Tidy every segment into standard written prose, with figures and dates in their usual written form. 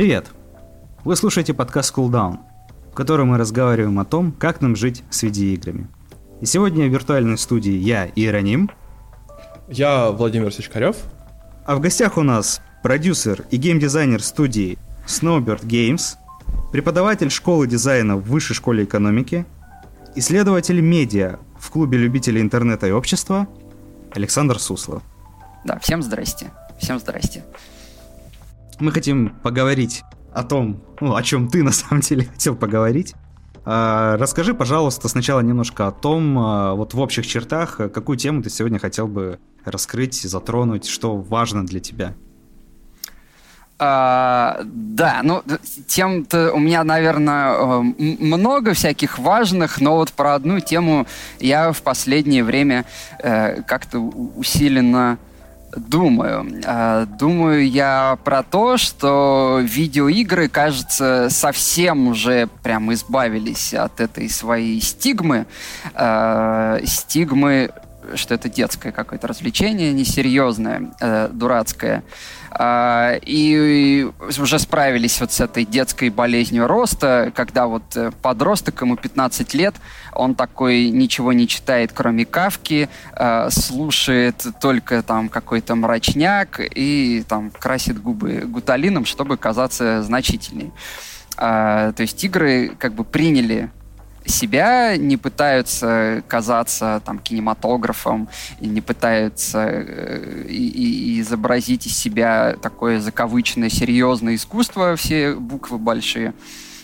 Привет! Вы слушаете подкаст Cooldown, в котором мы разговариваем о том, как нам жить с видеоиграми. И сегодня в виртуальной студии я, Иероним. Я Владимир Сичкарев. А в гостях у нас продюсер и геймдизайнер студии Snowbird Games, преподаватель школы дизайна в Высшей школе экономики, исследователь медиа в клубе любителей интернета и общества Александр Суслов. Да, всем здрасте. Всем здрасте. Мы хотим поговорить о том, о чем ты на самом деле хотел поговорить. Расскажи, пожалуйста, сначала немножко о том, вот в общих чертах, какую тему ты сегодня хотел бы раскрыть, затронуть, что важно для тебя. Да, тем-то у меня, наверное, много всяких важных, но вот про одну тему я в последнее время как-то усиленно думаю. Думаю я про то, что видеоигры, кажется, совсем уже прям избавились от этой своей стигмы, что это детское какое-то развлечение, несерьезное, дурацкое. И уже справились вот с этой детской болезнью роста, когда вот подросток, ему 15 лет, он такой ничего не читает, кроме Кафки, слушает только там какой-то мрачняк и там красит губы гуталином, чтобы казаться значительней. То есть игры как бы приняли себя, не пытаются казаться там кинематографом, и не пытаются изобразить из себя такое закавыченное, серьезное искусство, все буквы большие.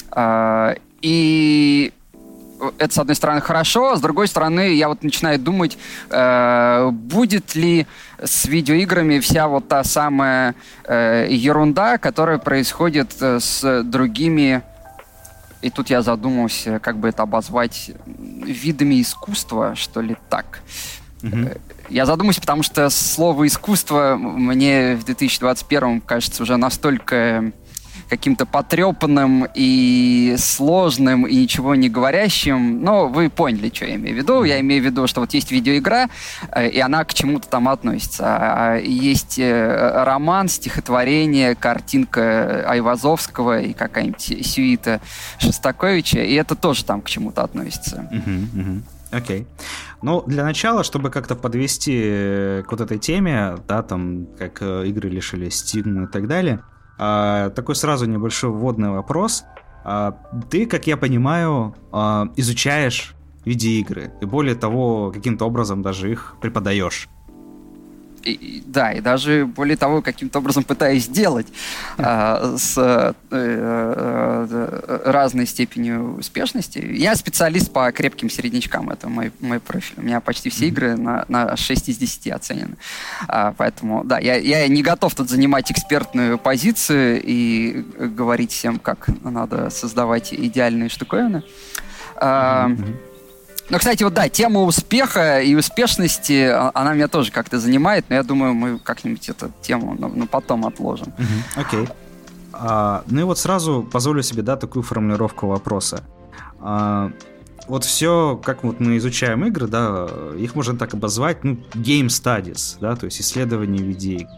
И это, с одной стороны, хорошо, а с другой стороны, я вот начинаю думать, будет ли с видеоиграми вся вот та самая ерунда, которая происходит с другими. И тут я задумался, как бы это обозвать, видами искусства, что ли, так. Mm-hmm. Я задумался, потому что слово «искусство» мне в 2021 кажется уже настолько каким-то потрепанным и сложным, и ничего не говорящим. Но вы поняли, что я имею в виду. Я имею в виду, что вот есть видеоигра, и она к чему-то там относится. Есть роман, стихотворение, картинка Айвазовского и какая-нибудь сюита Шостаковича, и это тоже там к чему-то относится. Окей. Ну, для начала, чтобы как-то подвести к вот этой теме, да, там, как игры лишили стигмы и так далее, такой сразу небольшой вводный вопрос. Ты, как я понимаю, изучаешь видеоигры, и более того, каким-то образом даже их преподаешь. И даже более того, каким-то образом пытаюсь сделать с разной степенью успешности. Я специалист по крепким середнячкам, это мой профиль. У меня почти все игры на 6 из 10 оценены. Поэтому, да, я не готов тут занимать экспертную позицию и говорить всем, как надо создавать идеальные штуковины. Но, кстати, вот да, тема успеха и успешности, она меня тоже как-то занимает, но я думаю, мы как-нибудь эту тему потом отложим. Окей. Ну и вот сразу позволю себе, такую формулировку вопроса. Вот все, как вот мы изучаем игры, да, их можно так обозвать, game studies, да, то есть исследование видеоигр.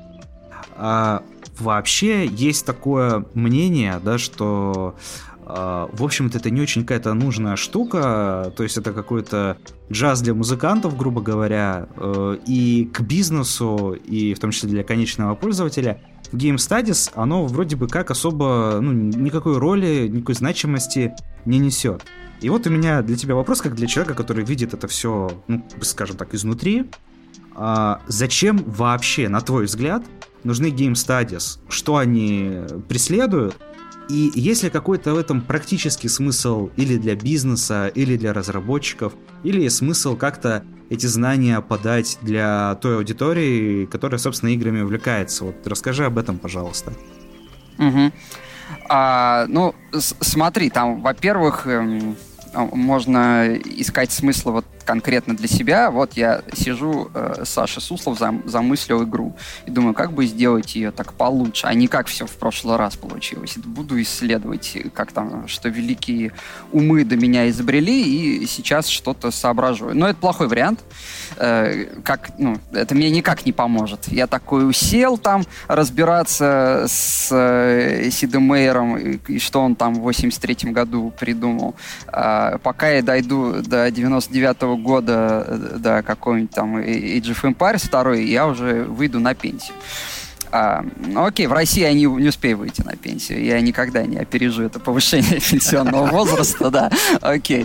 Вообще есть такое мнение, да, что в общем-то, это не очень какая-то нужная штука, то есть это какой-то джаз для музыкантов, грубо говоря, и к бизнесу, и в том числе для конечного пользователя, Game Studies, оно вроде бы как особо, никакой роли, никакой значимости не несет. И вот у меня для тебя вопрос, как для человека, который видит это все, скажем так, изнутри. Зачем вообще, на твой взгляд, нужны Game Studies? Что они преследуют? И есть ли какой-то в этом практический смысл или для бизнеса, или для разработчиков, или смысл как-то эти знания подать для той аудитории, которая, собственно, играми увлекается? Вот расскажи об этом, пожалуйста. Смотри, там, во-первых, можно искать смысл вот конкретно для себя, вот я сижу, Саша Суслов замыслил игру и думаю, как бы сделать ее так получше, а не как все в прошлый раз получилось. Буду исследовать, как там, что великие умы до меня изобрели, и сейчас что-то соображу. Но это плохой вариант. Это мне никак не поможет. Я такой усел там разбираться с Сидом Мейером и что он там в 83-м году придумал. Пока я дойду до 99-го года, до какой-нибудь там Age of Empires 2, я уже выйду на пенсию. Окей, в России я не успею выйти на пенсию. Я никогда не опережу это повышение пенсионного возраста, да. Окей.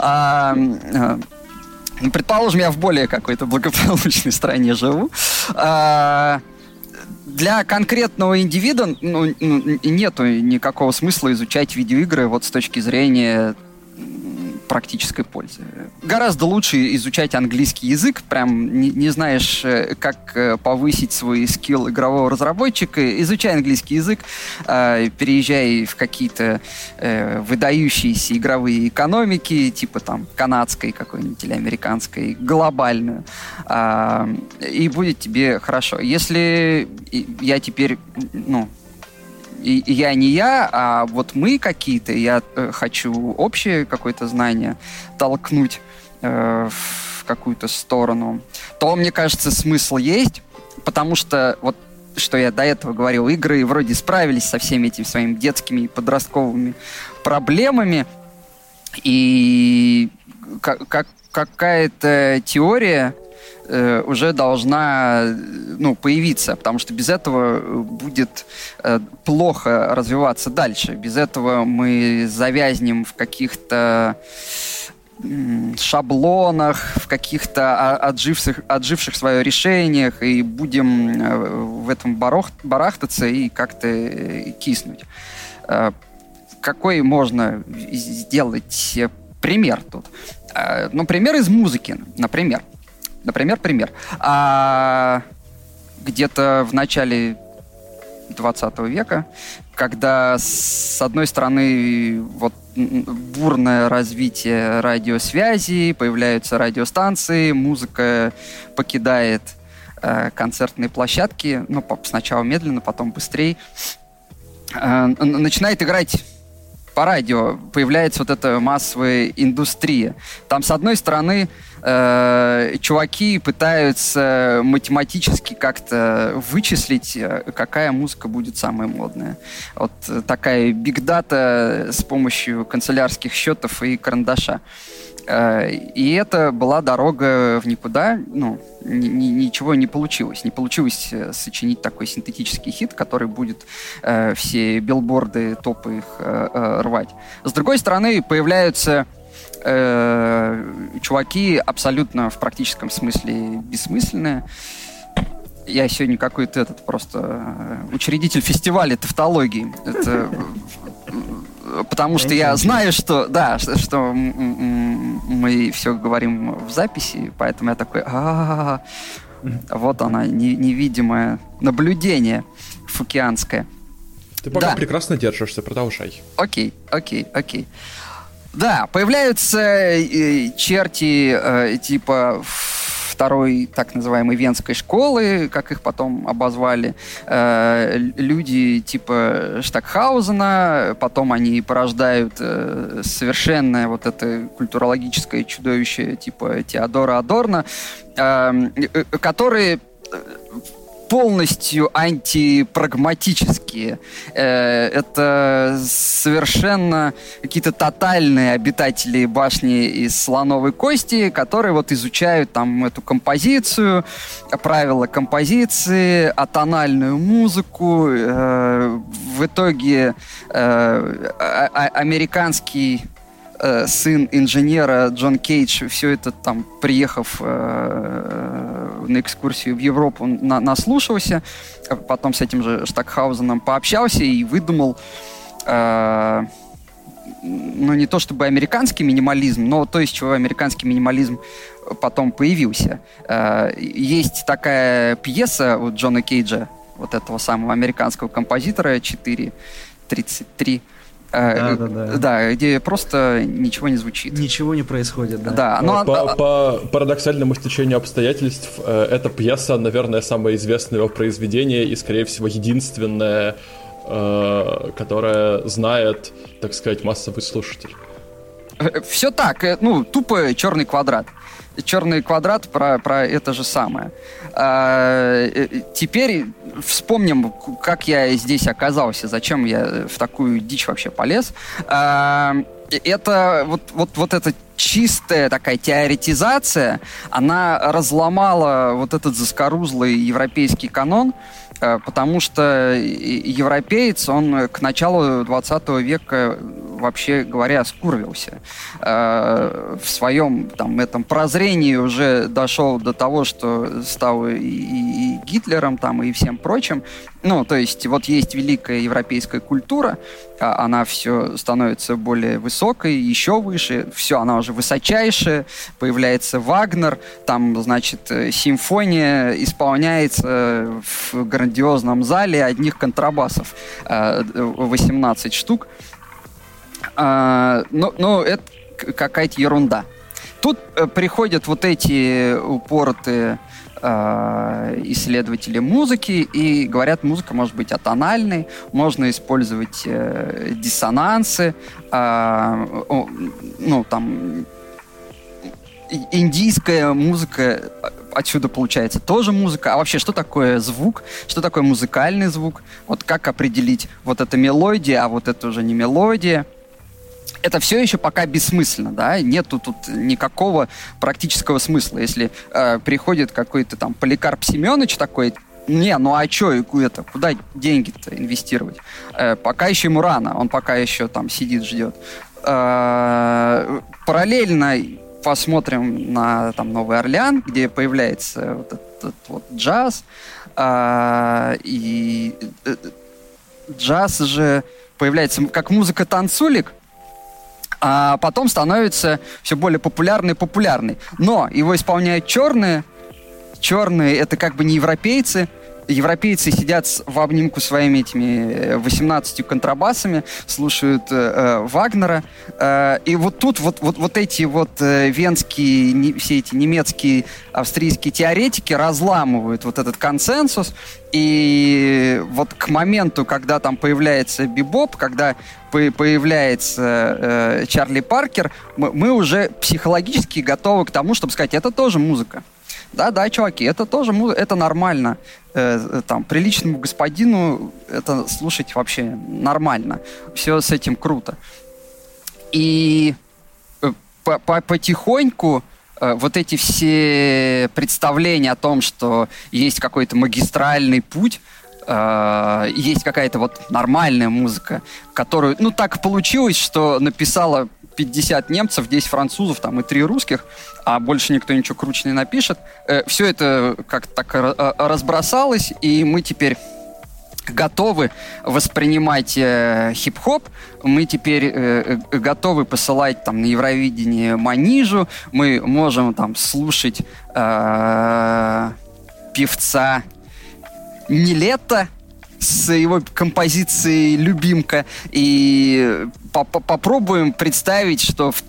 Предположим, я в более какой-то благополучной стране живу. Для конкретного индивида нету никакого смысла изучать видеоигры вот с точки зрения практической пользы. Гораздо лучше изучать английский язык, прям не знаешь, как повысить свой скилл игрового разработчика, изучай английский язык, переезжай в какие-то выдающиеся игровые экономики, типа там канадской какой-нибудь или американской, глобальную, и будет тебе хорошо. Если я теперь, и я не я, а вот мы какие-то, я хочу общее какое-то знание толкнуть в какую-то сторону, то, мне кажется, смысл есть, потому что, вот что я до этого говорил, игры вроде справились со всеми этими своими детскими и подростковыми проблемами, и какая-то теория уже должна появиться, потому что без этого будет плохо развиваться дальше. Без этого мы завязнем в каких-то шаблонах, в каких-то отживших свое решениях и будем в этом барахтаться и как-то киснуть. Какой можно сделать пример тут? Пример из музыки, например. Пример. Где-то в начале 20 века, когда, с одной стороны, вот бурное развитие радиосвязи, появляются радиостанции, музыка покидает концертные площадки, сначала медленно, потом быстрее, начинает играть по радио, появляется вот эта массовая индустрия. Там, с одной стороны, чуваки пытаются математически как-то вычислить, какая музыка будет самая модная. Вот такая бигдата с помощью канцелярских счетов и карандаша. И это была дорога в никуда, ничего не получилось. Не получилось сочинить такой синтетический хит, который будет все билборды, топы их рвать. С другой стороны, появляются чуваки абсолютно в практическом смысле бессмысленные. Я сегодня какой-то просто учредитель фестиваля тавтологии. Это потому что я знаю, что мы все говорим в записи, поэтому я такой, вот она, невидимое наблюдение фукианское. Ты пока прекрасно держишься, продолжай. Окей. Да, появляются черти типа второй так называемой Венской школы, как их потом обозвали, люди типа Штокхаузена, потом они порождают совершенное вот это культурологическое чудовище типа Теодора Адорно, которые полностью антипрагматические. Это совершенно какие-то тотальные обитатели башни из слоновой кости, которые вот изучают там эту композицию, правила композиции, атональную музыку. В итоге американский сын инженера Джон Кейдж, все это там, приехав на экскурсию в Европу, наслушался, потом с этим же Штокхаузеном пообщался и выдумал не то чтобы американский минимализм, но то, из чего американский минимализм потом появился. Есть такая пьеса у Джона Кейджа, вот этого самого американского композитора 4:33, Да, где просто ничего не звучит. Ничего не происходит, да. Да, но... По парадоксальному стечению обстоятельств, эта пьеса, наверное, самое известное его произведение и, скорее всего, единственное, которое знает, так сказать, массовый слушатель. Все так, тупо «Черный квадрат». «Черный квадрат» про это же самое. Теперь вспомним, как я здесь оказался, зачем я в такую дичь вообще полез. Это вот эта чистая такая теоретизация, она разломала вот этот заскорузлый европейский канон, потому что европеец, он к началу 20 века, вообще говоря, скурвился. В своем этом прозрении уже дошел до того, что стал и Гитлером и всем прочим. То есть вот есть великая европейская культура, она все становится более высокой, еще выше, все, она уже высочайшая, появляется Вагнер, симфония исполняется в грандиозном зале одних контрабасов, 18 штук. Это какая-то ерунда. Тут приходят вот эти упоротые исследователи музыки и говорят, музыка может быть атональной, можно использовать диссонансы, индийская музыка отсюда получается тоже музыка. А вообще, что такое звук? Что такое музыкальный звук? Вот как определить вот это мелодия, а вот это уже не мелодия? Это все еще пока бессмысленно, да, нету тут никакого практического смысла. Если приходит какой-то Поликарп Семенович такой, куда деньги-то инвестировать? Пока еще ему рано, он пока еще сидит, ждет. Параллельно посмотрим на Новый Орлеан, где появляется вот этот вот джаз, и джаз же появляется как музыка-танцулик, а потом становится все более популярный и популярный. Но его исполняют черные. Черные — это как бы не европейцы. Европейцы сидят в обнимку своими этими 18 контрабасами, слушают Вагнера. И вот тут вот эти венские, все эти немецкие, австрийские теоретики разламывают вот этот консенсус. И вот к моменту, когда появляется бибоп, когда появляется Чарли Паркер, мы уже психологически готовы к тому, чтобы сказать, это тоже музыка. Да, чуваки, это тоже это нормально. Приличному господину это слушать вообще нормально. Все с этим круто. И потихоньку вот эти все представления о том, что есть какой-то магистральный путь, есть какая-то нормальная музыка, которую, так получилось, что написала 50 немцев, 10 французов и 3 русских, а больше никто ничего круче не напишет. Все это как-то так разбросалось, и мы теперь готовы воспринимать хип-хоп, мы теперь готовы посылать на Евровидение Манижу, мы можем слушать певца Нилетто с его композицией «Любимка», и попробуем представить, что в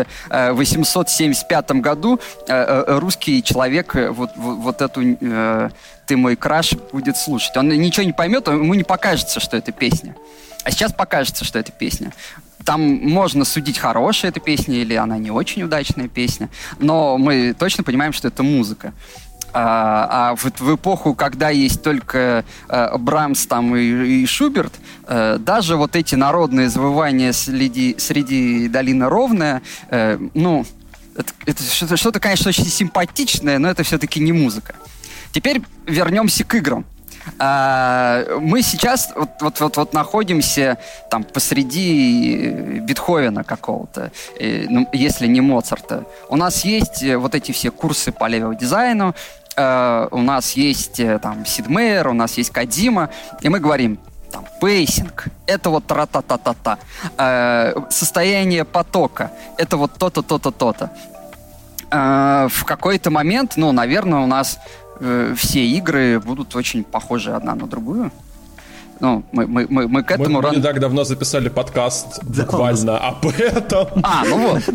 1875 году русский человек вот эту «Ты мой краш» будет слушать. Он ничего не поймет, ему не покажется, что это песня. А сейчас покажется, что это песня. Там можно судить, хорошая эта песня или она не очень удачная песня, но мы точно понимаем, что это музыка. А в эпоху, когда есть только Брамс и Шуберт, даже вот эти народные завывания среди долины ровная, это что-то, конечно, очень симпатичное, но это все-таки не музыка. Теперь вернемся к играм. Мы сейчас вот находимся посреди Бетховена какого-то, если не Моцарта. У нас есть вот эти все курсы по левел-дизайну, у нас есть Сид Мейер, у нас есть Кодзима, и мы говорим, пейсинг, это тра-та-та-та-та, состояние потока, это то-то, то-то, то-то. В какой-то момент, наверное, у нас все игры будут очень похожи одна на другую. Ну, мы к этому... Мы не так давно записали подкаст буквально об этом. Ну вот,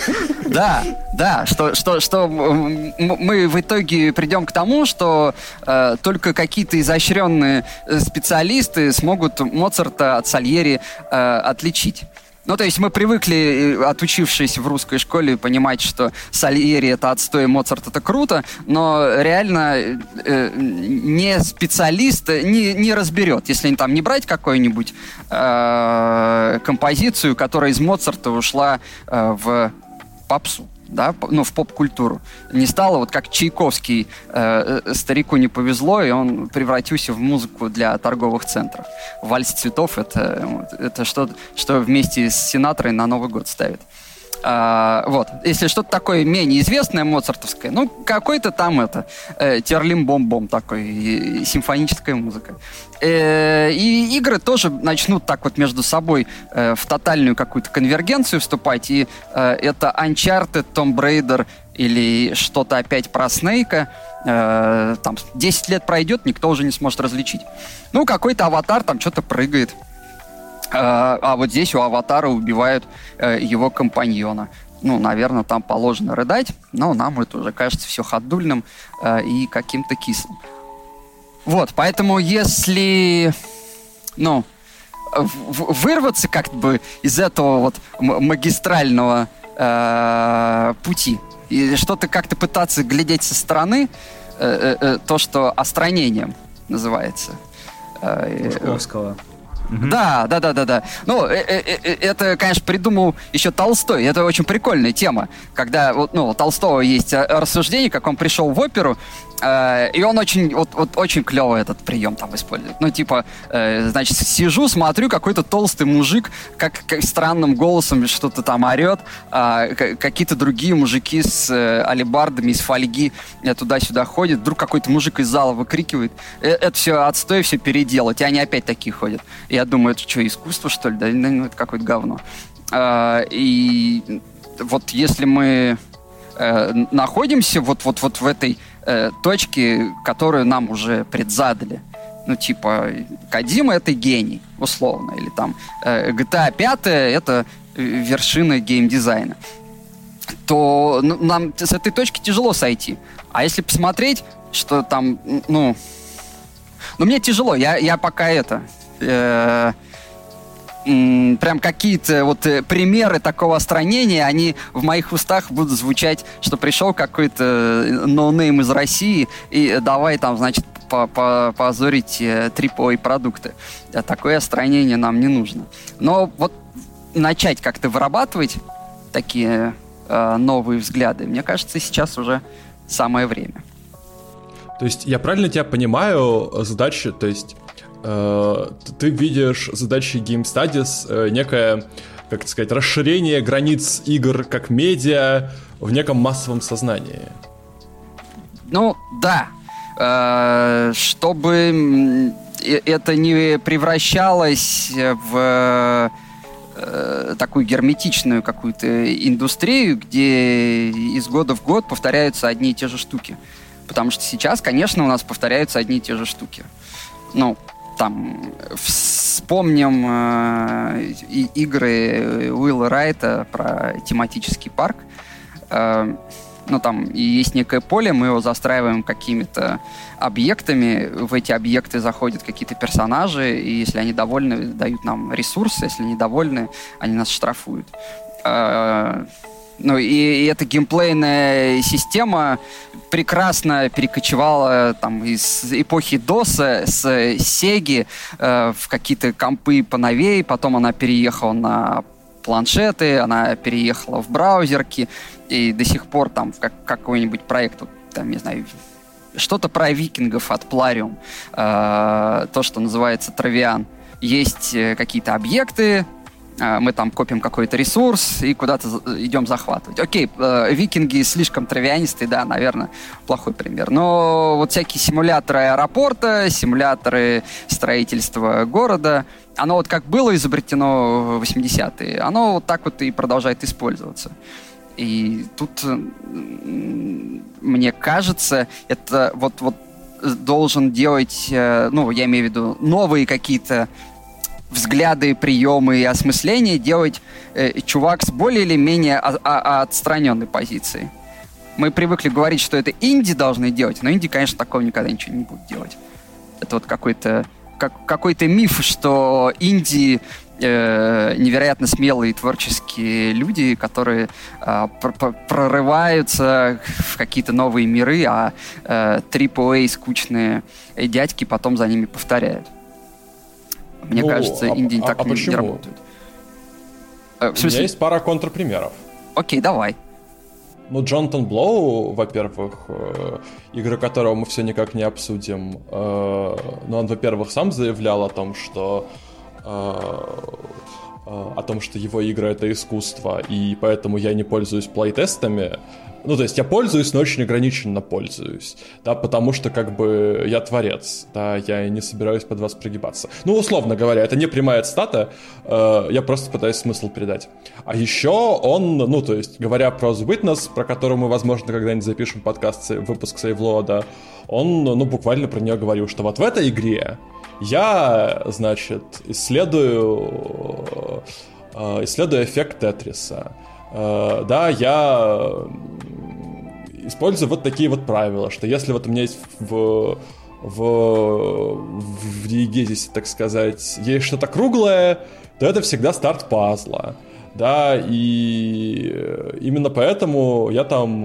да, что мы в итоге придем к тому, что только какие-то изощренные специалисты смогут Моцарта от Сальери отличить. Ну, то есть мы привыкли, отучившись в русской школе, понимать, что Сальери — это отстой, Моцарт — это круто, но реально не специалист не разберет, если там не брать какую-нибудь композицию, которая из Моцарта ушла в попсу. Да, ну, в поп-культуру. Не стало, вот как Чайковский, старику не повезло, и он превратился в музыку для торговых центров. «Вальс цветов» — это что вместе с Синатрой на Новый год ставят. Вот. Если что-то такое менее известное моцартовское, ну, какой-то там терлим-бом-бом такой, симфоническая музыка. И игры тоже начнут так вот между собой в тотальную какую-то конвергенцию вступать, и это Uncharted, Tomb Raider или что-то опять про Снейка, там 10 лет пройдет, никто уже не сможет различить. Ну, какой-то аватар там что-то прыгает. А вот здесь у аватара убивают его компаньона. Ну, наверное, там положено рыдать, но нам это уже кажется все ходульным и каким-то кислым. Вот, поэтому если, ну, вырваться как бы из этого вот магистрального пути и что-то как-то пытаться глядеть со стороны, то, что остранением называется. Пушковского. Да. Ну, это, конечно, придумал еще Толстой. Это очень прикольная тема. Когда у Толстого есть рассуждение, как он пришел в оперу, и он очень клево этот прием там использует. Ну, типа, значит, сижу, смотрю, какой-то толстый мужик, как странным голосом что-то там орет, какие-то другие мужики с алебардами из фольги туда-сюда ходят, вдруг какой-то мужик из зала выкрикивает. Это все отстой, все переделать, и они опять такие ходят. Я думаю, это что, искусство, что ли? Да, ну, это какое-то говно. И вот если мы находимся вот в этой точки, которую нам уже предзадали. Ну, типа, Кодзима — это гений, условно. Или там GTA 5 — это вершина геймдизайна. То нам с этой точки тяжело сойти. А если посмотреть, что там, мне тяжело. Я пока прям какие-то вот примеры такого остранения, они в моих устах будут звучать, что пришел какой-то ноунейм из России и давай там, значит, позорить AAA-продукты. Такое остранение нам не нужно. Но вот начать как-то вырабатывать такие новые взгляды, мне кажется, сейчас уже самое время. То есть я правильно тебя понимаю, задача, то есть ты видишь задачи Game Studies некое, как это сказать, расширение границ игр как медиа в неком массовом сознании. Ну, да. Чтобы это не превращалось в такую герметичную какую-то индустрию, где из года в год повторяются одни и те же штуки. Потому что сейчас, конечно, у нас повторяются одни и те же штуки. Ну, там, вспомним игры Уилла Райта про тематический парк. Там есть некое поле, мы его застраиваем какими-то объектами, в эти объекты заходят какие-то персонажи, и если они довольны, дают нам ресурсы, если недовольны, они нас штрафуют. И эта геймплейная система прекрасно перекочевала там из эпохи DOS с Sega в какие-то компы поновее, потом она переехала на планшеты, она переехала в браузерки, и до сих пор там какой-нибудь проект, там, не знаю, что-то про викингов от Plarium, то, что называется Травиан. Есть какие-то объекты, мы там копим какой-то ресурс и куда-то идем захватывать. Окей, викинги слишком травианистые, да, наверное, плохой пример. Но вот всякие симуляторы аэропорта, симуляторы строительства города, оно вот как было изобретено в 80-е, оно вот так вот и продолжает использоваться. И тут, мне кажется, это вот должен делать, я имею в виду, новые какие-то взгляды, приемы и осмысления делать чувак с более или менее отстраненной позиции. Мы привыкли говорить, что это инди должны делать, но инди, конечно, такого никогда ничего не будут делать. Это вот какой-то миф, что инди невероятно смелые творческие люди, которые прорываются в какие-то новые миры, а AAA скучные дядьки потом за ними повторяют. Мне кажется, инди так не работают. У меня есть пара контрпримеров. Окей, давай. Джонатан Блоу, во-первых, игры которого мы все никак не обсудим, он, во-первых, сам заявлял о том, что его игры — это искусство, и поэтому я не пользуюсь плейтестами. То есть я пользуюсь, но очень ограниченно пользуюсь, да, потому что я творец, да, я не собираюсь под вас прогибаться. Условно говоря, это не прямая цитата, я просто пытаюсь смысл передать. А еще он, говоря про The Witness, про которую мы, возможно, когда-нибудь запишем выпуск Сейвлода, он, буквально про нее говорил, что вот в этой игре я, исследую эффект Тетриса. Да, я использую вот такие вот правила, что если вот у меня есть в диегезисе, так сказать, есть что-то круглое, то это всегда старт пазла. Да, и именно поэтому я там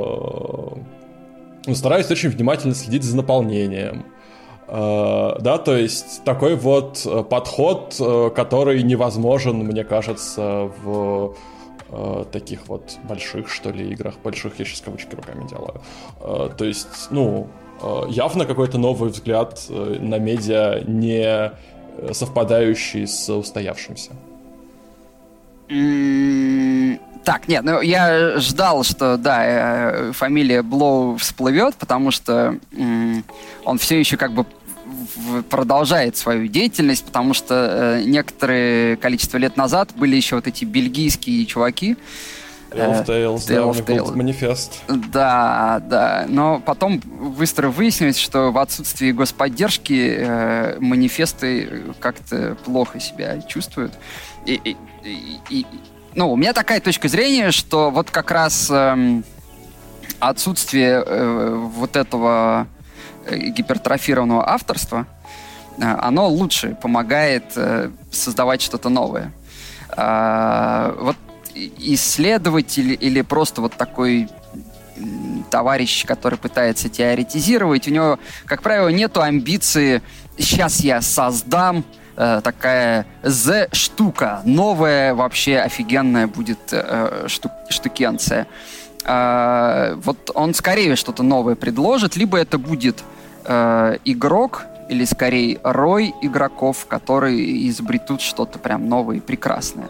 стараюсь очень внимательно следить за наполнением. Да, то есть такой вот подход, который невозможен, мне кажется, в таких вот больших, что ли, играх. Больших я сейчас кавычки руками делаю. То есть, явно какой-то новый взгляд на медиа, не совпадающий с устоявшимся. Так, нет, я ждал, что, да, фамилия Блоу всплывет, потому что он все еще продолжает свою деятельность, потому что некоторое количество лет назад были еще вот эти бельгийские чуваки. Tale of Tales, да, у них был манифест. Да, но потом быстро выяснилось, что в отсутствии господдержки манифесты как-то плохо себя чувствуют. У меня такая точка зрения, что вот как раз отсутствие вот этого гипертрофированного авторства, оно лучше помогает создавать что-то новое. Вот исследователь или просто вот такой товарищ, который пытается теоретизировать, у него, как правило, нету амбиции «сейчас я создам такая штука, новая, вообще офигенная будет штукенция». Вот он скорее что-то новое предложит, либо это будет игрок, или скорее рой игроков, которые изобретут что-то прям новое и прекрасное.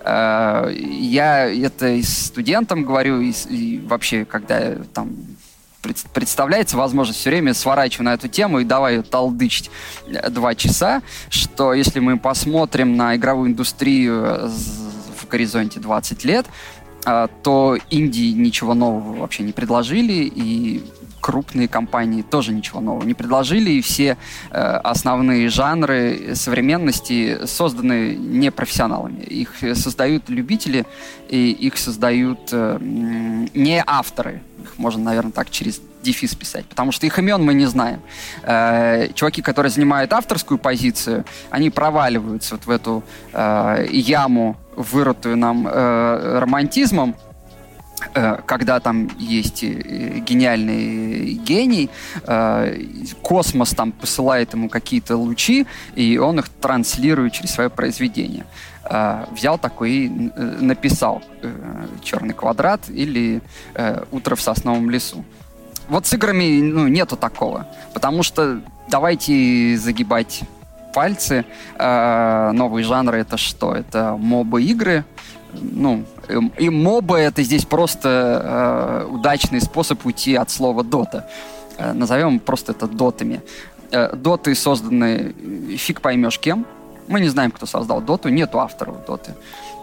Я это и студентам говорю, и вообще, когда там представляется возможность, все время сворачиваю на эту тему и давай ее толдычить 2 часа, что если мы посмотрим на игровую индустрию в горизонте 20 лет, то инди ничего нового вообще не предложили, и крупные компании тоже ничего нового не предложили, и все основные жанры современности созданы не профессионалами. Их создают любители, и их создают не авторы. Их можно, наверное, так через дефис писать, потому что их имен мы не знаем. Чуваки, которые занимают авторскую позицию, они проваливаются вот в эту яму, вырытую нам романтизмом, когда там есть гениальный гений, космос там посылает ему какие-то лучи, и он их транслирует через свое произведение. Взял такой и написал «Черный квадрат» или «Утро в сосновом лесу». Вот с играми нету такого, потому что давайте загибать пальцы. Новые жанры — это что? Это моба-игры. И моба — это здесь просто удачный способ уйти от слова дота. Назовем просто это дотами. Доты созданы фиг поймешь кем. Мы не знаем, кто создал доту, нету авторов доты.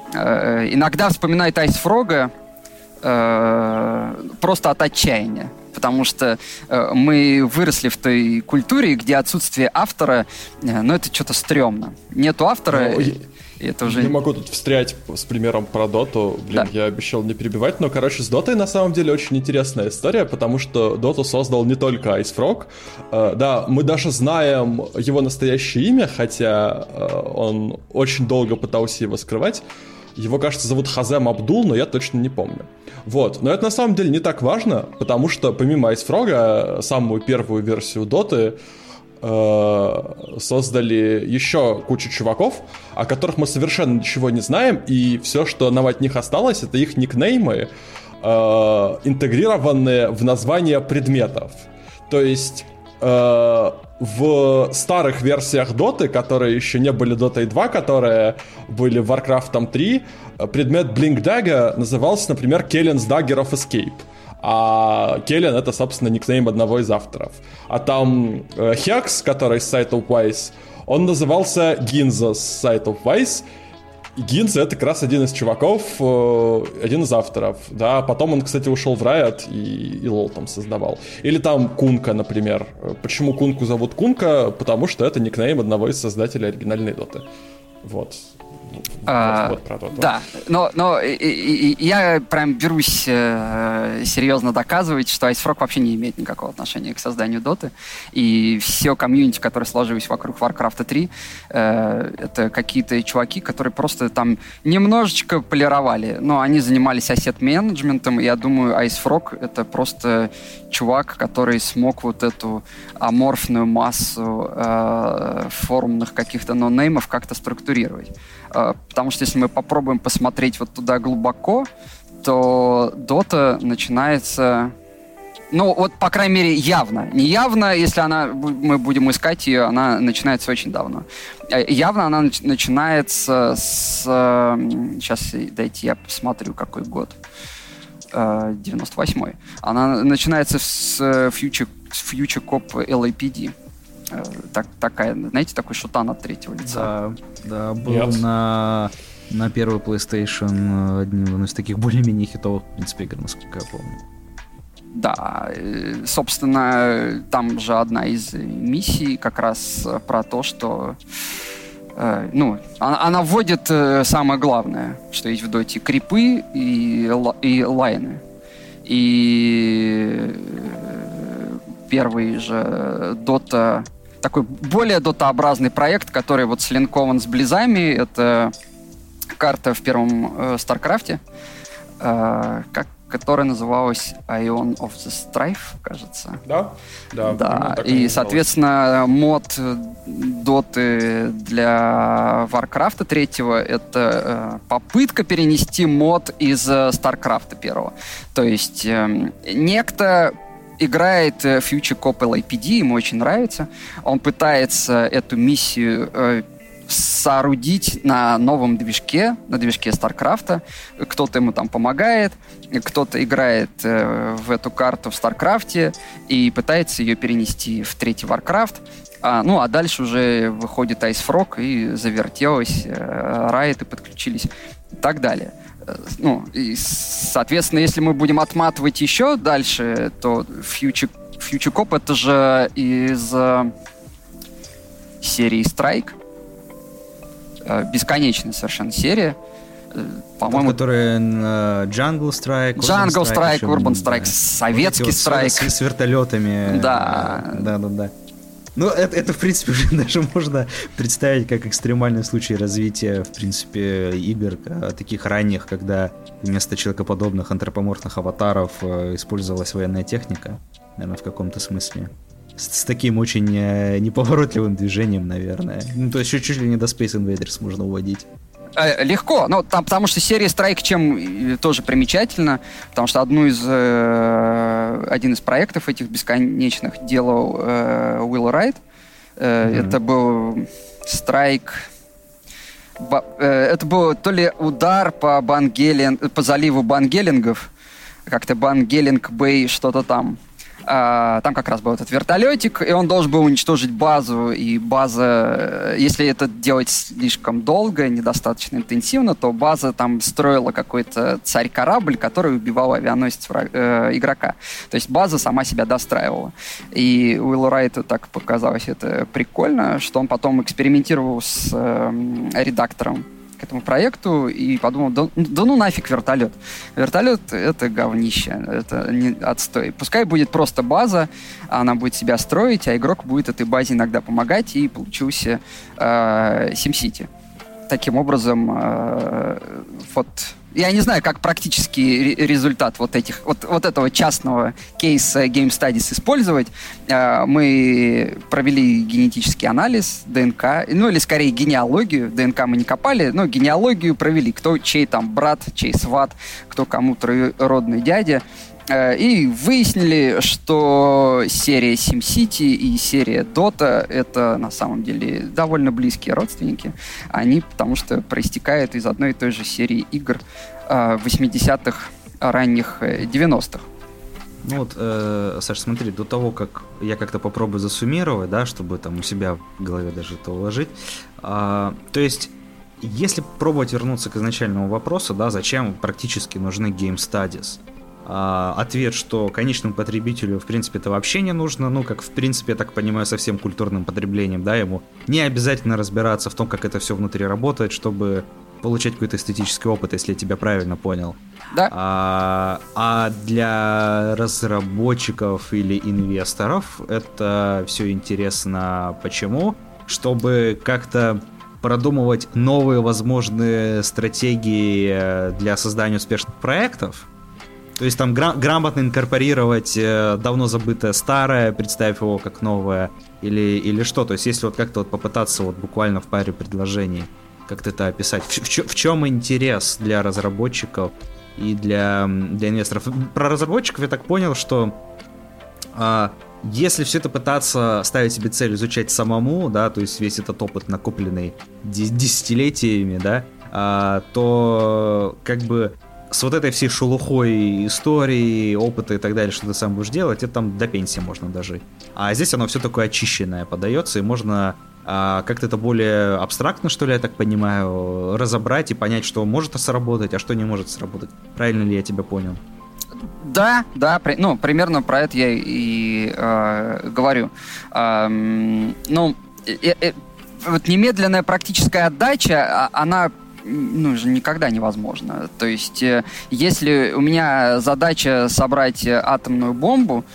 Иногда вспоминают Айсфрога просто от отчаяния. потому что мы выросли в той культуре, где отсутствие автора, это что-то стрёмно. Нету автора... Это уже... Не могу тут встрять с примером про Доту. Да. Я обещал не перебивать, но, с Дотой на самом деле очень интересная история, потому что Доту создал не только IceFrog. Да, мы даже знаем его настоящее имя, хотя он очень долго пытался его скрывать. Его, кажется, зовут Хазем Абдул, но я точно не помню. Вот. Но это на самом деле не так важно, потому что помимо IceFrog, самую первую версию Доты создали еще кучу чуваков, о которых мы совершенно ничего не знаем, и все, что нам от них осталось, это их никнеймы, интегрированные в названия предметов. То есть в старых версиях Доты, которые еще не были Дотой 2, которые были в Warcraft 3, предмет Blink Dagger назывался, например, Kellen's Dagger of Escape. А Келлен — это, собственно, никнейм одного из авторов. А там Хекс, который с сайта Wise, он назывался Гинза с сайта Wise. И Гинза — это как раз один из чуваков, один из авторов. Да? Потом он, кстати, ушел в Riot и LoL там создавал. Или там Кунка, например. Почему Кунку зовут Кунка? Потому что это никнейм одного из создателей оригинальной Доты. Вот. Да, но я прям берусь серьезно доказывать, что IceFrog вообще не имеет никакого отношения к созданию Доты. И все комьюнити, которые сложились вокруг Warcraft 3, это какие-то чуваки, которые просто там немножечко полировали. Но они занимались ассет-менеджментом, и я думаю, IceFrog — это просто чувак, который смог вот эту аморфную массу форумных каких-то нонеймов как-то структурировать. Потому что если мы попробуем посмотреть вот туда глубоко, то Дота начинается... по крайней мере, явно. Не явно, если мы будем искать ее, она начинается очень давно. Явно она начинается с... Сейчас, дайте я посмотрю, какой год. 98-й. Она начинается с Future Cop LAPD. Такая, знаете, такой шутан от третьего лица. Да, был на первый PlayStation одним из таких более-менее хитовых, в принципе, игр, насколько я помню. Да, собственно, там же одна из миссий как раз про то, что она вводит самое главное, что есть в доте: крипы и лайны. И первый же дота, такой более дотообразный проект, который вот слинкован с близами, это карта в первом Старкрафте, которая называлась Ion of the Strife, кажется. Да. И, соответственно, мод доты для Warcraft 3 это попытка перенести мод из Старкрафта 1. То есть некто играет Future Cop LAPD, ему очень нравится. Он пытается эту миссию соорудить на новом движке, на движке StarCraft'а. Кто-то ему там помогает, кто-то играет в эту карту в StarCraft'е и пытается ее перенести в третий Warcraft. А дальше уже выходит IceFrog и завертелось, Riot подключились и так далее. И, соответственно, если мы будем отматывать еще дальше, то Future Cop — это же из серии Strike. Бесконечная совершенно серия. По-моему, которые Jungle Strike, Urban Strike, советский Strike. С вертолетами. Да. Это, в принципе, уже даже можно представить как экстремальный случай развития, в принципе, игр таких ранних, когда вместо человекоподобных антропоморфных аватаров использовалась военная техника, наверное, в каком-то смысле. С таким очень неповоротливым движением, наверное. То есть чуть ли не до Space Invaders можно уводить. Легко, потому что серия Strike чем тоже примечательна, потому что один из проектов этих бесконечных делал Will Wright. Это был Strike... Это был то ли удар по заливу Бангелингов, как-то Бангелинг Бэй, что-то там. Там как раз был этот вертолетик, и он должен был уничтожить базу, и база, если это делать слишком долго, недостаточно интенсивно, то база там строила какой-то царь-корабль, который убивал авианосец игрока. То есть база сама себя достраивала. И Уиллу Райту так показалось это прикольно, что он потом экспериментировал с редактором к этому проекту и подумал, да ну нафиг вертолет. Вертолет — это говнище, это не отстой. Пускай будет просто база, она будет себя строить, а игрок будет этой базе иногда помогать, и получился SimCity. Таким образом, вот... Я не знаю, как практический результат вот этого частного кейса Game Studies использовать. Мы провели генетический анализ ДНК, ну или скорее генеалогию. ДНК мы не копали, но генеалогию провели. Кто чей там брат, чей сват, кто кому троюродный дядя. И выяснили, что серия SimCity и серия Dota — это на самом деле довольно близкие родственники. Они потому что проистекают из одной и той же серии игр 80-х, ранних 90-х. Ну вот, Саш, смотри, до того, как я как-то попробую засуммировать, да, чтобы там у себя в голове даже это уложить. То есть, если пробовать вернуться к изначальному вопросу, да, зачем практически нужны Game Studies? Ответ, что конечному потребителю, в принципе, это вообще не нужно, ну, как, в принципе, я так понимаю, со всем культурным потреблением, да, ему не обязательно разбираться в том, как это все внутри работает, чтобы получать какой-то эстетический опыт, если я тебя правильно понял. Да. А для разработчиков или инвесторов это все интересно. Почему? Чтобы как-то продумывать новые возможные стратегии для создания успешных проектов. То есть там грамотно инкорпорировать давно забытое старое, представив его как новое, или что. То есть если вот как-то вот попытаться вот буквально в паре предложений как-то это описать. В чем интерес для разработчиков и для инвесторов? Про разработчиков я так понял, что если все это пытаться ставить себе цель изучать самому, да, то есть весь этот опыт, накопленный десятилетиями, да, то как бы с вот этой всей шелухой истории, опыта и так далее, что ты сам будешь делать, это там до пенсии можно дожить. А здесь оно все такое очищенное подается, и можно как-то это более абстрактно, что ли, я так понимаю, разобрать и понять, что может сработать, а что не может сработать. Правильно ли я тебя понял? Да, примерно про это я и говорю. Вот немедленная практическая отдача, она же никогда невозможно. То есть, если у меня задача собрать атомную бомбу,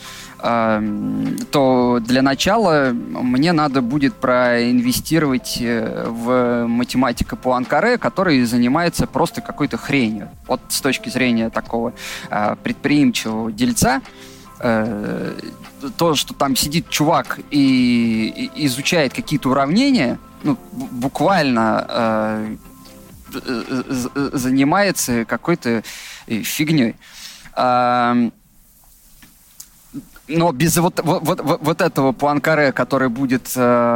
то для начала мне надо будет проинвестировать в математика Пуанкаре, который занимается просто какой-то хренью. Вот с точки зрения такого предприимчивого дельца, то, что там сидит чувак и изучает какие-то уравнения, буквально занимается какой-то фигней. Но без вот этого Пуанкаре, который будет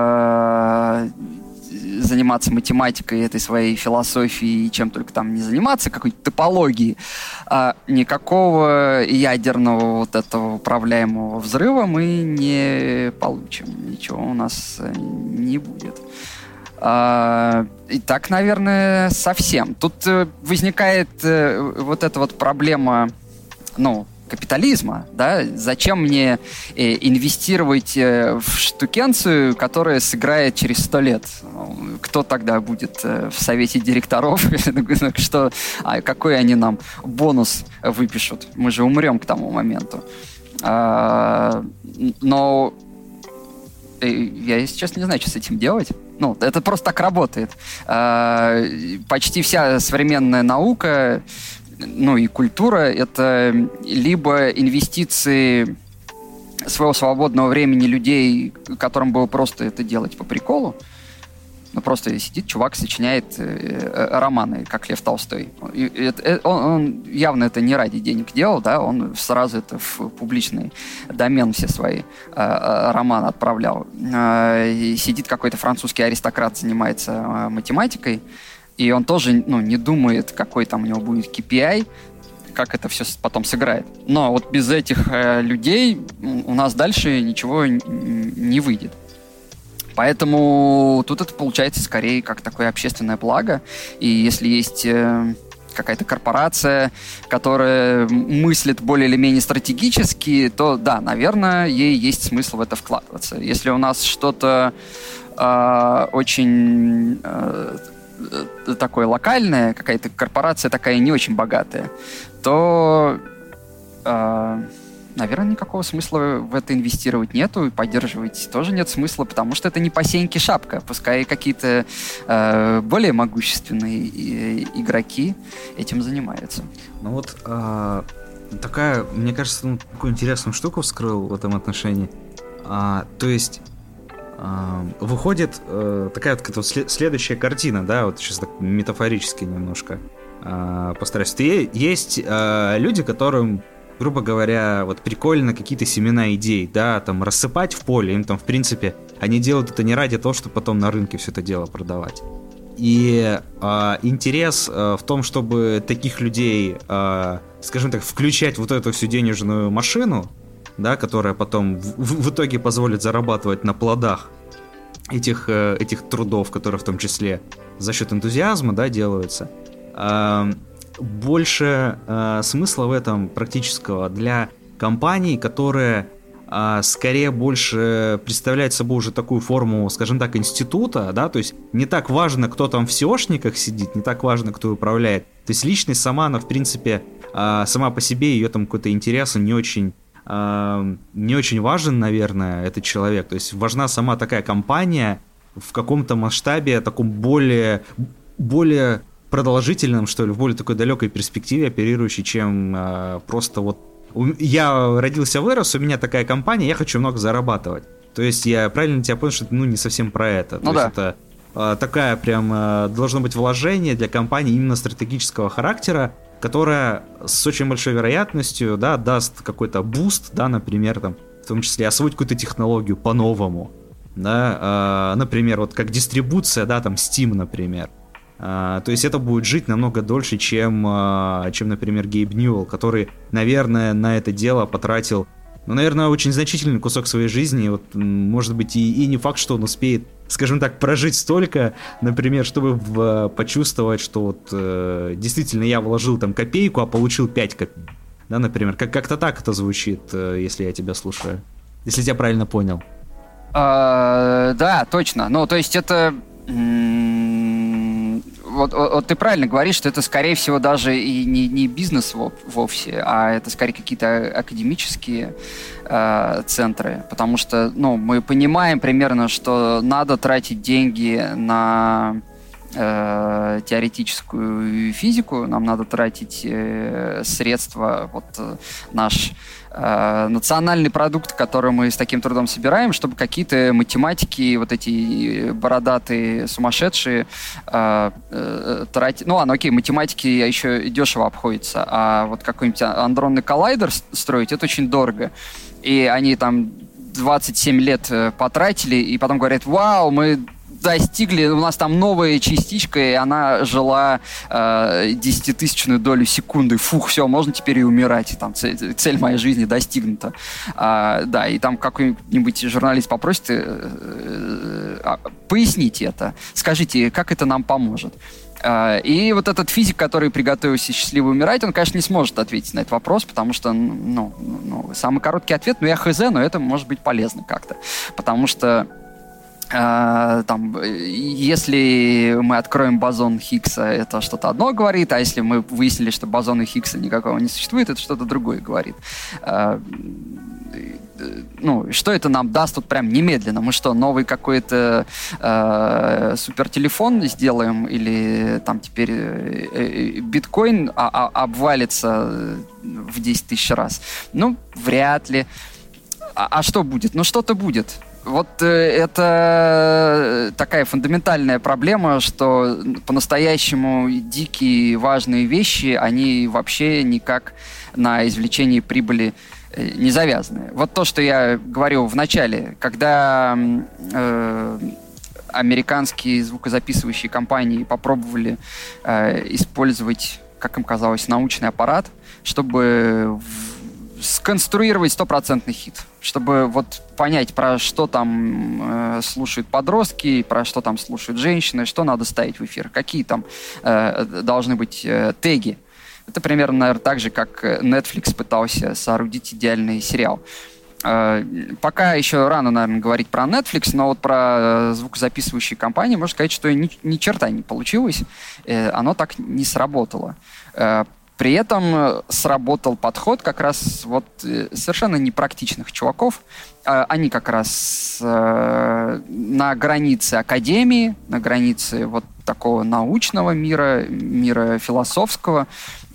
заниматься математикой, этой своей философией и чем только там не заниматься, какой-то топологией, никакого ядерного вот этого управляемого взрыва мы не получим. Ничего у нас не будет. И так, наверное, совсем. Тут возникает вот эта вот проблема, капитализма, да? Зачем мне инвестировать в штукенцию, которая сыграет через 100 лет? Кто тогда будет в совете директоров? Какой они нам бонус выпишут? Мы же умрем к тому моменту. Но я, если честно, не знаю, что с этим делать. Это просто так работает. Почти вся современная наука, и культура — это либо инвестиции своего свободного времени людей, которым было просто это делать по приколу. Просто сидит чувак, сочиняет романы, как Лев Толстой. Он явно это не ради денег делал, да, он сразу это в публичный домен все свои романы отправлял. И сидит какой-то французский аристократ, занимается математикой, и он тоже не думает, какой там у него будет KPI, как это все потом сыграет. Но вот без этих людей у нас дальше ничего не выйдет. Поэтому тут это получается скорее как такое общественное благо. И если есть какая-то корпорация, которая мыслит более или менее стратегически, то да, наверное, ей есть смысл в это вкладываться. Если у нас что-то очень такое локальное, какая-то корпорация такая не очень богатая, то, наверное, никакого смысла в это инвестировать нету, и поддерживать тоже нет смысла, потому что это не по сеньке шапка. Пускай какие-то более могущественные игроки этим занимаются. Ну вот такая, мне кажется, такую интересную штуку вскрыл в этом отношении. То есть выходит такая вот следующая картина, да, вот сейчас так метафорически немножко постараюсь. Есть люди, которым, грубо говоря, вот прикольно какие-то семена идей, да, там рассыпать в поле, им там, в принципе, они делают это не ради того, чтобы потом на рынке все это дело продавать. И интерес в том, чтобы таких людей, скажем так, включать вот эту всю денежную машину, да, которая потом в итоге позволит зарабатывать на плодах этих трудов, которые в том числе за счет энтузиазма, да, делаются. Больше смысла в этом практического для компаний, которые скорее больше представляют собой уже такую форму, скажем так, института, да, то есть не так важно, кто там в SEOшниках сидит, не так важно, кто управляет. То есть личность сама, она, в принципе, сама по себе, ее там какой-то интерес, он не очень важен, наверное, этот человек. То есть важна сама такая компания в каком-то масштабе, таком более продолжительном, что ли, в более такой далекой перспективе оперирующей, чем просто вот я родился, вырос, у меня такая компания, я хочу много зарабатывать. То есть я правильно тебя понял, что это не совсем про это. Ну, то есть это такая прям должно быть вложение для компании именно стратегического характера, которая с очень большой вероятностью, да, даст какой-то буст, да, например, там, в том числе освоить какую-то технологию по-новому, да, например, вот как дистрибуция, да, там, Steam, например. То есть это будет жить намного дольше, чем, например, Гейб Ньюэлл, который, наверное, на это дело потратил, наверное, очень значительный кусок своей жизни. Вот, может быть, и не факт, что он успеет, скажем так, прожить столько, например, чтобы почувствовать, что вот действительно я вложил там копейку, а получил 5 копеек. Да, например, как-то так это звучит, если я тебя слушаю. Если я тебя правильно понял. Да, точно. Ну, то есть это... Вот ты правильно говоришь, что это, скорее всего, даже и не бизнес вовсе, а это, скорее, какие-то академические центры, потому что, мы понимаем примерно, что надо тратить деньги на теоретическую физику, нам надо тратить средства, наш национальный продукт, который мы с таким трудом собираем, чтобы какие-то математики, вот эти бородатые, сумасшедшие тратить. Окей, математики еще дешево обходится, а вот какой-нибудь андронный коллайдер строить, это очень дорого. И они там 27 лет потратили, и потом говорят: вау, мы достигли, у нас там новая частичка, и она жила 10-тысячную долю секунды. Фух, все, можно теперь и умирать. И там цель моей жизни достигнута. Да, и там какой-нибудь журналист попросит поясните это. Скажите, как это нам поможет? И вот этот физик, который приготовился счастливо умирать, он, конечно, не сможет ответить на этот вопрос, потому что, самый короткий ответ, я хз, но это может быть полезно как-то. Потому что если мы откроем бозон Хиггса, это что-то одно говорит, а если мы выяснили, что бозона Хиггса никакого не существует, это что-то другое говорит. Что это нам даст тут прям немедленно? Мы что, новый какой-то супертелефон сделаем, или там теперь биткоин обвалится в 10 тысяч раз? Вряд ли. А что будет? Что-то будет. Вот это такая фундаментальная проблема, что по-настоящему дикие важные вещи, они вообще никак на извлечении прибыли не завязаны. Вот то, что я говорил в начале, когда американские звукозаписывающие компании попробовали использовать как им казалось, научный аппарат, чтобы сконструировать 100% хит, чтобы вот понять, про что там слушают подростки, про что там слушают женщины, что надо ставить в эфир, какие там должны быть теги. Это примерно, наверное, так же, как Netflix пытался соорудить идеальный сериал. Пока еще рано, наверное, говорить про Netflix, но вот про звукозаписывающие компании можно сказать, что ни черта не получилось, оно так не сработало. При этом сработал подход как раз вот совершенно непрактичных чуваков. Они как раз на границе академии, на границе вот такого научного мира, мира философского,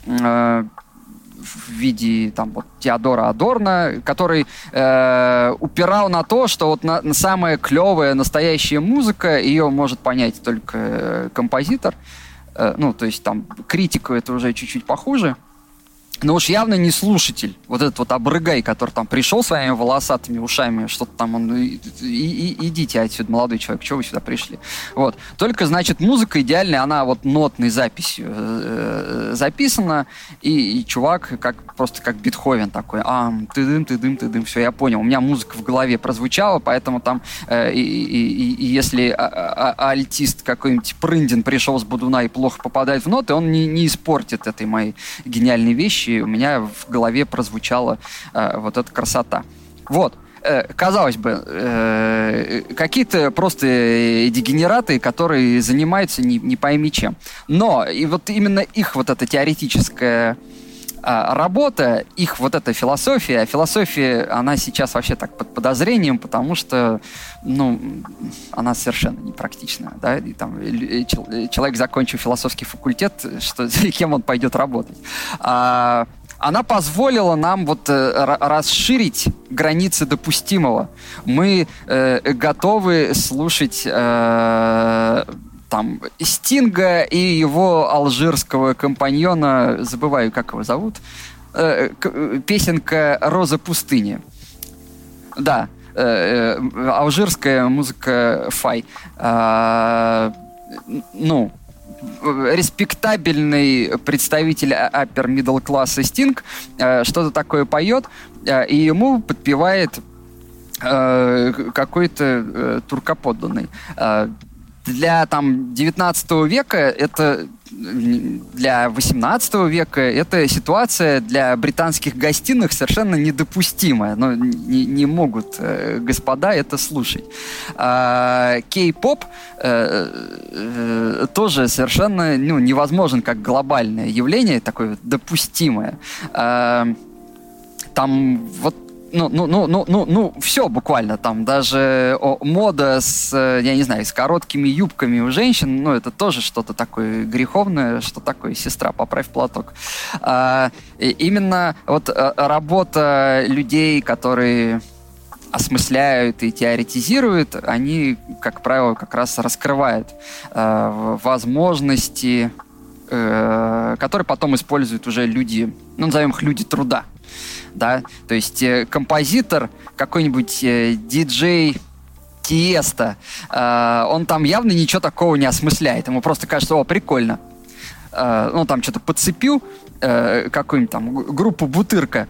в виде там, вот, Теодора Адорно, который упирал на то, что вот самая клевая настоящая музыка, ее может понять только композитор. Ну, то есть там критику это уже чуть-чуть похуже. Но уж явно не слушатель. Вот этот вот обрыгай, который там пришел своими волосатыми ушами, что-то там он... Идите отсюда, молодой человек, чего вы сюда пришли? Вот. Только, значит, музыка идеальная, она вот нотной записью записана, и чувак просто как Бетховен такой, ты-дым, все, я понял, у меня музыка в голове прозвучала, поэтому там, если альтист какой-нибудь Прындин пришел с Будуна и плохо попадает в ноты, он не испортит этой моей гениальной вещи, у меня в голове прозвучала вот эта красота. Вот. Казалось бы, какие-то просто дегенераты, которые занимаются не пойми чем. Но и вот именно их вот эта теоретическая работа, их вот эта философия, она сейчас вообще так под подозрением, потому что, ну, она совершенно непрактичная, да, и там человек, закончив философский факультет, кем он пойдет работать? Она позволила нам вот расширить границы допустимого. Мы готовы слушать там Стинга и его алжирского компаньона, забываю, как его зовут, песенка «Роза пустыни». Да, алжирская музыка фай. Ну, респектабельный представитель upper middle класса Стинг что-то такое поет, и ему подпевает какой-то туркоподданный. Для там 19 века это, для 18 века эта ситуация для британских гостиных совершенно недопустимая. Но не могут господа это слушать. Кей-поп тоже совершенно невозможен как глобальное явление, такое допустимое. Там вот все буквально, там даже мода с, я не знаю, с короткими юбками у женщин, это тоже что-то такое греховное, что такое, сестра, поправь платок. Именно вот работа людей, которые осмысляют и теоретизируют, они, как правило, как раз раскрывают возможности, которые потом используют уже люди, назовем их люди труда. Да, то есть композитор, какой-нибудь диджей Тиеста, он там явно ничего такого не осмысляет. Ему просто кажется, прикольно. Он там что-то подцепил, какую-нибудь там группу Бутырка,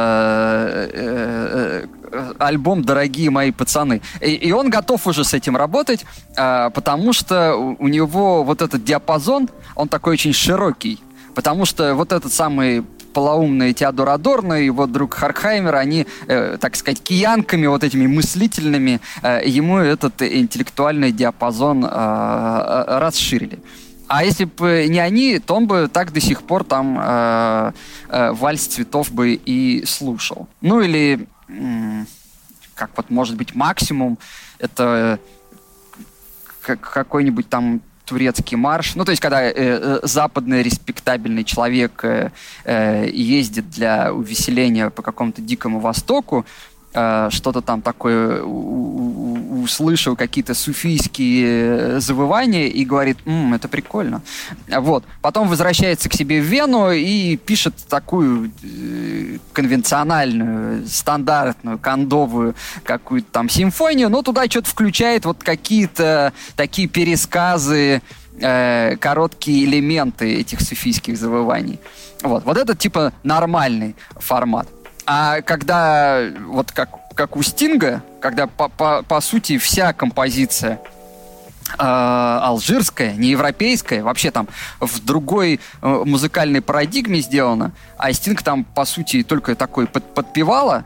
альбом «Дорогие мои пацаны». И он готов уже с этим работать, потому что у него вот этот диапазон, он такой очень широкий. Потому что вот этот самый полоумный Теодор Адорно и его друг Хоркхаймер, они, так сказать, киянками вот этими мыслительными, ему этот интеллектуальный диапазон расширили. А если бы не они, то он бы так до сих пор там «Вальс цветов» бы и слушал. Ну или, как вот может быть максимум, это какой-нибудь там турецкий марш. Ну, то есть, когда западный респектабельный человек ездит для увеселения по какому-то дикому востоку, что-то там такое услышал, какие-то суфийские завывания и говорит, это прикольно. Вот. Потом возвращается к себе в Вену и пишет такую конвенциональную, стандартную, кондовую какую-то там симфонию, но туда что-то включает вот какие-то такие пересказы короткие элементы этих суфийских завываний. Вот это типа нормальный формат. А когда, вот как у Стинга, когда по сути вся композиция алжирская, не европейская, вообще там в другой музыкальной парадигме сделана, а Стинг там по сути только такой подпевала,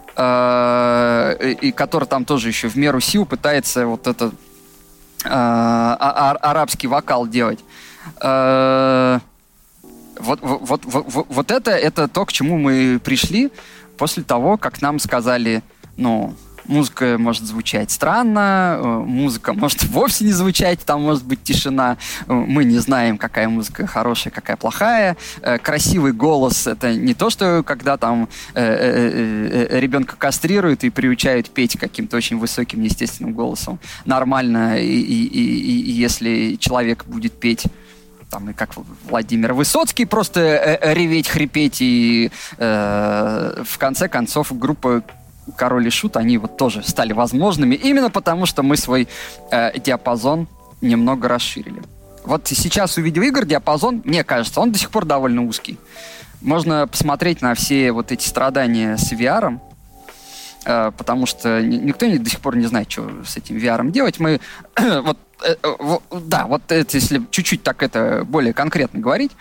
и который там тоже еще в меру сил пытается вот этот арабский вокал делать. Вот это то, к чему мы пришли после того, как нам сказали, музыка может звучать странно, музыка может вовсе не звучать, там может быть тишина, мы не знаем, какая музыка хорошая, какая плохая. Красивый голос — это не то, что когда там ребенка кастрируют и приучают петь каким-то очень высоким, неестественным голосом. Нормально, и если человек будет петь там, и как Владимир Высоцкий, просто реветь, хрипеть, и в конце концов группа Король и Шут, они вот тоже стали возможными, именно потому, что мы свой диапазон немного расширили. Вот сейчас у видеоигр диапазон, мне кажется, он до сих пор довольно узкий. Можно посмотреть на все вот эти страдания с VR, потому что никто до сих пор не знает, что с этим VR делать. Мы вот это, если чуть-чуть так это более конкретно говорить,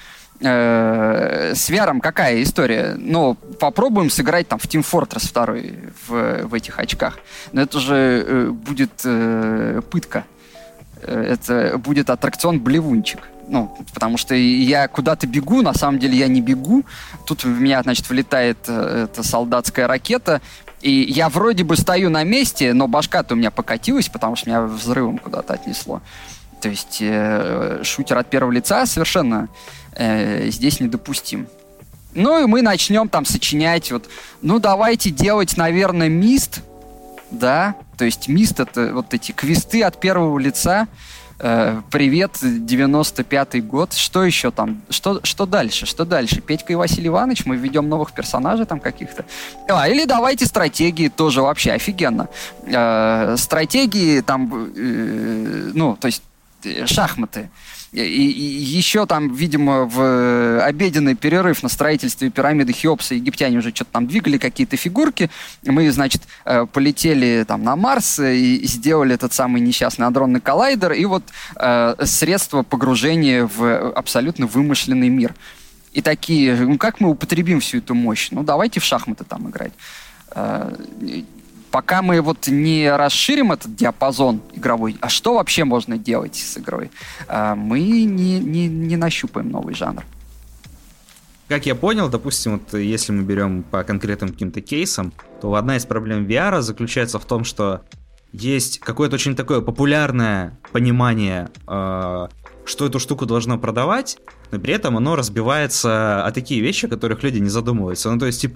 с VR какая история? Попробуем сыграть там в Team Fortress 2 в этих очках. Но это же будет пытка. Это будет аттракцион-блевунчик. Потому что я куда-то бегу, на самом деле я не бегу. Тут в меня, влетает эта солдатская ракета, и я вроде бы стою на месте, но башка-то у меня покатилась, потому что меня взрывом куда-то отнесло. То есть шутер от первого лица совершенно здесь недопустим. И мы начнем там сочинять давайте делать, наверное, мист, да, то есть мист — это вот эти квесты от первого лица. Привет, 95-й год. Что еще там? Что дальше? Что дальше? Петька и Василий Иванович? Мы введем новых персонажей там каких-то? Или давайте стратегии, тоже вообще офигенно. Стратегии там, то есть шахматы. И еще там, видимо, в обеденный перерыв на строительстве пирамиды Хеопса египтяне уже что-то там двигали, какие-то фигурки. Мы, полетели там на Марс и сделали этот самый несчастный адронный коллайдер и средство погружения в абсолютно вымышленный мир. И такие, как мы употребим всю эту мощь? Давайте в шахматы там играть. Пока мы не расширим этот диапазон игровой, а что вообще можно делать с игрой, мы не нащупаем новый жанр. Как я понял, допустим, если мы берем по конкретным каким-то кейсам, то одна из проблем VR заключается в том, что есть какое-то очень такое популярное понимание, что эту штуку должно продавать, но при этом оно разбивается о такие вещи, о которых люди не задумываются. То есть,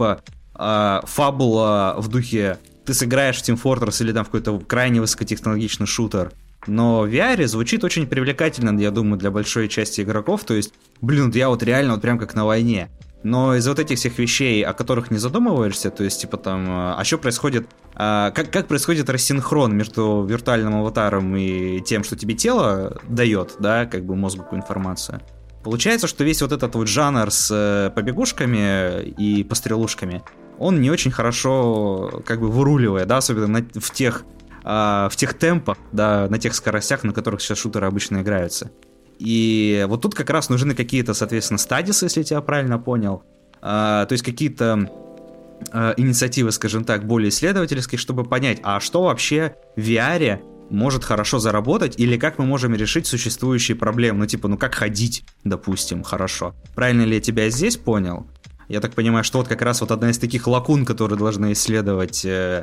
фабула в духе ты сыграешь в Team Fortress или там в какой-то крайне высокотехнологичный шутер, но в VR звучит очень привлекательно, я думаю, для большой части игроков. То есть, я реально прям как на войне. Но из этих всех вещей, о которых не задумываешься, то есть, а что происходит, как происходит рассинхрон между виртуальным аватаром и тем, что тебе тело дает, да, мозгу какую информацию. Получается, что весь этот жанр с побегушками и пострелушками, он не очень хорошо выруливает, да, особенно в тех темпах, да, на тех скоростях, на которых сейчас шутеры обычно играются. И тут как раз нужны какие-то, соответственно, стадисы, если я тебя правильно понял. То есть какие-то инициативы, скажем так, более исследовательские, чтобы понять, а что вообще в VR может хорошо заработать, или как мы можем решить существующие проблемы. Как ходить, допустим, хорошо. Правильно ли я тебя здесь понял? Я так понимаю, что как раз одна из таких лакун, которые должны исследовать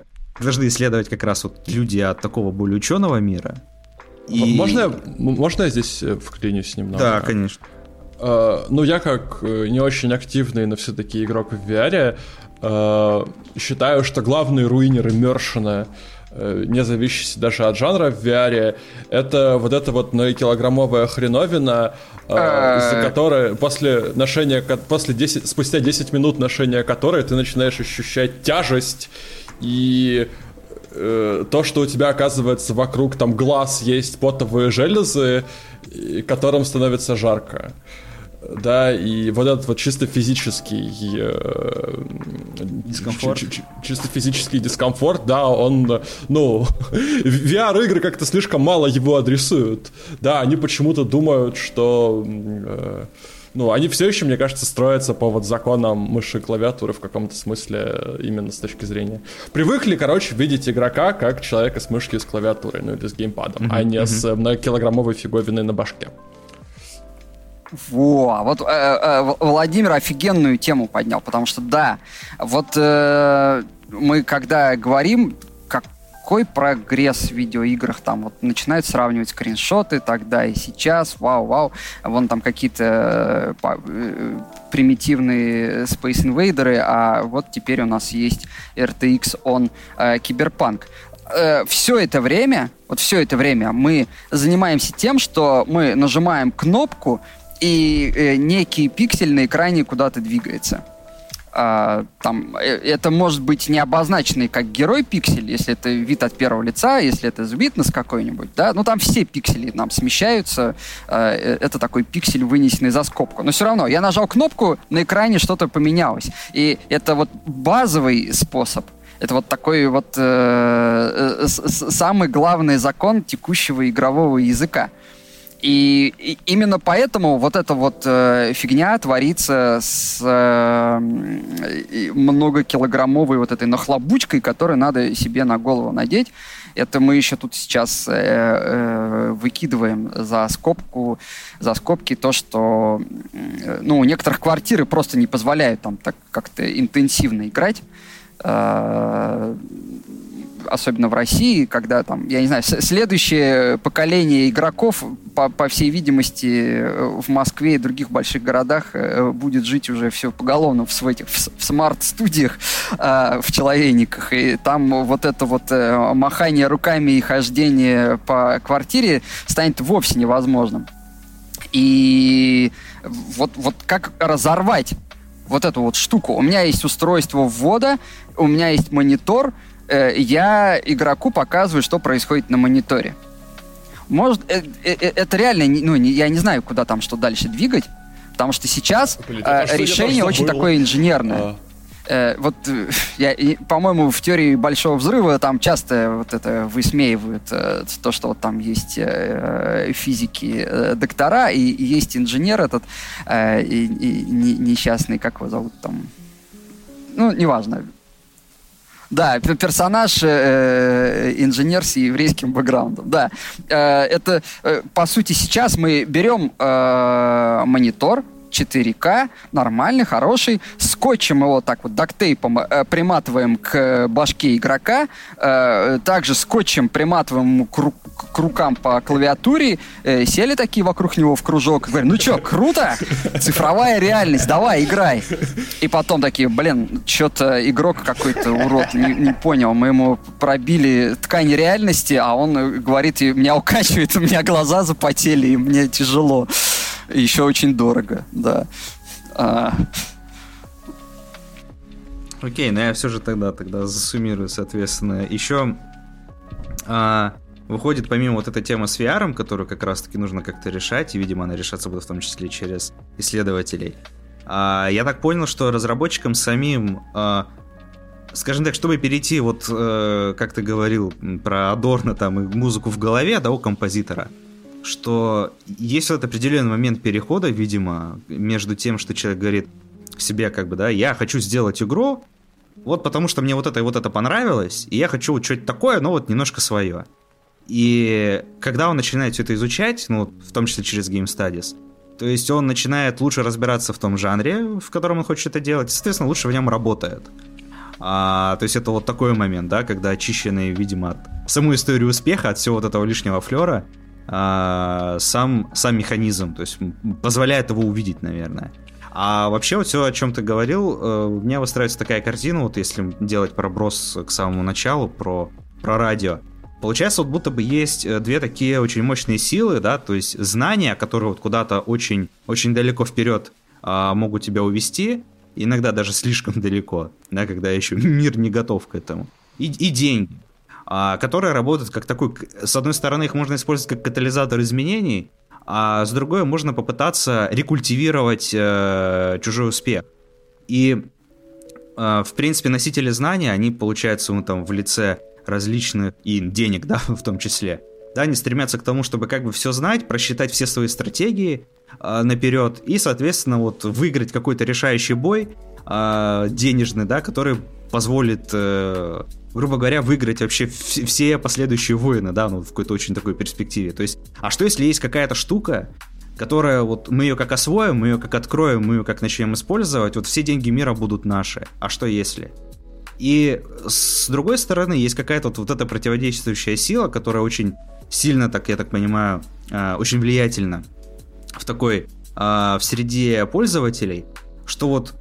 как раз люди от такого более ученого мира. И... Можно я здесь вклинюсь немного? Да, конечно. Я как не очень активный, но все-таки игрок в VR, считаю, что главный руинер иммершена, не зависящий даже от жанра в VR, это многокилограммовая хреновина, из-за которой спустя 10 минут ношения которой ты начинаешь ощущать тяжесть и то, что у тебя, оказывается, вокруг там глаз есть потовые железы, которым становится жарко. Да, и вот этот вот чисто физический дискомфорт. Чисто физический дискомфорт, да, он, ну, VR-игры как-то слишком мало его адресуют. Да, они почему-то думают, что... Ну, они все еще, мне кажется, строятся по вот законам мыши и клавиатуры в каком-то смысле, именно с точки зрения. Привыкли, короче, видеть игрока как человека с мышкой и с клавиатурой, ну или с геймпадом, а не с многокилограммовой фиговиной на башке. Во, вот Владимир офигенную тему поднял, потому что, да, вот мы когда говорим, какой прогресс в видеоиграх, там вот начинают сравнивать скриншоты тогда и сейчас, вау, вон там какие-то примитивные Space Invaders, а вот теперь у нас есть RTX on Cyberpunk. Все это время мы занимаемся тем, что мы нажимаем кнопку, и некий пиксель на экране куда-то двигается. Там, это может быть не обозначенный как герой пиксель, если это вид от первого лица, если это витнес какой-нибудь, да, ну там все пиксели нам смещаются, это такой пиксель, вынесенный за скобку. Но все равно, я нажал кнопку, на экране что-то поменялось. И это вот базовый способ. Это вот такой вот самый главный закон текущего игрового языка. И именно поэтому вот эта вот фигня творится с многокилограммовой вот этой нахлобучкой, которую надо себе на голову надеть. Это мы еще тут сейчас выкидываем за скобки то, что ну, у некоторых квартиры просто не позволяют там так как-то интенсивно играть. Особенно в России, когда там, я не знаю, следующее поколение игроков, по всей видимости, в Москве и других больших городах будет жить уже все поголовно в смарт-студиях, в человейниках. И там вот это вот махание руками и хождение по квартире станет вовсе невозможным. И вот как разорвать вот эту вот штуку? У меня есть устройство ввода, у меня есть монитор, я игроку показываю, что происходит на мониторе. Может, это реально, ну, я не знаю, куда там что дальше двигать, потому что сейчас решение очень такое инженерное. Вот, по-моему, в теории Большого Взрыва там часто вот это высмеивают, то, что вот там есть физики, доктора, и есть инженер этот, несчастный, как его зовут там, ну, неважно. Да, персонаж инженер с еврейским бэкграундом. Да, это, по сути, сейчас мы берем монитор 4К, нормальный, хороший, скотчем его так вот дактейпом приматываем к башке игрока, также скотчем приматываем ему к рукам по клавиатуре, сели такие вокруг него в кружок, говорят, ну чё, круто, цифровая реальность, давай, играй. И потом такие, блин, что-то игрок какой-то урод, не понял, мы ему пробили ткань реальности, а он говорит, меня укачивает, у меня глаза запотели, и мне тяжело. Еще очень дорого, да. Окей, но я все же тогда засуммирую, соответственно. Еще выходит, помимо вот этой темы с VR, которую как раз-таки нужно как-то решать, и, видимо, она решаться будет в том числе через исследователей. Я так понял, что разработчикам самим, скажем так, чтобы перейти, вот как ты говорил про Адорно там и музыку в голове, да, у композитора, что есть вот определенный момент перехода, видимо, между тем, что человек говорит себе, как бы, да, я хочу сделать игру, вот потому что мне вот это понравилось, и я хочу вот что-то такое, но вот немножко свое. И когда он начинает все это изучать, ну, в том числе через Game Studies, то есть он начинает лучше разбираться в том жанре, в котором он хочет это делать, и, соответственно, лучше в нем работает. То есть это вот такой момент, да, когда очищенный, видимо, от саму историю успеха, от всего вот этого лишнего флера, сам механизм, то есть позволяет его увидеть, наверное. А вообще вот все, о чем ты говорил, у меня выстраивается такая картина, вот если делать проброс к самому началу про радио. Получается, вот будто бы есть две такие очень мощные силы, да, то есть знания, которые вот куда-то очень, очень далеко вперед могут тебя увести, иногда даже слишком далеко, да, когда еще мир не готов к этому, и деньги. которые работают как такой... С одной стороны, их можно использовать как катализатор изменений, а с другой можно попытаться рекультивировать чужой успех. И, в принципе, носители знания, они, получается, там, в лице различных и денег, да, в том числе, да, они стремятся к тому, чтобы как бы все знать, просчитать все свои стратегии наперед и, соответственно, вот выиграть какой-то решающий бой денежный, да, который позволит, грубо говоря, выиграть вообще все последующие войны, да, ну, в какой-то очень такой перспективе. То есть, а что если есть какая-то штука, которая вот мы ее как освоим, мы ее как откроем, мы ее как начнем использовать, вот все деньги мира будут наши. А что если? И с другой стороны, есть какая-то вот эта противодействующая сила, которая очень сильно, так я так понимаю, очень влиятельна в такой, в среде пользователей, что вот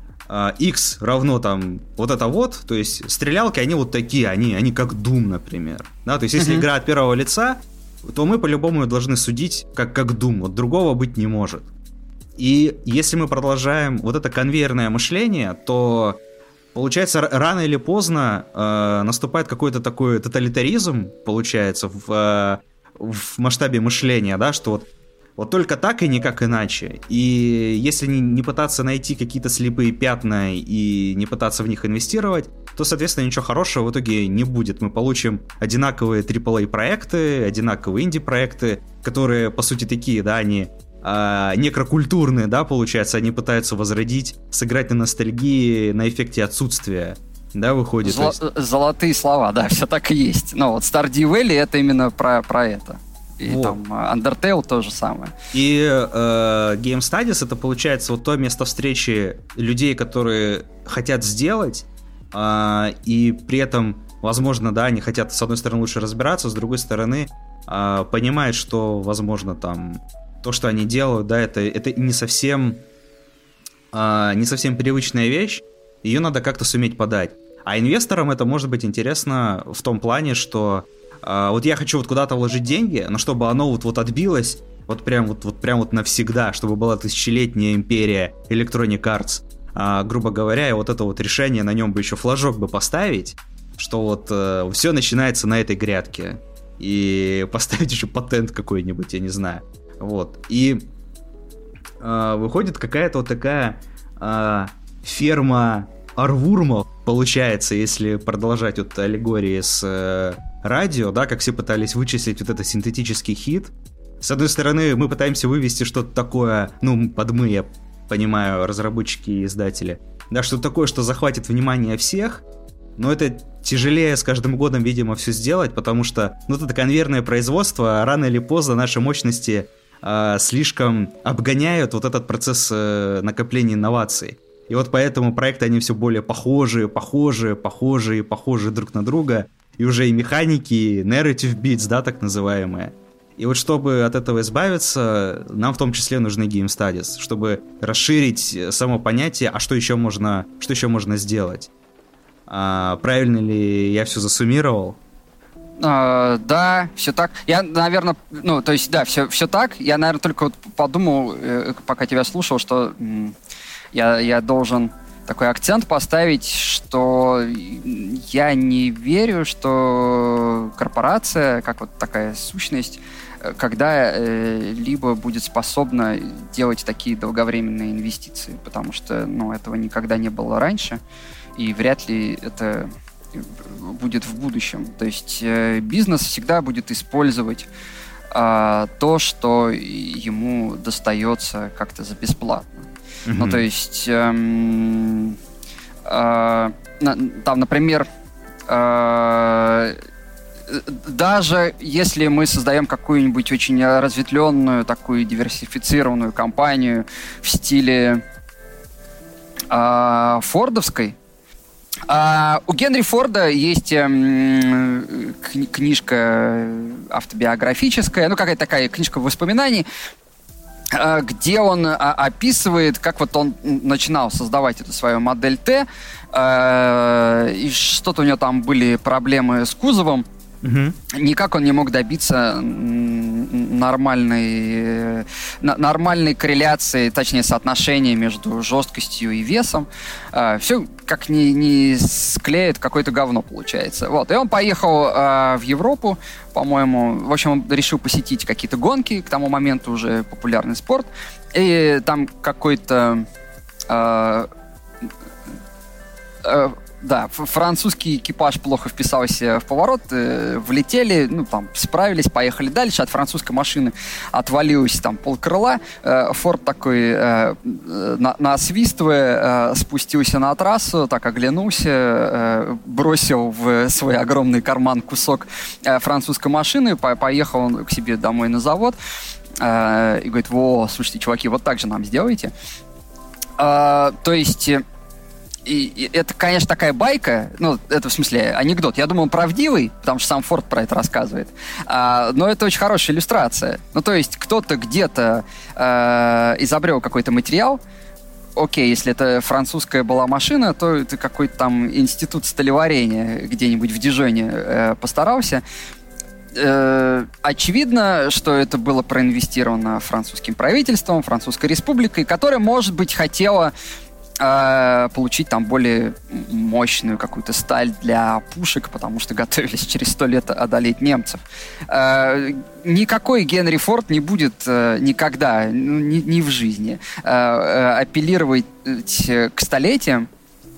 X равно там вот это вот, то есть стрелялки, они вот такие, они как Doom, например. Да, то есть если игра от первого лица, то мы по-любому ее должны судить как Doom, вот другого быть не может. И если мы продолжаем вот это конвейерное мышление, то получается рано или поздно наступает какой-то такой тоталитаризм, получается, в масштабе мышления, да, что вот только так и никак иначе. И если не пытаться найти какие-то слепые пятна и не пытаться в них инвестировать, то, соответственно, ничего хорошего в итоге не будет. Мы получим одинаковые AAA-проекты, одинаковые инди-проекты, которые, по сути, такие, да, они некрокультурные, да, получается, они пытаются возродить, сыграть на ностальгии, на эффекте отсутствия, да, выходит. Золотые слова, да, все так и есть. Но вот Stardew Valley — это именно про это. И вот. Там Undertale то же самое. И Game Studies — это, получается, вот то место встречи людей, которые хотят сделать, и при этом, возможно, да, они хотят, с одной стороны, лучше разбираться, с другой стороны, понимают, что, возможно, там, то, что они делают, да, это не совсем привычная вещь, ее надо как-то суметь подать. А инвесторам это может быть интересно в том плане, что вот я хочу вот куда-то вложить деньги, но чтобы оно вот отбилось прям навсегда, чтобы была тысячелетняя империя Electronic Arts, грубо говоря, и вот это вот решение, на нем бы еще флажок бы поставить, что вот все начинается на этой грядке, и поставить еще патент какой-нибудь, я не знаю, вот, и выходит какая-то вот такая ферма арвурмов, получается, если продолжать вот аллегории с радио, да, как все пытались вычислить вот этот синтетический хит. С одной стороны, мы пытаемся вывести что-то такое, ну, под мы, я понимаю, разработчики и издатели, да, что-то такое, что захватит внимание всех, но это тяжелее с каждым годом, видимо, все сделать, потому что, ну, это конвейерное производство, рано или поздно наши мощности слишком обгоняют вот этот процесс накопления инноваций. И вот поэтому проекты, они все более похожи друг на друга, и уже и механики, и narrative beats, да, так называемые. И вот чтобы от этого избавиться, нам в том числе нужны Game Studies, чтобы расширить само понятие, а что еще можно сделать. Правильно ли я все засуммировал? Да, все так. Я, наверное, ну, то есть, да, все так. Я, наверное, только вот подумал, пока тебя слушал, что я должен такой акцент поставить, что я не верю, что корпорация, как вот такая сущность, когда-либо будет способна делать такие долговременные инвестиции, потому что, ну, этого никогда не было раньше, и вряд ли это будет в будущем. То есть бизнес всегда будет использовать то, что ему достается как-то за бесплатно. Ну, то есть, там, например, даже если мы создаем какую-нибудь очень разветвленную, такую диверсифицированную компанию в стиле фордовской, у Генри Форда есть книжка автобиографическая, ну, какая-то такая книжка воспоминаний, где он описывает, как вот он начинал создавать эту свою модель Т, и что-то у него там были проблемы с кузовом, Никак он не мог добиться нормальной корреляции, точнее соотношения между жесткостью и весом. Все как не склеит, какое-то говно получается. Вот. И он поехал в Европу, по-моему. В общем, он решил посетить какие-то гонки, к тому моменту уже популярный спорт. И там какой-то... французский экипаж плохо вписался в поворот, влетели, справились, поехали дальше. От французской машины отвалилось там полкрыла. Форд такой, насвистывая, спустился на трассу, так оглянулся, бросил в свой огромный карман кусок французской машины, поехал он к себе домой на завод и говорит: слушайте, чуваки, вот так же нам сделайте. То есть... И это, конечно, такая байка, это в смысле анекдот. Я думаю, он правдивый, потому что сам Форд про это рассказывает. Но это очень хорошая иллюстрация. То есть кто-то где-то изобрел какой-то материал. Окей, если это французская была машина, то это какой-то там институт сталеварения где-нибудь в Дижоне постарался. Очевидно, что это было проинвестировано французским правительством, Французской республикой, которая, может быть, хотела... получить там более мощную какую-то сталь для пушек, потому что готовились через 100 лет одолеть немцев. Никакой Генри Форд не будет никогда, ни в жизни, апеллировать к столетиям.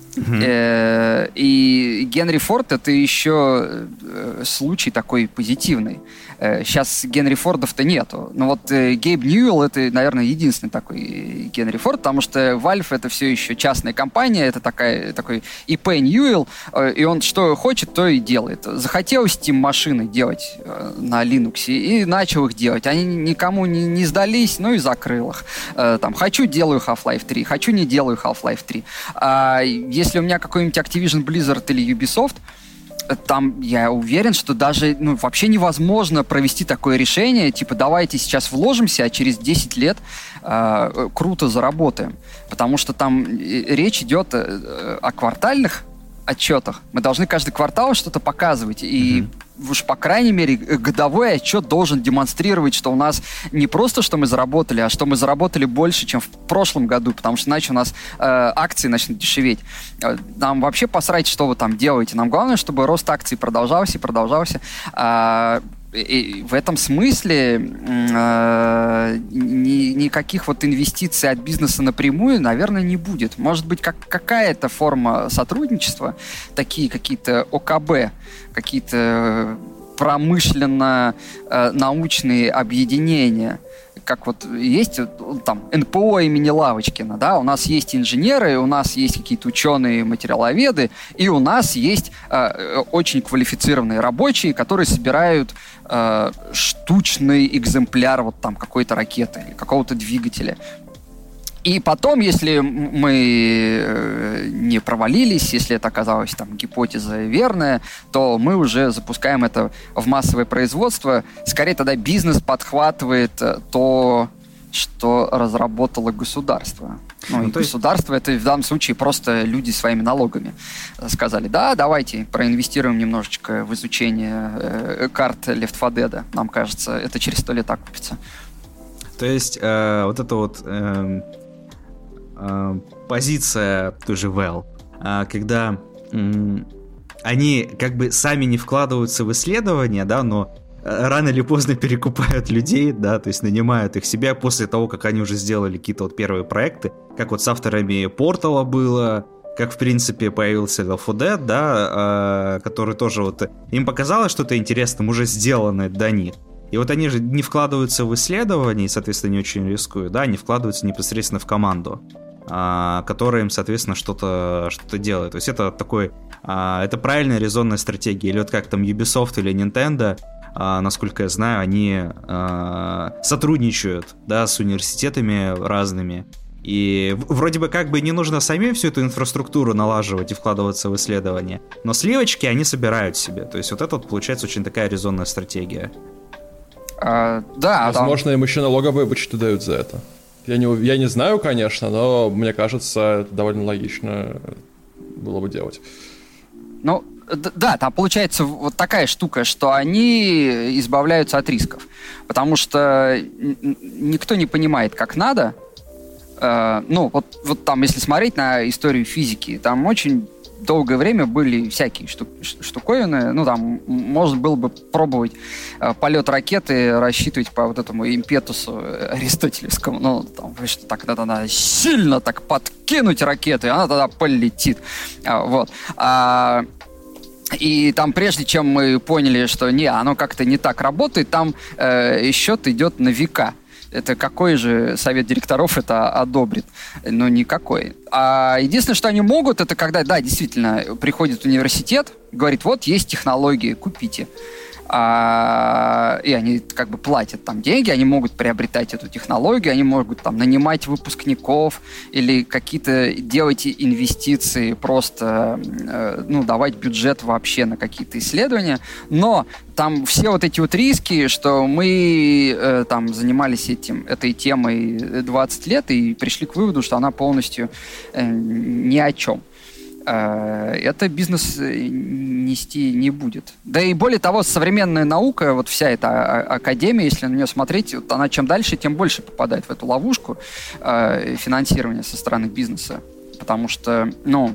И Генри Форд — это еще случай такой позитивный. Сейчас Генри Фордов-то нету. Но вот Гейб Ньюэлл — это, наверное, единственный такой Генри Форд, потому что Valve — это все еще частная компания, это такой ИП Ньюэлл, и он что хочет, то и делает. Захотел Steam машины делать на Linux, и начал их делать. Они никому не сдались, и закрыл их. Хочу — делаю Half-Life 3, хочу — не делаю Half-Life 3. Если у меня какой-нибудь Activision Blizzard или Ubisoft, там я уверен, что даже вообще невозможно провести такое решение, типа давайте сейчас вложимся, а через 10 лет круто заработаем. Потому что там речь идет о квартальных отчетах. Мы должны каждый квартал что-то показывать. И уж, по крайней мере, годовой отчет должен демонстрировать, что у нас не просто, что мы заработали, а что мы заработали больше, чем в прошлом году, потому что иначе у нас акции начнут дешеветь. Нам вообще посрать, что вы там делаете. Нам главное, чтобы рост акций продолжался и продолжался. И в этом смысле никаких инвестиций от бизнеса напрямую, наверное, не будет. Может быть, какая-то форма сотрудничества, такие какие-то ОКБ, какие-то промышленно-научные объединения, как есть там НПО имени Лавочкина, да, у нас есть инженеры, у нас есть какие-то ученые-материаловеды, и у нас есть очень квалифицированные рабочие, которые собирают штучный экземпляр какой-то ракеты или какого-то двигателя. И потом, если мы не провалились, если это оказалась гипотеза верная, то мы уже запускаем это в массовое производство. Скорее тогда бизнес подхватывает то, что разработало государство. Государство — это в данном случае просто люди своими налогами сказали: да, давайте проинвестируем немножечко в изучение карт Left 4 Dead. Нам кажется, это через 100 лет окупится. То есть позиция той же Valve, когда они сами не вкладываются в исследования, да, но рано или поздно перекупают людей, да, то есть нанимают их себе после того, как они уже сделали какие-то первые проекты, как с авторами Portal было, как, в принципе, появился Left 4 Dead, да, который тоже им показалось что-то интересным, уже сделанное до них. И они же не вкладываются в исследования, и, соответственно, не очень рискуют, да, они вкладываются непосредственно в команду, которая им, соответственно, что-то делает. То есть это это правильная резонная стратегия. Или как там Ubisoft или Nintendo, насколько я знаю, они сотрудничают, да, с университетами разными. И вроде бы не нужно самим всю эту инфраструктуру налаживать и вкладываться в исследования, но сливочки они собирают себе. То есть это получается очень такая резонная стратегия. Да, возможно, им еще налоговые вычеты дают за это. Я не знаю, конечно, но мне кажется, это довольно логично было бы делать. Да, там получается вот такая штука, что они избавляются от рисков. Потому что никто не понимает, как надо. Ну, вот там, если смотреть на историю физики, там очень долгое время были всякие штуковины. Ну, там можно было бы пробовать полет ракеты рассчитывать по вот этому импетусу аристотелевскому. Ну, там, что так надо сильно так подкинуть ракету, и она тогда полетит. Вот. И там, прежде чем мы поняли, что оно как-то не так работает, там счет идет на века. Это какой же совет директоров это одобрит? Ну, никакой. А единственное, что они могут, это когда, да, действительно, приходит университет, говорит, вот есть технологии, купите. И они как бы платят там деньги, они могут приобретать эту технологию, они могут там нанимать выпускников или какие-то делать инвестиции, просто давать бюджет вообще на какие-то исследования. Но там все вот эти вот риски, что мы там занимались этой темой 20 лет и пришли к выводу, что она полностью ни о чем. Это бизнес нести не будет. Да и более того, современная наука, вот вся эта академия, если на нее смотреть, вот она чем дальше, тем больше попадает в эту ловушку финансирования со стороны бизнеса. Потому что,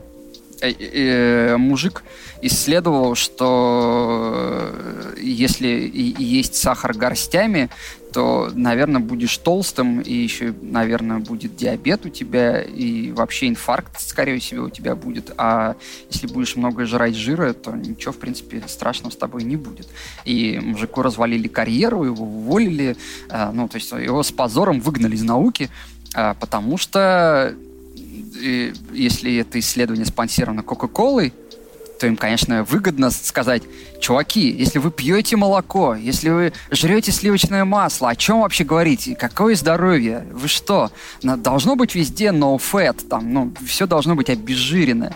мужик исследовал, что если есть сахар горстями, то, наверное, будешь толстым, и еще, наверное, будет диабет у тебя, и вообще инфаркт, скорее всего, у тебя будет. А если будешь много жрать жира, то ничего, в принципе, страшного с тобой не будет. И мужику развалили карьеру, его уволили, то есть его с позором выгнали из науки, потому что если это исследование спонсировано Кока-Колой, то им, конечно, выгодно сказать: чуваки, если вы пьете молоко, если вы жрете сливочное масло, о чем вообще говорите? Какое здоровье? Вы что? Должно быть везде no fat, там, все должно быть обезжиренное.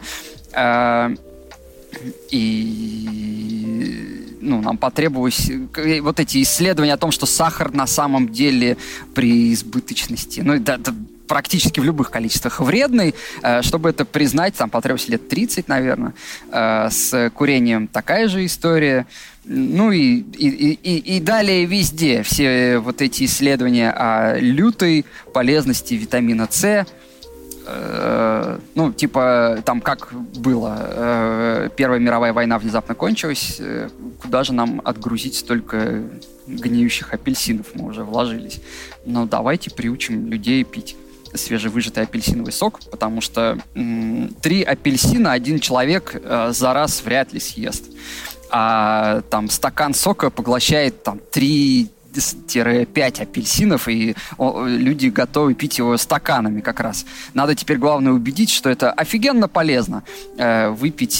И нам потребовалось вот эти исследования о том, что сахар на самом деле при избыточности, практически в любых количествах вредный. Чтобы это признать, там потребовалось лет 30, наверное. С курением такая же история. И далее везде все вот эти исследования о лютой полезности витамина С. Там как было. Первая мировая война внезапно кончилась. Куда же нам отгрузить столько гниющих апельсинов? Мы уже вложились. Но давайте приучим людей пить свежевыжатый апельсиновый сок, потому что 3 апельсина один человек за раз вряд ли съест. А там стакан сока поглощает там 3-5 апельсинов, и люди готовы пить его стаканами как раз. Надо теперь, главное, убедить, что это офигенно полезно. Выпить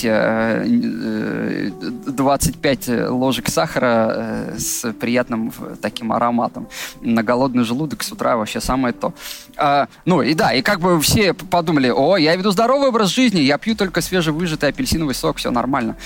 25 ложек сахара с приятным таким ароматом. На голодный желудок с утра вообще самое то. И как бы все подумали: я веду здоровый образ жизни, я пью только свежевыжатый апельсиновый сок, все нормально.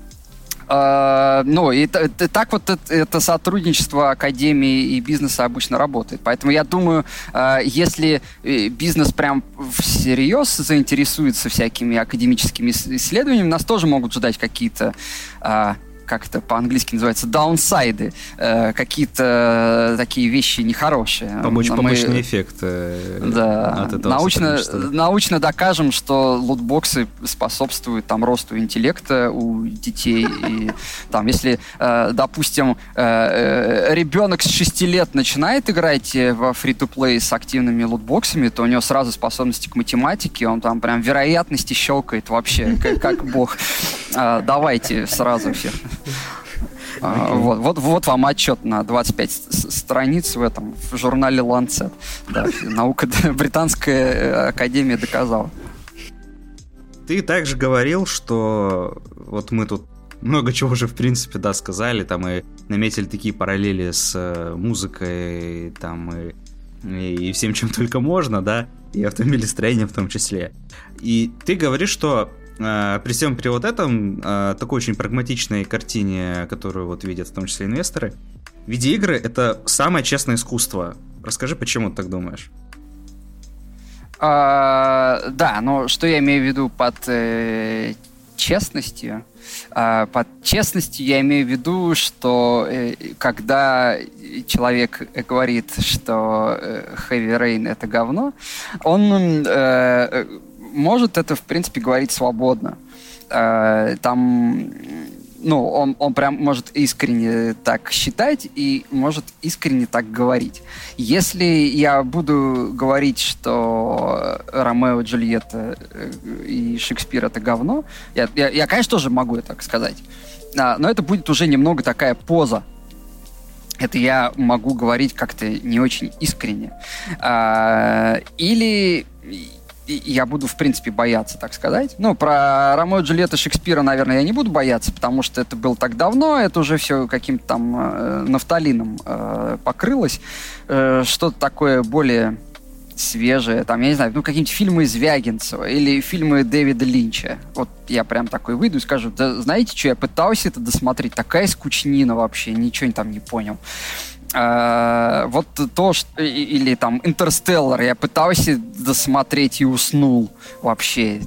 Так вот это сотрудничество академии и бизнеса обычно работает. Поэтому я думаю, если бизнес прям всерьез заинтересуется всякими академическими исследованиями, нас тоже могут ждать какие-то, как это по-английски называется, даунсайды, какие-то такие вещи нехорошие. Побочный эффект от этого. Научно докажем, что лутбоксы способствуют росту интеллекта у детей. И если, допустим, ребенок с 6 лет начинает играть во фри-то-плей с активными лутбоксами, то у него сразу способности к математике, он там прям вероятности щелкает вообще, как бог. Давайте сразу всех. Вот вам отчет на 25 страниц в журнале Lancet. Да, наука, британская академия доказала. Ты также говорил, что вот мы тут много чего уже в принципе сказали, там и наметили такие параллели с музыкой, там и всем, чем только можно, да, и автомобилестроением в том числе. И ты говоришь, что при всем при вот этом такой очень прагматичной картине, которую вот видят в том числе инвесторы, видеоигры — это самое честное искусство. Расскажи, почему ты так думаешь? Да, но что я имею в виду под честностью. Под честностью я имею в виду, что когда человек говорит, что Heavy Rain — это говно, он может это, в принципе, говорить свободно. Там... Ну, он прям может искренне так считать и может искренне так говорить. Если я буду говорить, что Ромео, Джульетта и Шекспир — это говно, я, конечно, тоже могу так сказать, но это будет уже немного такая поза. Это я могу говорить как-то не очень искренне. Или... я буду, в принципе, бояться, так сказать. Ну, про Ромео и Джульетту Шекспира, наверное, я не буду бояться, потому что это было так давно, это уже все каким-то там нафталином покрылось. Что-то такое более свежее, там, я не знаю, ну, какие-нибудь фильмы Звягинцева или фильмы Дэвида Линча. Вот я прям такой выйду и скажу: да знаете что, я пытался это досмотреть, такая скучнина вообще, ничего там не понял. Вот то, что... Или там «Интерстеллар» я пытался досмотреть и уснул вообще.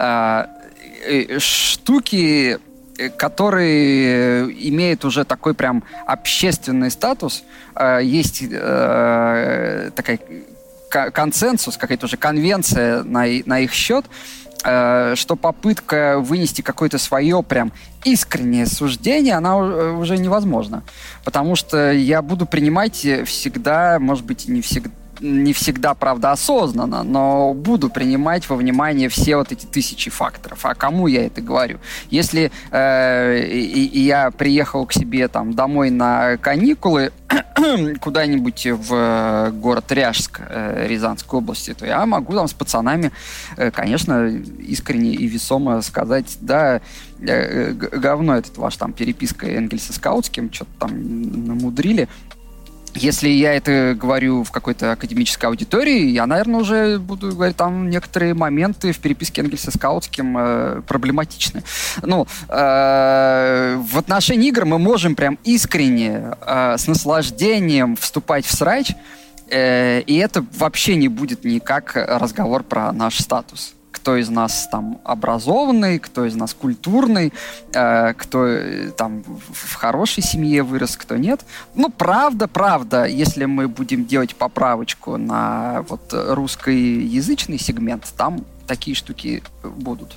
Штуки, которые имеют уже такой прям общественный статус, есть такая консенсус, какая-то уже конвенция на их счет, что попытка вынести какое-то свое прям искреннее суждение, она уже невозможна. Потому что я буду принимать всегда, может быть, не всегда, правда, осознанно, но буду принимать во внимание все вот эти тысячи факторов. А кому я это говорю? Если я приехал к себе там домой на каникулы куда-нибудь в город Ряжск Рязанской области, то я могу там с пацанами, конечно, искренне и весомо сказать: да, говно этот ваш там переписка Энгельса с Каутским, что-то там намудрили. Если я это говорю в какой-то академической аудитории, я, наверное, уже буду говорить, там некоторые моменты в переписке Энгельса с Каутским проблематичны. Ну, в отношении игр мы можем прям искренне, с наслаждением вступать в срач, и это вообще не будет никак разговор про наш статус. Кто из нас там образованный, кто из нас культурный, кто там в хорошей семье вырос, кто нет. Ну, правда, если мы будем делать поправочку на вот русскоязычный сегмент, там такие штуки будут.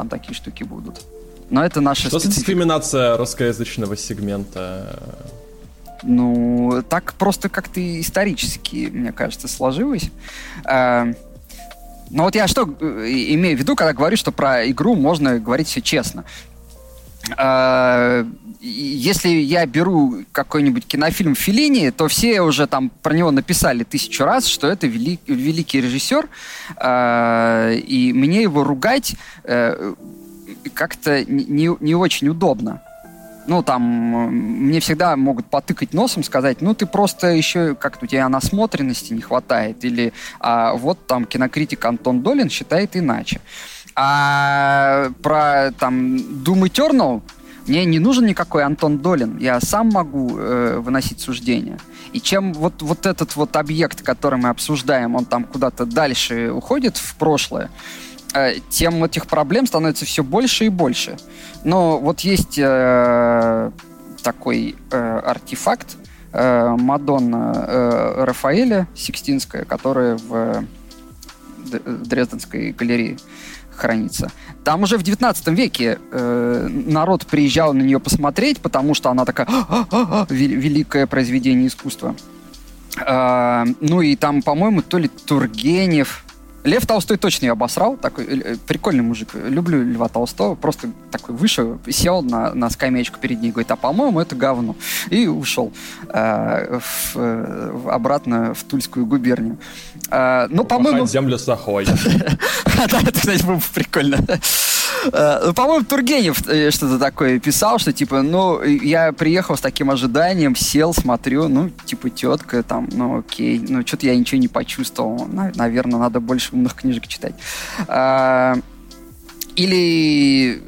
Но это наша Что за дискриминация русскоязычного сегмента? Ну, так просто как-то исторически, мне кажется, сложилось. Но вот я что имею в виду, когда говорю, что про игру можно говорить все честно. Если я беру какой-нибудь кинофильм Феллини, то все уже там про него написали 1000 раз, что это великий режиссер, и мне его ругать как-то не очень удобно. Ну, там, мне всегда могут потыкать носом, сказать: ну, ты просто еще, как-то у тебя насмотренности не хватает. Или вот там кинокритик Антон Долин считает иначе. А про, там, Doom Eternal мне не нужен никакой Антон Долин. Я сам могу выносить суждения. И чем вот этот вот объект, который мы обсуждаем, он там куда-то дальше уходит в прошлое, тем этих проблем становится все больше и больше. Но вот есть такой артефакт Мадонна Рафаэля Сикстинская, которая в Дрезденской галерее хранится. Там уже в 19 веке народ приезжал на нее посмотреть, потому что она такая великое произведение искусства. Ну и там, по-моему, то ли Тургенев... Лев Толстой точно ее обосрал, такой прикольный мужик, люблю Льва Толстого, просто такой вышел, сел на скамеечку перед ней, говорит: а по-моему это говно, и ушел обратно в Тульскую губернию. Но, по-моему... землю сахой. Да, это, кстати, было бы прикольно. По-моему, Тургенев что-то такое писал, что типа, ну, я приехал с таким ожиданием, сел, смотрю, ну, типа, тетка там, ну, окей, ну, что-то я ничего не почувствовал. Наверное, надо больше умных книжек читать. Или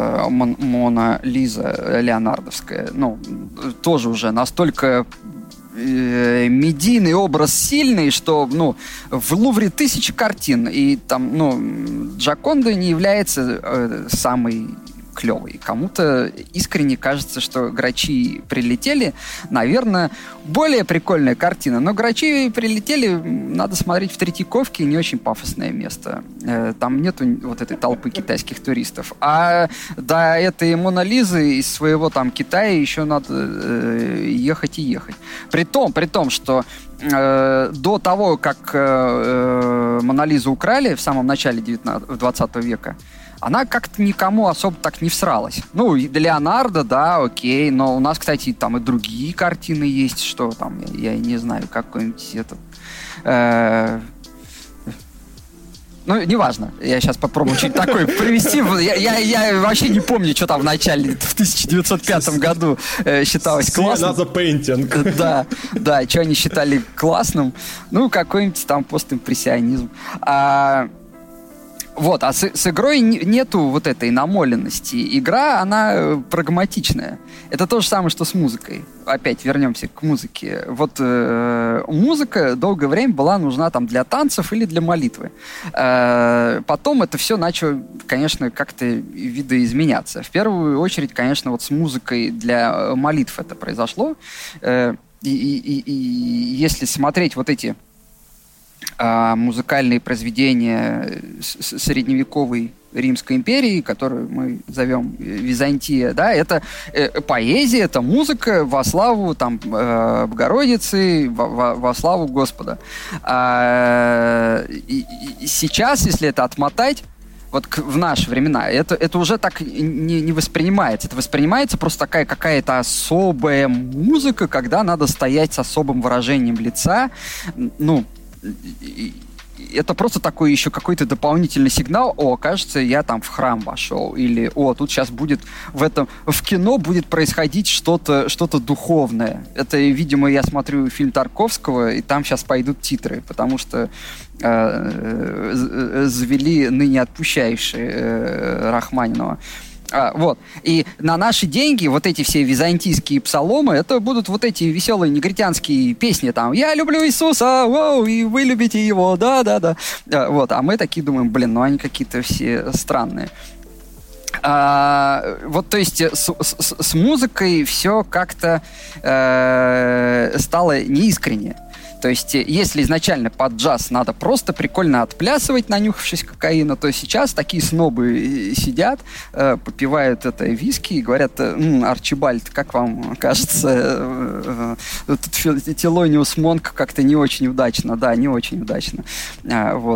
Мона Лиза Леонардовская, ну, тоже уже настолько медийный образ сильный, что, ну, в Лувре 1000 картин, и там, ну, Джоконда не является самой клевый. Кому-то искренне кажется, что «Грачи прилетели», наверное, более прикольная картина. Но «Грачи прилетели» надо смотреть в Третьяковке, не очень пафосное место. Там нету вот этой толпы китайских туристов. А до этой «Мона Лизы» из своего там Китая еще надо ехать и ехать. При том, что до того, как «Мона Лизу» украли в самом начале 20 века, она как-то никому особо так не всралась. Ну, Леонардо, да, окей, но у нас, кстати, там и другие картины есть, что там, я не знаю, какой-нибудь этот... Ну, неважно, я сейчас попробую чуть такой привести. Я вообще не помню, что там в начале, в 1905 году считалось классным. Another painting. Да, что они считали классным. Ну, какой-нибудь там постимпрессионизм. Вот, а с игрой нету вот этой намоленности. Игра, она прагматичная. Это то же самое, что с музыкой. Опять вернемся к музыке. Вот музыка долгое время была нужна там для танцев или для молитвы. Потом это все начало, конечно, как-то видоизменяться. В первую очередь, конечно, вот с музыкой для молитв это произошло. И если смотреть вот эти музыкальные произведения средневековой Римской империи, которую мы зовем Византия, да, это поэзия, это музыка во славу там Богородицы, во славу Господа. И сейчас, если это отмотать, вот в наши времена, это уже так не воспринимается. Это воспринимается просто такая какая-то особая музыка, когда надо стоять с особым выражением лица, ну, это просто такой еще какой-то дополнительный сигнал. О, кажется, я там в храм вошел. Или, о, тут сейчас будет в кино будет происходить что-то духовное. Это, видимо, я смотрю фильм Тарковского, и там сейчас пойдут титры, потому что завели ныне отпущающие Рахманинова. Вот. И на наши деньги вот эти все византийские псаломы, это будут вот эти веселые негритянские песни, там «Я люблю Иисуса, воу, и вы любите его, да-да-да». Вот. А мы такие думаем, блин, ну они какие-то все странные. Вот, то есть с музыкой все как-то стало неискренне. То есть, если изначально под джаз надо просто прикольно отплясывать, нанюхавшись кокаина, то сейчас такие снобы сидят, попивают это виски и говорят: Арчибальд, как вам кажется, Телониус Монк как-то не очень удачно. Да, не очень удачно. Вот.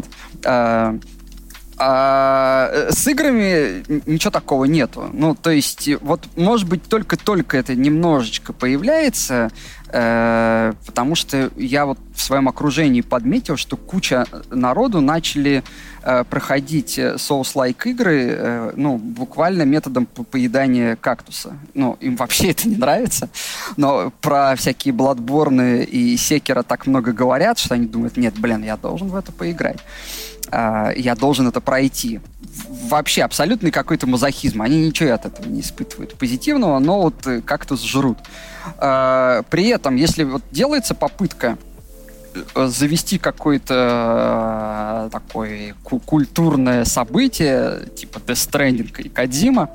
А с играми ничего такого нету. Ну, то есть, вот, может быть, только это немножечко появляется, потому что я вот в своем окружении подметил, что куча народу начали проходить Souls-like игры, ну, буквально методом поедания кактуса. Ну, им вообще это не нравится, но про всякие Bloodborne и Sekiro так много говорят, что они думают: нет, блин, я должен в это поиграть. Я должен это пройти. Вообще абсолютный какой-то мазохизм. Они ничего от этого не испытывают позитивного, но вот кактус жрут. При этом, если вот делается попытка завести какое-то такое культурное событие, типа Death Stranding и Кодзима,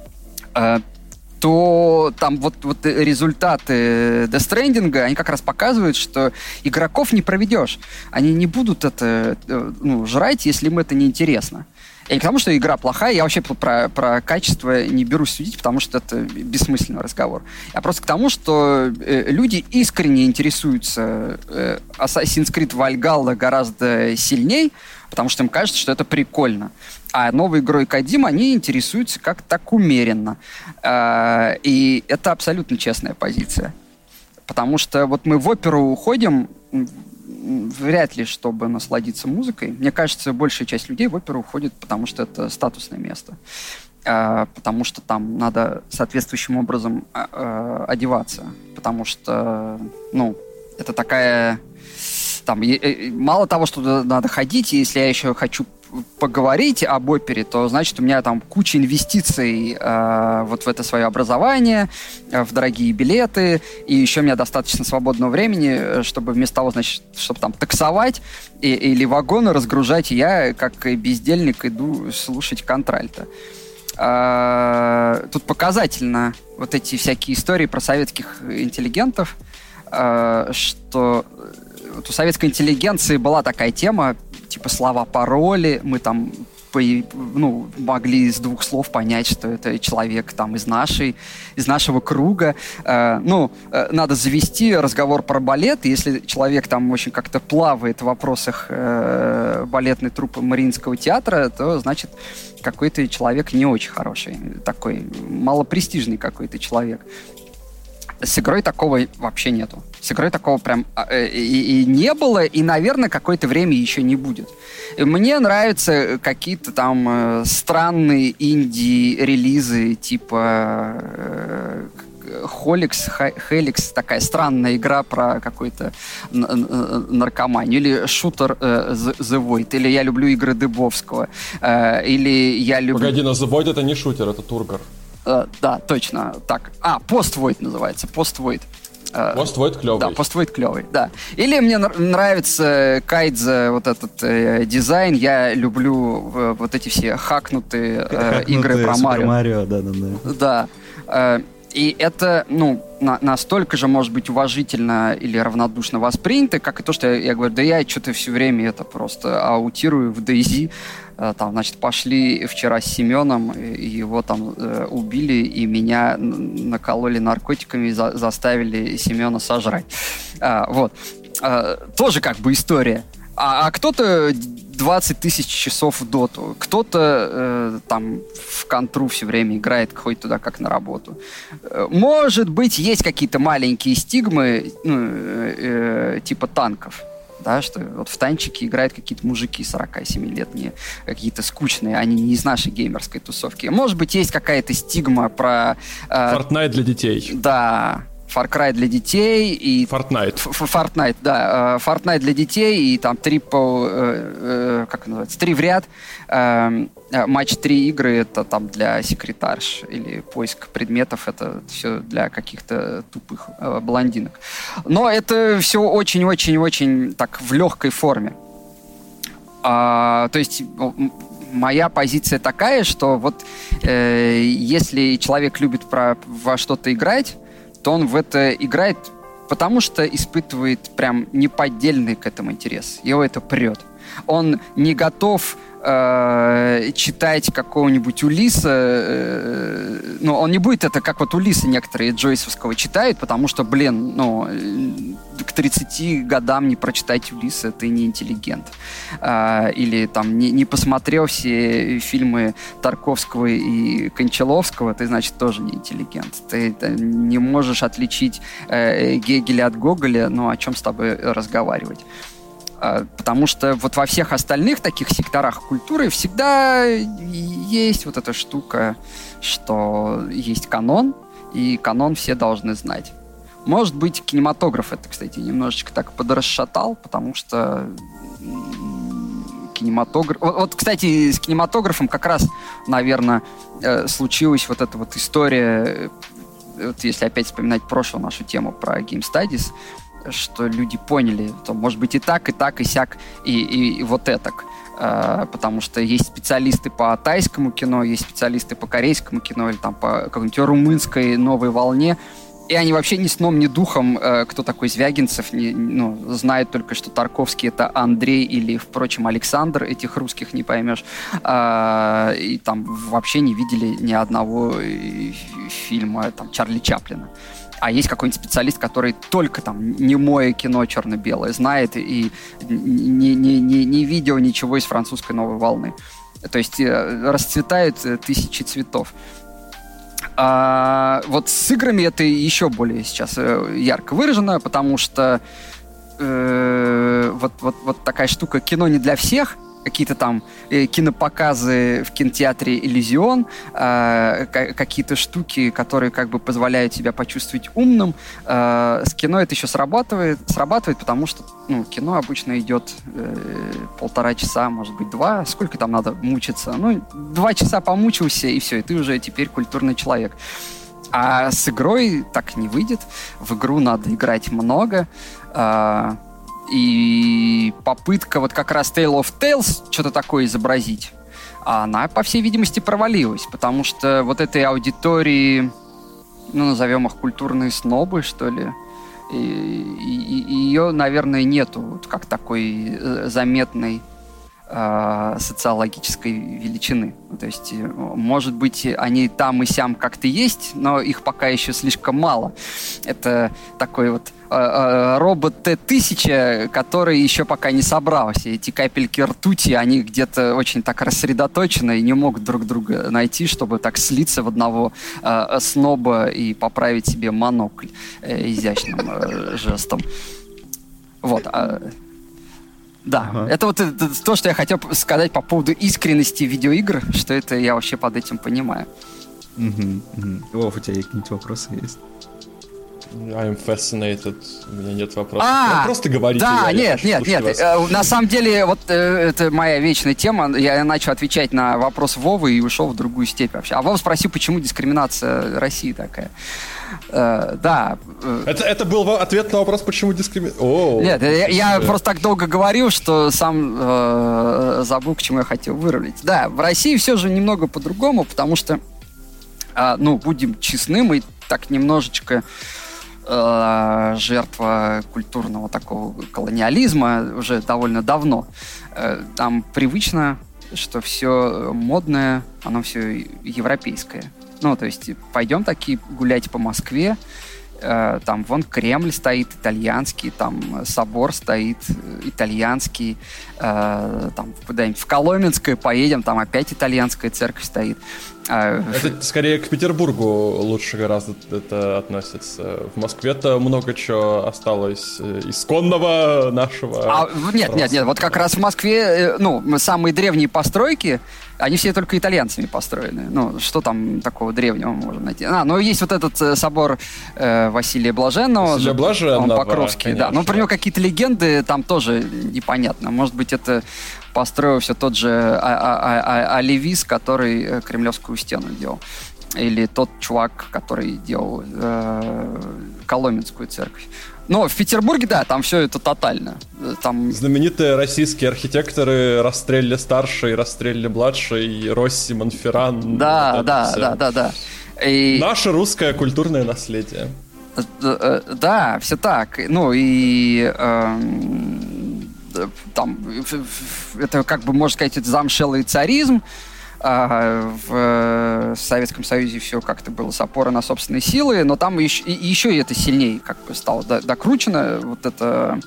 то там вот результаты Death Stranding, они как раз показывают, что игроков не проведешь. Они не будут это жрать, если им это не интересно. И не потому, что игра плохая, я вообще про качество не берусь судить, потому что это бессмысленный разговор. А просто к тому, что люди искренне интересуются Assassin's Creed Valhalla гораздо сильнее, потому что им кажется, что это прикольно. А новой игрой Кодзима они интересуются как-то так умеренно. И это абсолютно честная позиция. Потому что вот мы в оперу уходим вряд ли, чтобы насладиться музыкой. Мне кажется, большая часть людей в оперу уходит, потому что это статусное место. Потому что там надо соответствующим образом одеваться. Потому что, это такая там, мало того, что надо ходить, если я еще хочу поговорить об опере, то, значит, у меня там куча инвестиций вот в это свое образование, в дорогие билеты, и еще у меня достаточно свободного времени, чтобы вместо того, значит, чтобы там таксовать или вагоны разгружать, я, как бездельник, иду слушать контральто. Тут показательно вот эти всякие истории про советских интеллигентов, что вот у советской интеллигенции была такая тема, типа слова-пароли, мы там могли из 2 слов понять, что это человек там из нашего круга. Надо завести разговор про балет, и если человек там очень как-то плавает в вопросах балетной труппы Мариинского театра, то, значит, какой-то человек не очень хороший, такой малопрестижный какой-то человек. С игрой такого вообще нету. С игрой такого прям и не было, и, наверное, какое-то время еще не будет. И мне нравятся какие-то там странные инди-релизы, типа Helix, такая странная игра про какой-то наркоманию, или шутер The Void, или я люблю игры Дыбовского, или я люблю... Погоди, но The Void это не шутер, это тургор. Да, точно, так. Post-Void называется, Post-Void. Post-Void клевый. Да, Post-Void клевый, да. Или мне нравится Кайдзе, вот этот дизайн. Я люблю вот эти все хакнутые игры про Марио. Да. И это, настолько же, может быть, уважительно или равнодушно воспринято, как и то, что я говорю, да я что-то все время это просто аутирую в DayZ. Там, значит, пошли вчера с Семеном, его там убили, и меня накололи наркотиками и заставили Семена сожрать. Вот. Тоже как бы история. А кто-то 20 тысяч часов в доту, кто-то там в контру все время играет, ходит туда как на работу. Может быть, есть какие-то маленькие стигмы, типа танков. Да, что вот в танчики играют какие-то мужики 47-летние, какие-то скучные, они не из нашей геймерской тусовки. Может быть, есть какая-то стигма про... Fortnite для детей. Да, Far Cry для детей и... Fortnite, да. Fortnite для детей и там как это называется, 3 в ряд. Матч 3 игры это там для секретарш или поиск предметов, это все для каких-то тупых блондинок. Но это все очень-очень-очень так в легкой форме. То есть моя позиция такая, что вот если человек любит во что-то играть, то он в это играет, потому что испытывает прям неподдельный к этому интерес. Его это прет. Он не готов читать какого-нибудь Улисса, он не будет это, как вот Улисса некоторые Джойсовского читают, потому что, к 30 годам не прочитать Улисса, ты не интеллигент. Или там не посмотрел все фильмы Тарковского и Кончаловского, ты, значит, тоже не интеллигент. Ты не можешь отличить Гегеля от Гоголя, о чем с тобой разговаривать. Потому что вот во всех остальных таких секторах культуры всегда есть вот эта штука, что есть канон, и канон все должны знать. Может быть, кинематограф это, кстати, немножечко так подрасшатал, потому что кинематограф... Вот, кстати, с кинематографом как раз, наверное, случилась вот эта вот история, вот если опять вспоминать прошлую нашу тему про Game Studies, что люди поняли, то может быть и так, и сяк, и вот этак. Потому что есть специалисты по тайскому кино, есть специалисты по корейскому кино или там по какой-нибудь румынской новой волне, и они вообще ни сном, ни духом, кто такой Звягинцев, знают только, что Тарковский — это Андрей или, впрочем, Александр, этих русских не поймешь, и там вообще не видели ни одного фильма там Чарли Чаплина. А есть какой-нибудь специалист, который только там немое кино черно-белое знает и не видел ничего из французской новой волны. То есть расцветают тысячи цветов. Вот с играми это еще более сейчас ярко выражено, потому что вот такая штука «кино не для всех». какие-то там кинопоказы в кинотеатре «Иллюзион», какие-то штуки, которые как бы позволяют себя почувствовать умным. С кино это еще срабатывает, потому что кино обычно идет 1,5 часа, может быть, 2. Сколько там надо мучиться? 2 часа помучился, и все, и ты уже теперь культурный человек. А с игрой так не выйдет. В игру надо играть много. И попытка вот как раз Tale of Tales что-то такое изобразить, она, по всей видимости, провалилась, потому что вот этой аудитории, назовем их культурные снобы, что ли, и ее, наверное, нету как такой заметной социологической величины. То есть, может быть, они там и сям как-то есть, но их пока еще слишком мало. Это такой вот робот Т-1000, который еще пока не собрался. Эти капельки ртути, они где-то очень так рассредоточены и не могут друг друга найти, чтобы так слиться в одного сноба и поправить себе монокль изящным жестом. Вот. Да, это вот то, что я хотел сказать по поводу искренности видеоигр, что это я вообще под этим понимаю. Вов, у тебя какие-нибудь вопросы есть? I'm fascinated. У меня нет вопросов. Просто говорите. Да, нет. На самом деле, вот это моя вечная тема. Я начал отвечать на вопрос Вовы и ушел в другую степь вообще. А Вова спросил, почему дискриминация России такая. Да. Это был ответ на вопрос, почему дискриминация. Нет, я просто так долго говорил, что сам забыл, к чему я хотел вырулить. Да, в России все же немного по-другому, потому что, будем честны, мы так немножечко жертва культурного такого колониализма уже довольно давно. Там привычно, что все модное, оно все европейское. То есть пойдем такие гулять по Москве, там вон Кремль стоит итальянский, там собор стоит итальянский, там куда-нибудь в Коломенское поедем, там опять итальянская церковь стоит. Это скорее к Петербургу лучше гораздо это относится. В Москве-то много чего осталось исконного нашего. Нет, вот как раз в Москве, самые древние постройки, они все только итальянцами построены. Что там такого древнего можно найти? Есть вот этот собор Василия Блаженного. Он Покровский, конечно. Да. Про него какие-то легенды там тоже непонятно. Может быть, это построил все тот же Оливис, который Кремлевскую стену делал. Или тот чувак, который делал Коломенскую церковь. Но в Петербурге, да, там все это тотально. Там... Знаменитые российские архитекторы Растрелли-старший, Растрелли-младший, Росси, Монферран. Да. И... Наше русское культурное наследие. Да, все так. Там, это, как бы, можно сказать, это замшелый царизм. В Советском Союзе все как-то было с опорой на собственные силы, но там еще и это сильнее как бы стало докручено. Вот это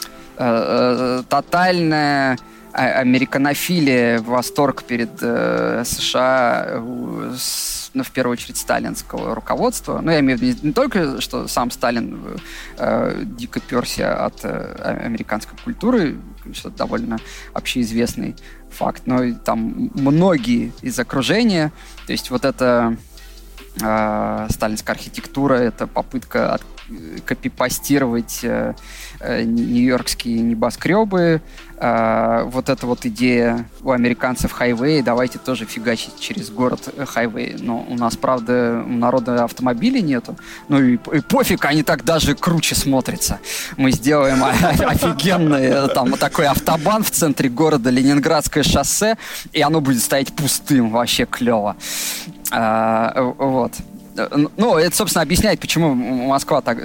тотальная американофилия, восторг перед США, в первую очередь сталинского руководства. Я имею в виду не только, что сам Сталин дико перся от американской культуры, что довольно общеизвестный факт, но и там многие из окружения, то есть вот эта сталинская архитектура, это попытка копипастировать нью-йоркские небоскребы, вот эта вот идея у американцев хайвей, давайте тоже фигачить через город хайвей. Но у нас, правда, у народа автомобилей нету. И пофиг, они так даже круче смотрятся. Мы сделаем офигенный там такой автобан в центре города, Ленинградское шоссе, и оно будет стоять пустым, вообще клево. Вот. Это, собственно, объясняет, почему Москва так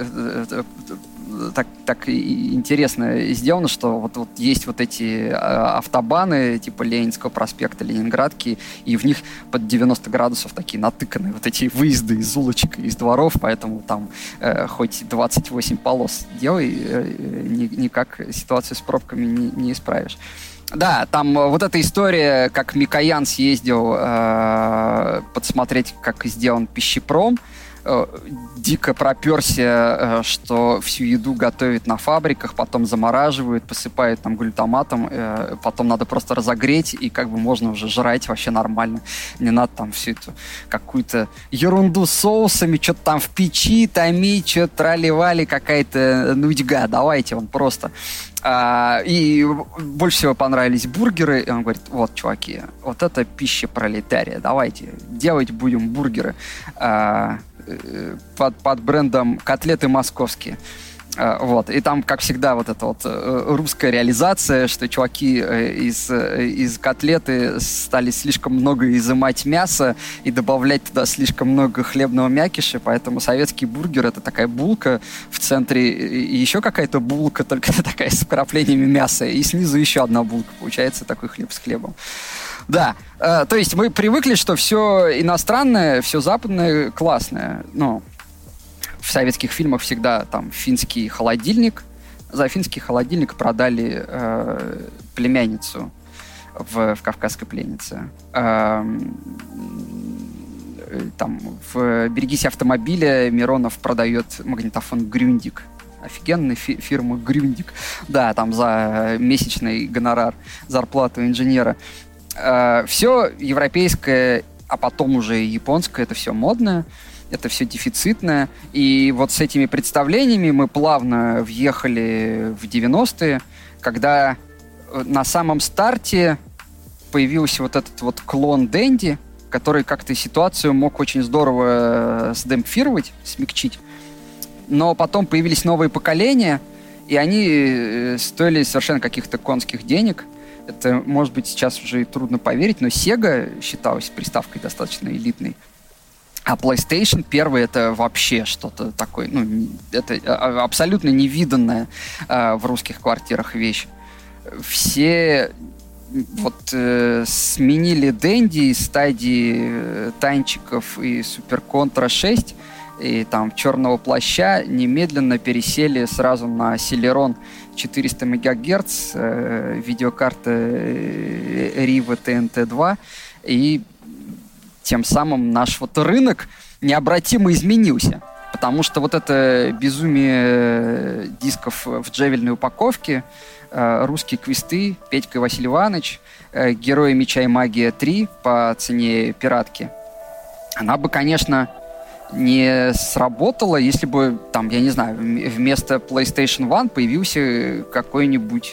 интересно сделано, что вот есть вот эти автобаны типа Ленинского проспекта, Ленинградки, и в них под 90 градусов такие натыканы вот эти выезды из улочек, из дворов, поэтому там хоть 28 полос делай, никак ситуацию с пробками не исправишь. Да, там вот эта история, как Микоян съездил подсмотреть, как сделан пищепром, дико проперся, что всю еду готовят на фабриках, потом замораживают, посыпают там глютаматом, потом надо просто разогреть, и как бы можно уже жрать вообще нормально. Не надо там всю эту какую-то ерунду с соусами, что-то там в печи томить, что-то трали-вали, какая-то нудьга. Давайте он просто... И больше всего понравились бургеры. И он говорит: вот, чуваки, вот это пища пролетария. Давайте делать будем бургеры под брендом «Котлеты московские». Вот. И там, как всегда, вот эта вот русская реализация, что чуваки из котлеты стали слишком много изымать мяса и добавлять туда слишком много хлебного мякиша, поэтому советский бургер — это такая булка в центре, и еще какая-то булка, только такая с вкраплениями мяса, и снизу еще одна булка, получается такой хлеб с хлебом. Да, то есть мы привыкли, что все иностранное, все западное классное, ну... В советских фильмах всегда там финский холодильник. За финский холодильник продали племянницу в «Кавказской пленнице». Там в «Берегись автомобиля» Миронов продает магнитофон «Грюндик». Офигенная фирма «Грюндик». Да, там за месячный гонорар, зарплату инженера. Все европейское, а потом уже японское, это все модное. Это все дефицитное. И вот с этими представлениями мы плавно въехали в 90-е, когда на самом старте появился вот этот вот клон Дэнди, который как-то ситуацию мог очень здорово сдемпфировать, смягчить. Но потом появились новые поколения, и они стоили совершенно каких-то конских денег. Это, может быть, сейчас уже трудно поверить, но Sega считалась приставкой достаточно элитной. А PlayStation первый — это вообще что-то такое, ну, это абсолютно невиданная в русских квартирах вещь. Все вот сменили Дэнди из стадии танчиков и Супер Контра 6 и там Черного плаща, немедленно пересели сразу на Celeron 400 МГц, видеокарта Riva TNT-2, и тем самым наш вот рынок необратимо изменился. Потому что вот это безумие дисков в джавельной упаковке, русские квесты, Петька и Василий Иванович, Герои Меча и Магия 3 по цене пиратки, она бы, конечно, не сработала, если бы, там, я не знаю, вместо PlayStation One появился какой-нибудь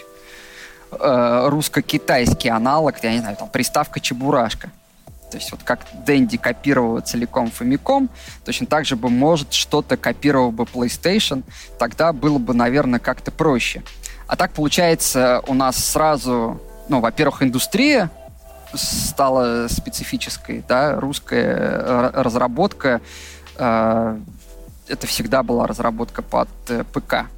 русско-китайский аналог, я не знаю, там, приставка Чебурашка. То есть вот как Дэнди копировал целиком Famicom, точно так же бы, может, что-то копировал бы PlayStation, тогда было бы, наверное, как-то проще. А так, получается, у нас сразу, ну, во-первых, индустрия стала специфической, да, русская разработка, это всегда была разработка под ПК.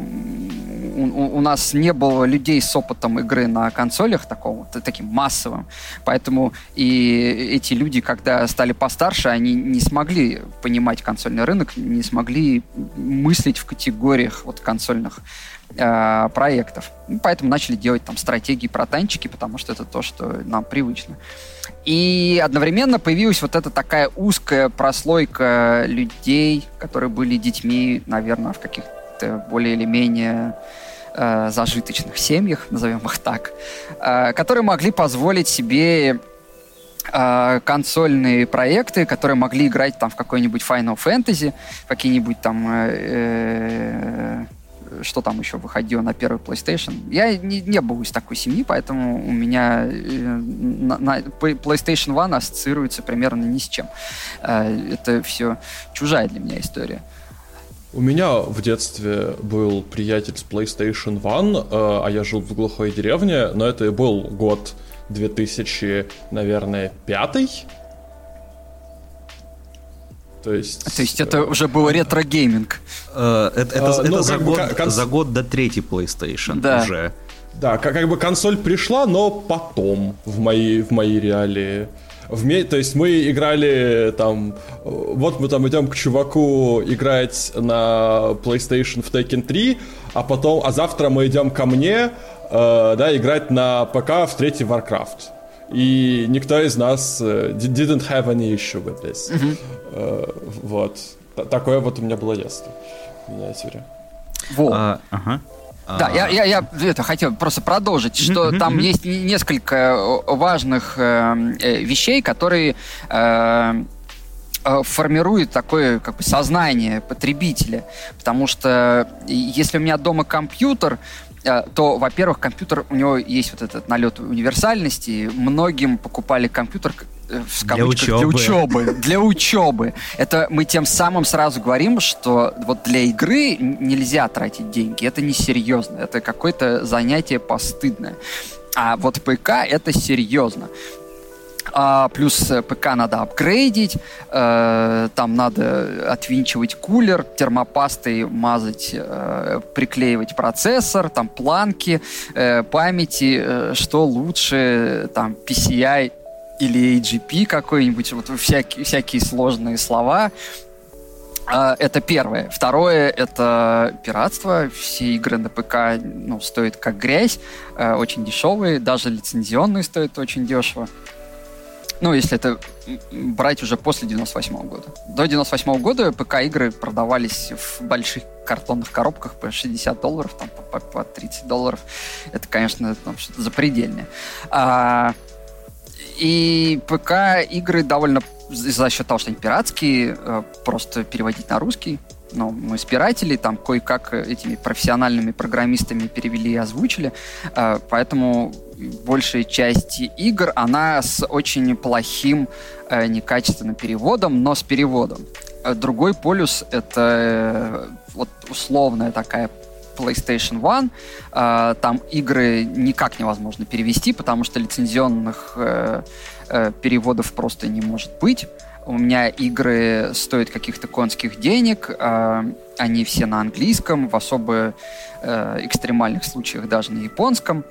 У нас не было людей с опытом игры на консолях таким массовым, поэтому и эти люди, когда стали постарше, они не смогли понимать консольный рынок, не смогли мыслить в категориях вот консольных проектов. Поэтому начали делать там стратегии про танчики, потому что это то, что нам привычно. И одновременно появилась вот эта такая узкая прослойка людей, которые были детьми, наверное, в каких-то более или менее зажиточных семьях, назовем их так, которые могли позволить себе консольные проекты, которые могли играть там в какой-нибудь Final Fantasy, какие-нибудь там... что там еще выходило на первый PlayStation. Я не был из такой семьи, поэтому у меня PlayStation One ассоциируется примерно ни с чем. Это все чужая для меня история. У меня в детстве был приятель с PlayStation One, а я жил в глухой деревне, но это был год 2000, наверное, 5-й. То есть это уже был ретро-гейминг. Это за год до третьей PlayStation, да. Уже. Да, как бы консоль пришла, но потом в мои реалии. То есть мы играли там... Вот мы там идем к чуваку играть на PlayStation в Tekken 3, а завтра мы идем ко мне, играть на ПК в третий Warcraft. И никто из нас didn't have any issue with this. Вот. Такое вот у меня было детство в миниатюре. Во. Да, я это хотел просто продолжить, что там есть несколько важных вещей, которые формирует такое как бы сознание потребителя. Потому что если у меня дома компьютер, то, во-первых, компьютер, у него есть вот этот налет универсальности. Многим покупали компьютер в кавычках для учебы. Это мы тем самым сразу говорим, что вот для игры нельзя тратить деньги. Это несерьезно. Это какое-то занятие постыдное. А вот ПК это серьезно. Плюс ПК надо апгрейдить, там надо отвинчивать кулер, термопастой мазать, приклеивать процессор, там планки, памяти, что лучше, там PCI или AGP какой-нибудь, вот всякие сложные слова. Это первое. Второе — это пиратство. Все игры на ПК стоят как грязь, очень дешевые, даже лицензионные стоят очень дешево. Если это брать уже после 98-го года. До 98-го года ПК-игры продавались в больших картонных коробках по $60, там, по $30. Это, конечно, что-то запредельное. И ПК-игры довольно, за счет того, что они пиратские, просто переводить на русский. Мы спиратели, там кое-как этими профессиональными программистами перевели и озвучили, поэтому большая часть игр, она с очень плохим, некачественным переводом, но с переводом. Другой полюс — это вот условная такая PlayStation One. Там игры никак невозможно перевести, потому что лицензионных переводов просто не может быть. У меня игры стоят каких-то конских денег, они все на английском, в особо экстремальных случаях даже на японском.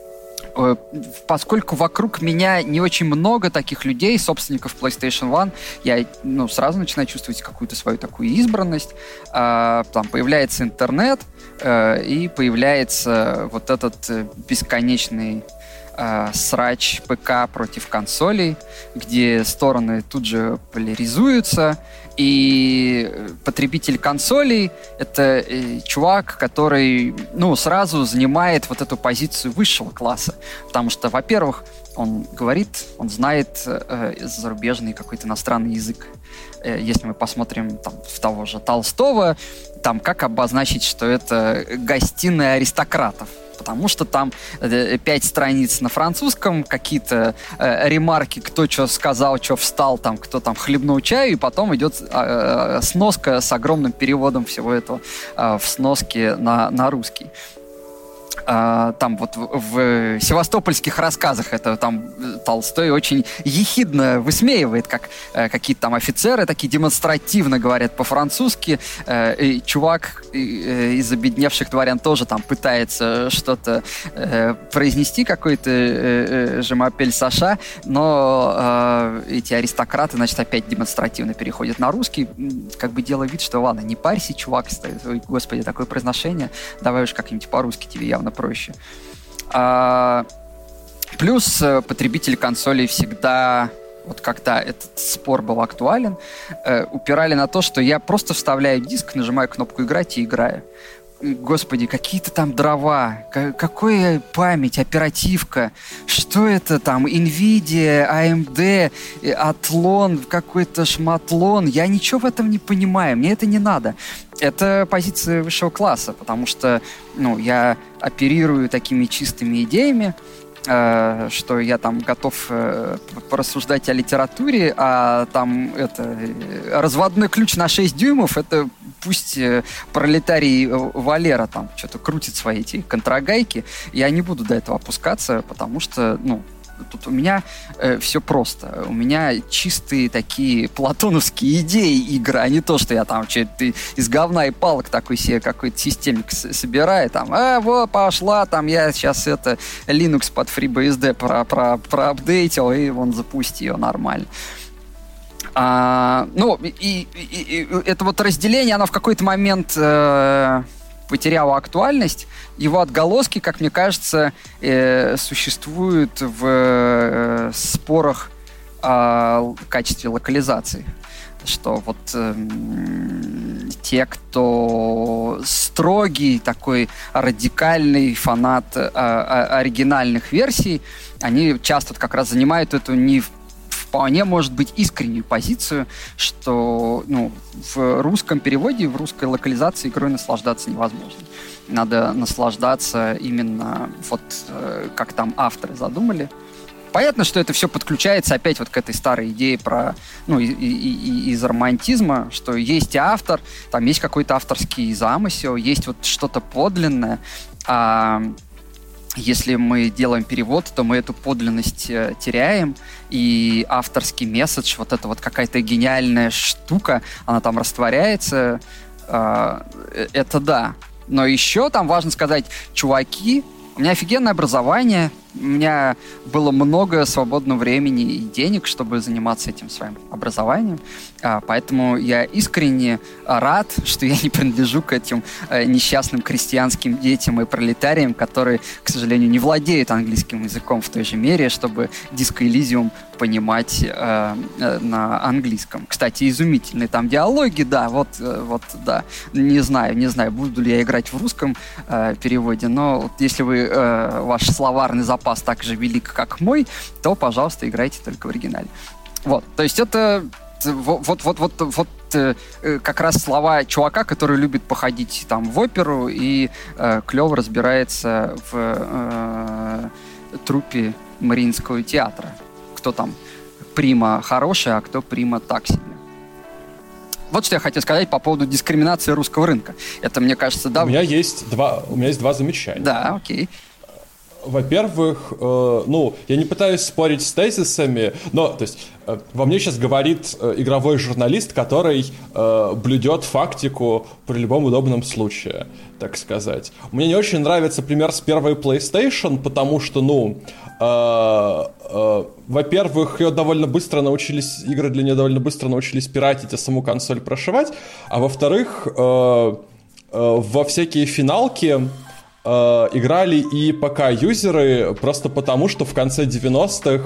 Поскольку вокруг меня не очень много таких людей, собственников PlayStation One, я сразу начинаю чувствовать какую-то свою такую избранность. Там появляется интернет, и появляется вот этот бесконечный срач ПК против консолей, где стороны тут же поляризуются, и потребитель консолей — это чувак, который, сразу занимает вот эту позицию высшего класса, потому что, во-первых, он говорит, он знает зарубежный какой-то иностранный язык. Если мы посмотрим там, в того же Толстого, там как обозначить, что это гостиная аристократов. Потому что там 5 страниц на французском, какие-то ремарки, кто что сказал, что встал, там, кто там хлебнул чаю, и потом идет сноска с огромным переводом всего этого в сноске на русский. Там вот в севастопольских рассказах это там Толстой очень ехидно высмеивает, как какие-то там офицеры такие демонстративно говорят по-французски, и чувак из обедневших дворян тоже там пытается что-то произнести, какой-то «Жемапель Саша», но эти аристократы, значит, опять демонстративно переходят на русский, как бы делая вид, что ладно, не парься, чувак, ой, господи, такое произношение, давай уж как-нибудь по-русски тебе явно проще. Плюс потребители консолей всегда, вот когда этот спор был актуален, упирали на то, что я просто вставляю диск, нажимаю кнопку «Играть» и играю. Господи, какие-то там дрова, какая память, оперативка, что это там, NVIDIA, AMD, Athlon, какой-то шматлон, я ничего в этом не понимаю, мне это не надо. Это позиция высшего класса, потому что, я оперирую такими чистыми идеями, что я там готов порассуждать о литературе, а там разводной ключ на 6 дюймов, это пусть пролетарий Валера там что-то крутит свои эти контрагайки, я не буду до этого опускаться, потому что, тут у меня все просто. У меня чистые такие платоновские идеи игры, а не то, что я там что-то из говна и палок такой себе какой-то системник собираю. Там, вот, пошла, там я сейчас Linux под FreeBSD проапдейтил, и вон запусти ее нормально. И это вот разделение, оно в какой-то момент потеряло актуальность. Его отголоски, как мне кажется, существуют в спорах о качестве локализации. что вот те, кто строгий, такой радикальный фанат оригинальных версий, они часто как раз занимают эту не вполне, может быть, искреннюю позицию, что в русском переводе, в русской локализации игрой наслаждаться невозможно. Надо наслаждаться именно вот как там авторы задумали. Понятно, что это все подключается опять вот к этой старой идее про, из романтизма, что есть автор, там есть какой-то авторский замысел, есть вот что-то подлинное, а если мы делаем перевод, то мы эту подлинность теряем, и авторский месседж, вот эта вот какая-то гениальная штука, она там растворяется, это да. Но еще там важно сказать, чуваки, у меня офигенное образование, у меня было много свободного времени и денег, чтобы заниматься этим своим образованием, поэтому я искренне рад, что я не принадлежу к этим несчастным крестьянским детям и пролетариям, которые, к сожалению, не владеют английским языком в той же мере, чтобы Disco Elysium понимать на английском. Кстати, изумительные там диалоги, да, вот, да. Не знаю, буду ли я играть в русском переводе, но вот если ваш словарный запас так же велик, как мой, то, пожалуйста, играйте только в оригинале. Вот, то есть это как раз слова чувака, который любит походить там в оперу и клево разбирается в труппе Мариинского театра. Кто там прима хорошая, а кто прима так себе. Вот что я хотел сказать по поводу дискриминации русского рынка. Это, мне кажется, да... У меня есть два замечания. Да, окей. Во-первых, я не пытаюсь спорить с тезисами, но, то есть, во мне сейчас говорит игровой журналист, который блюдет фактику при любом удобном случае, так сказать. Мне не очень нравится пример с первой PlayStation, потому что, во-первых, игры для нее довольно быстро научились пиратить, а саму консоль прошивать, а во-вторых, во всякие финалки играли и ПК-юзеры просто потому, что в конце 90-х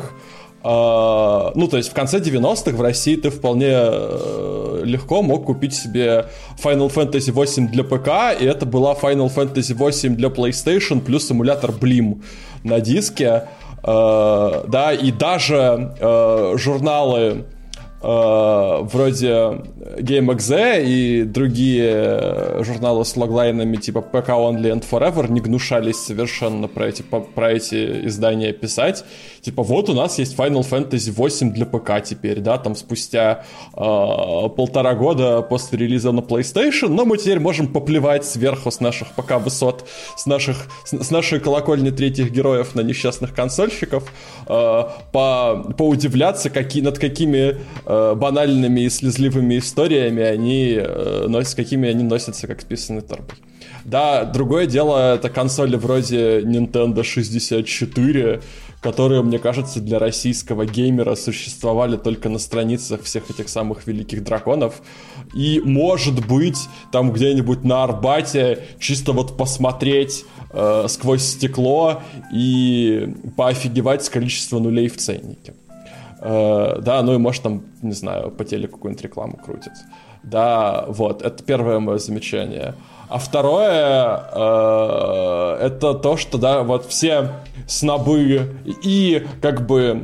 в конце 90-х в России ты вполне легко мог купить себе Final Fantasy VIII для ПК, и это была Final Fantasy VIII для PlayStation плюс эмулятор Blim на диске. Да, и даже журналы вроде Game.exe и другие журналы с логлайнами типа PK Only and Forever не гнушались совершенно про эти издания писать. Типа, вот у нас есть Final Fantasy VIII для ПК теперь, да, там спустя 1,5 года после релиза на PlayStation, но мы теперь можем поплевать сверху с наших ПК высот, с нашей колокольни третьих героев на несчастных консольщиков, поудивляться, над какими банальными и слезливыми историями какими они носятся, как с писаной торбой. Да, другое дело, это консоли вроде Nintendo 64, которые, мне кажется, для российского геймера существовали только на страницах всех этих самых великих драконов. И, может быть, там где-нибудь на Арбате чисто вот посмотреть сквозь стекло и поофигевать с количества нулей в ценнике. Да, и может там, не знаю, по телеку какую-нибудь рекламу крутят. Да, вот, это первое мое замечание. А второе, это то, что, да, вот все снобы и, как бы,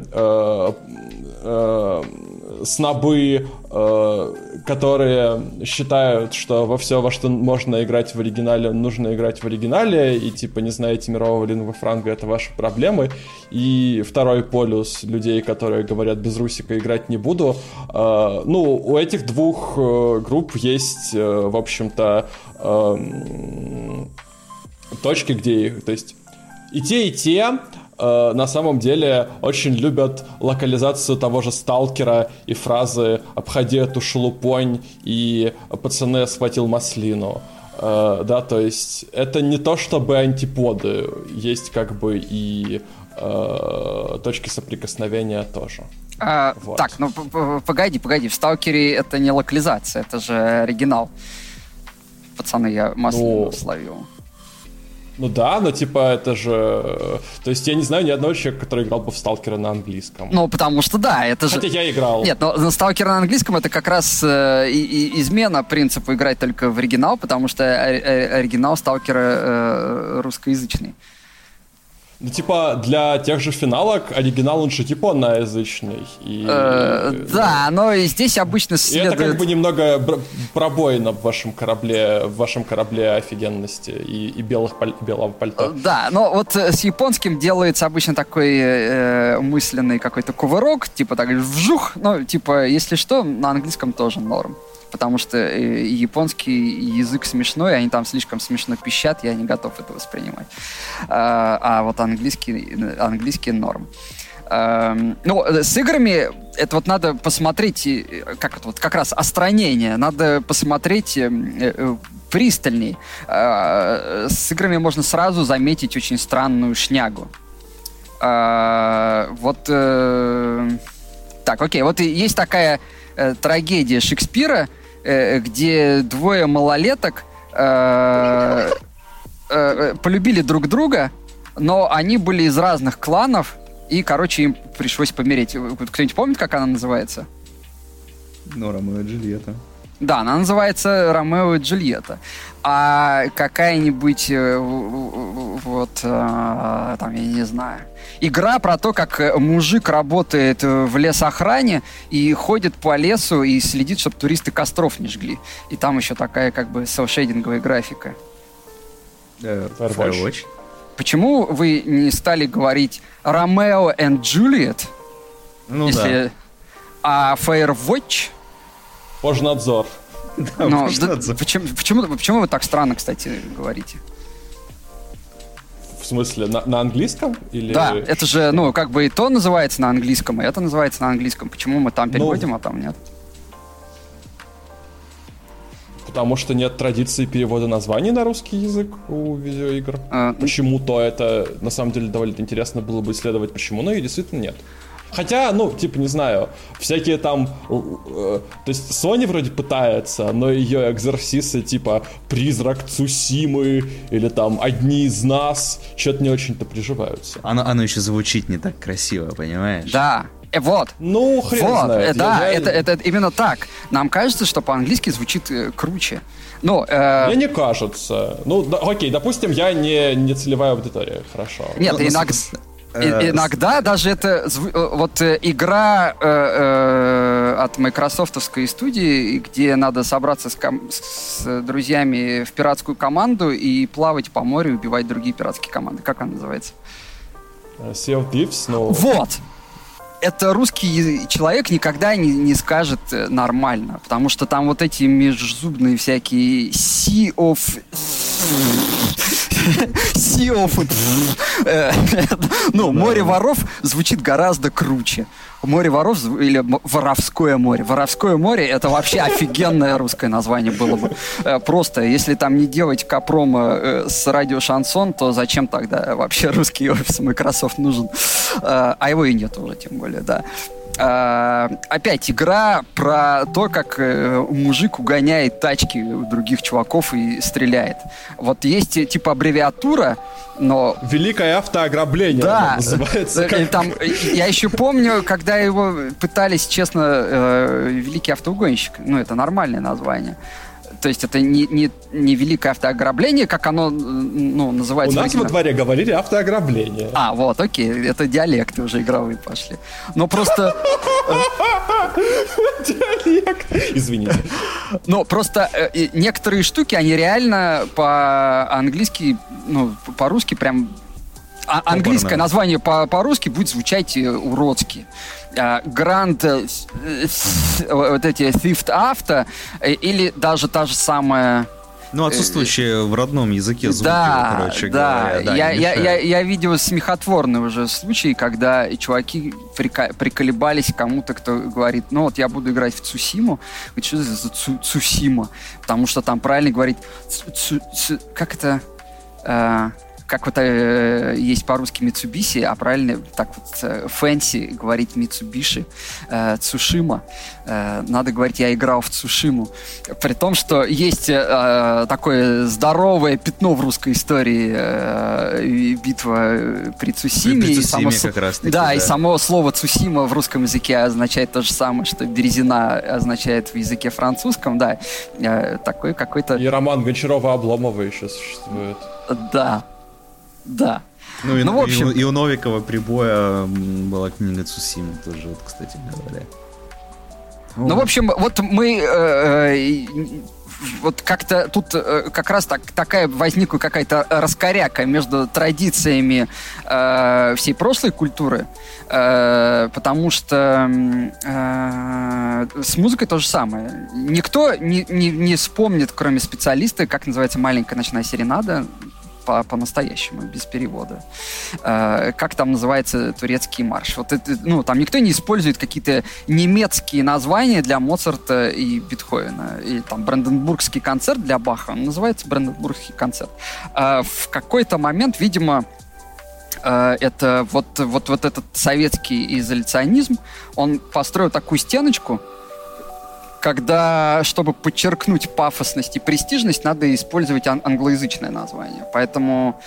снобы, которые считают, что во все, во что можно играть в оригинале, нужно играть в оригинале, и типа не знаете мирового лингвофранга, это ваши проблемы. И второй полюс людей, которые говорят, без русика играть не буду. У этих двух групп есть, в общем-то, точки, где их, то есть и те, на самом деле очень любят локализацию того же Сталкера и фразы «обходи эту шелупонь» и «пацаны, я схватил маслину». Да, то есть это не то чтобы антиподы, есть как бы и точки соприкосновения тоже. Вот. Так, погоди, в Сталкере это не локализация, это же оригинал. Пацаны, я маслину словил. Ну да, но типа это же... То есть я не знаю ни одного человека, который играл бы в Сталкера на английском. Ну, потому что да, это же... Хотя я играл. Нет, но Сталкер на английском это как раз измена принципу играть только в оригинал, потому что оригинал Сталкера русскоязычный. Ну, типа, для тех же финалок оригинал, он же типа одноязычный. Да, но и здесь обычно следует... И это как бы немного пробоина в вашем корабле офигенности и белого пальто. Да, но вот с японским делается обычно такой мысленный какой-то кувырок, типа так, вжух, ну, типа, если что, на английском тоже норм. Потому что японский язык смешной, они там слишком смешно пищат, я не готов это воспринимать. А вот английский норм. Ну, с играми это вот надо посмотреть, как раз остранение, надо посмотреть пристальней. С играми можно сразу заметить очень странную шнягу. Вот так, окей, вот есть такая трагедия Шекспира, где двое малолеток полюбили друг друга, но они были из разных кланов, и, короче, им пришлось помереть. Кто-нибудь помнит, как она называется? Ну, Ромео и Джульетта. Да, она называется «Ромео и Джульетта». А какая-нибудь, там, я не знаю, игра про то, как мужик работает в лесохране и ходит по лесу и следит, чтобы туристы костров не жгли. И там еще такая, как бы, селшейдинговая графика. Firewatch. Почему вы не стали говорить «Ромео and Juliet»? Ну да. А Firewatch? Пожнадзор. Да, но почему вы так странно, кстати, говорите? В смысле, на английском? Или... Да, это же, ну, как бы и то называется на английском, и это называется на английском. Почему мы там переводим, а там нет? Потому что нет традиции перевода названий на русский язык у видеоигр. Почему-то это, на самом деле, довольно интересно было бы исследовать, почему, но и действительно нет. Хотя, ну, типа, не знаю, всякие там... то есть Sony вроде пытается, но ее экзорсисы, типа, «Призрак Цусимы» или там «Одни из нас» что-то не очень-то приживаются. Оно еще звучит не так красиво, понимаешь? Да. Вот. Ну, хрен вот. знает. Да, это именно так. Нам кажется, что по-английски звучит круче. Но, мне не кажется. Ну, да, окей, допустим, я не целевая аудитория. Хорошо. Нет, иногда даже это... Вот игра от майкрософтовской студии, где надо собраться с друзьями в пиратскую команду и плавать по морю, и убивать другие пиратские команды. Как она называется? Sea of Thieves, ну... Вот! Это русский человек никогда не скажет нормально, потому что там вот эти межзубные всякие Sea of... Ну, «Море воров» звучит гораздо круче. «Море воров» или «Воровское море». «Воровское море» — это вообще офигенное русское название было бы. Просто, если там не делать капрома с радио «Шансон», то зачем тогда вообще русский офис Microsoft нужен? А его и нет уже, тем более, да. Опять игра про то, как мужик угоняет тачки у других чуваков и стреляет. Вот есть типа аббревиатура, но... Великое автоограбление, да, называется. Там, я еще помню, когда его пытались, честно, Великий автоугонщик. Ну, это нормальное название. То есть это не великое автоограбление, как оно, ну, называется. У нас во дворе говорили автоограбление. А, вот, окей, это диалекты уже игровые пошли. Но просто... Диалект. Извините. Но просто некоторые штуки, они реально по-английски, ну, по-русски прям... Английское название по-русски будет звучать уродски. Гранд, вот эти Theft Auto, или даже та же самая... Ну, отсутствующие в родном языке звуки, да, короче да. говоря. Да, я видел смехотворные уже случаи, когда чуваки приколебались кому-то, кто говорит, ну вот я буду играть в Цусиму. Говорит, что это за Цусима? Потому что там правильно говорить... Как это... как вот есть по-русски Mitsubishi, а правильно так вот фэнси говорить Mitsubishi, Цушима. Надо говорить, я играл в Цушиму. При том, что есть такое здоровое пятно в русской истории, битва при Цусиме. При Цусиме как раз таки, да, и само слово Цусима в русском языке означает то же самое, что Березина означает в языке французском, да. Такой какой-то... И роман Гончарова-Обломова еще существует. Да. Ну, в общем... и у Новикова Прибоя была книга Цусима тоже, вот, кстати говоря. Ну, в общем, вот мы вот как-то тут как раз такая возникла какая-то раскоряка между традициями всей прошлой культуры, потому что с музыкой то же самое. Никто не вспомнит, кроме специалиста, как называется маленькая ночная серенада, по-настоящему, без перевода. Как там называется турецкий марш. Вот это, ну, там никто не использует какие-то немецкие названия для Моцарта и Бетховена. И там Бранденбургский концерт для Баха, он называется Бранденбургский концерт. В какой-то момент, видимо, это вот этот советский изоляционизм, он построил такую стеночку, когда, чтобы подчеркнуть пафосность и престижность, надо использовать англоязычное название. Поэтому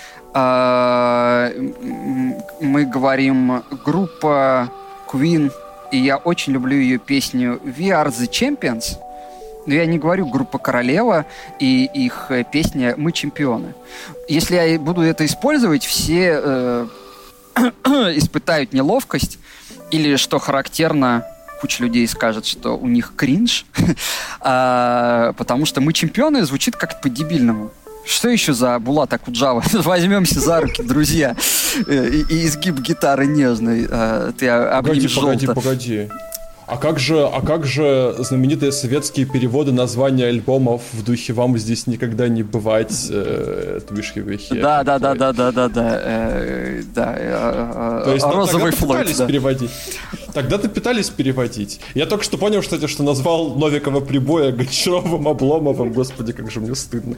мы говорим группа Queen, и я очень люблю ее песню We Are The Champions, но я не говорю группа Королева и их песня Мы чемпионы. Если я буду это использовать, все испытают неловкость, или, что характерно, куча людей скажет, что у них кринж, потому что «Мы чемпионы» звучит как-то по-дебильному. Что еще за Булат Акуджава? Возьмемся за руки, друзья. И изгиб гитары нежный. Ты обнимешь желто. Погоди. А как же знаменитые советские переводы названия альбомов в духе «Вам здесь никогда не бывать», «Твишки-вихи»? Да. То есть розовый флойд. Тогда-то пытались переводить. Я только что понял, кстати, что назвал Новикова Прибоя Гончаровым, Обломовым. Господи, как же мне стыдно.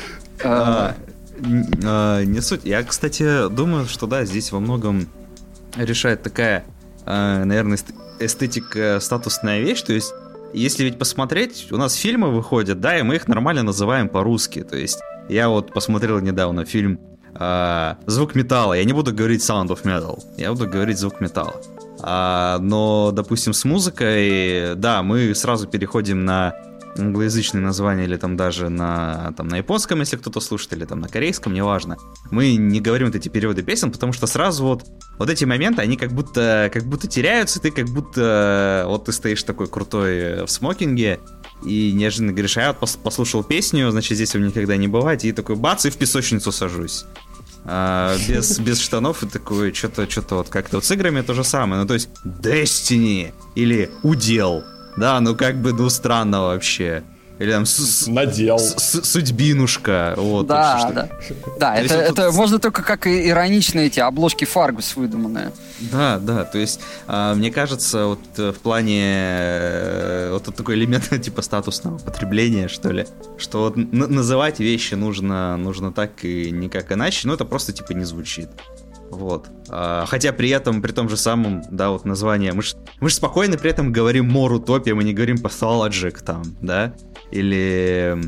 Не суть. Я, кстати, думаю, что да, здесь во многом решает такая, наверное, эстетика статусная вещь. То есть, если ведь посмотреть, у нас фильмы выходят, да, и мы их нормально называем по-русски. То есть, я вот посмотрел недавно фильм «Звук металла». Я не буду говорить «Sound of Metal», я буду говорить «Звук металла». Но, допустим, с музыкой, да, мы сразу переходим на англоязычные названия или там даже на японском, если кто-то слушает, или там на корейском, неважно. Мы не говорим вот эти переводы песен, потому что сразу вот эти моменты, они как будто теряются, ты как будто вот ты стоишь такой крутой в смокинге и неожиданно говоришь, я вот послушал песню, значит, здесь его никогда не бывает, и такой бац, и в песочницу сажусь. Без штанов и такое, что-то вот как-то вот с играми то же самое. Ну, то есть Destiny или Удел. Да, ну как бы, ну странно вообще. Или там надел. Судьбинушка. Вот, да. Да, это можно только как ироничные эти обложки Фаргус выдуманные. Да, то есть, мне кажется, вот в плане вот такой элемент типа статусного потребления, что ли, что вот называть вещи нужно так и никак иначе, но это просто типа не звучит. Вот. Хотя при том же самом, да, вот название, мы же спокойно при этом говорим More Utopia, мы не говорим Pathologic там, да, или...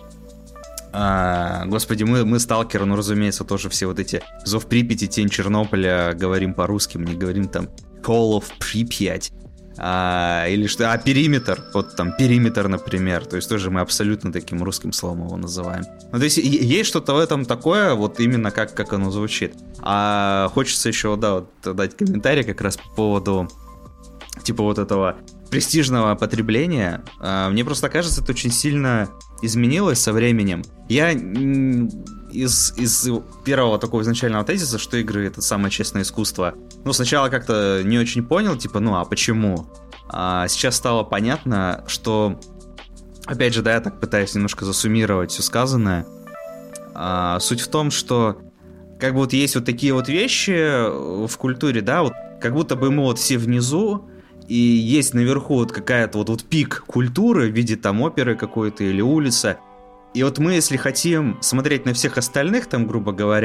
Господи, мы Сталкеры, ну, разумеется, тоже все вот эти Зов Припяти, Тень Чернобыля говорим по-русски, мы не говорим там Call of Pripyat, или что, Периметр, вот там Периметр, например, то есть тоже мы абсолютно таким русским словом его называем. Ну, то есть есть что-то в этом такое, вот именно как оно звучит. Хочется еще, да, вот дать комментарий как раз по поводу типа вот этого престижного потребления. Мне просто кажется, это очень сильно изменилось со временем. Я из первого такого изначального тезиса, что игры — это самое честное искусство, ну, сначала как-то не очень понял, типа, ну, а почему? Сейчас стало понятно, что, опять же, да, я так пытаюсь немножко засуммировать все сказанное. Суть в том, что как бы вот есть вот такие вот вещи в культуре, да, вот как будто бы мы вот все внизу, и есть наверху вот какая-то вот пик культуры в виде там оперы какой-то или улица. И вот мы, если хотим смотреть на всех остальных, там, грубо говоря,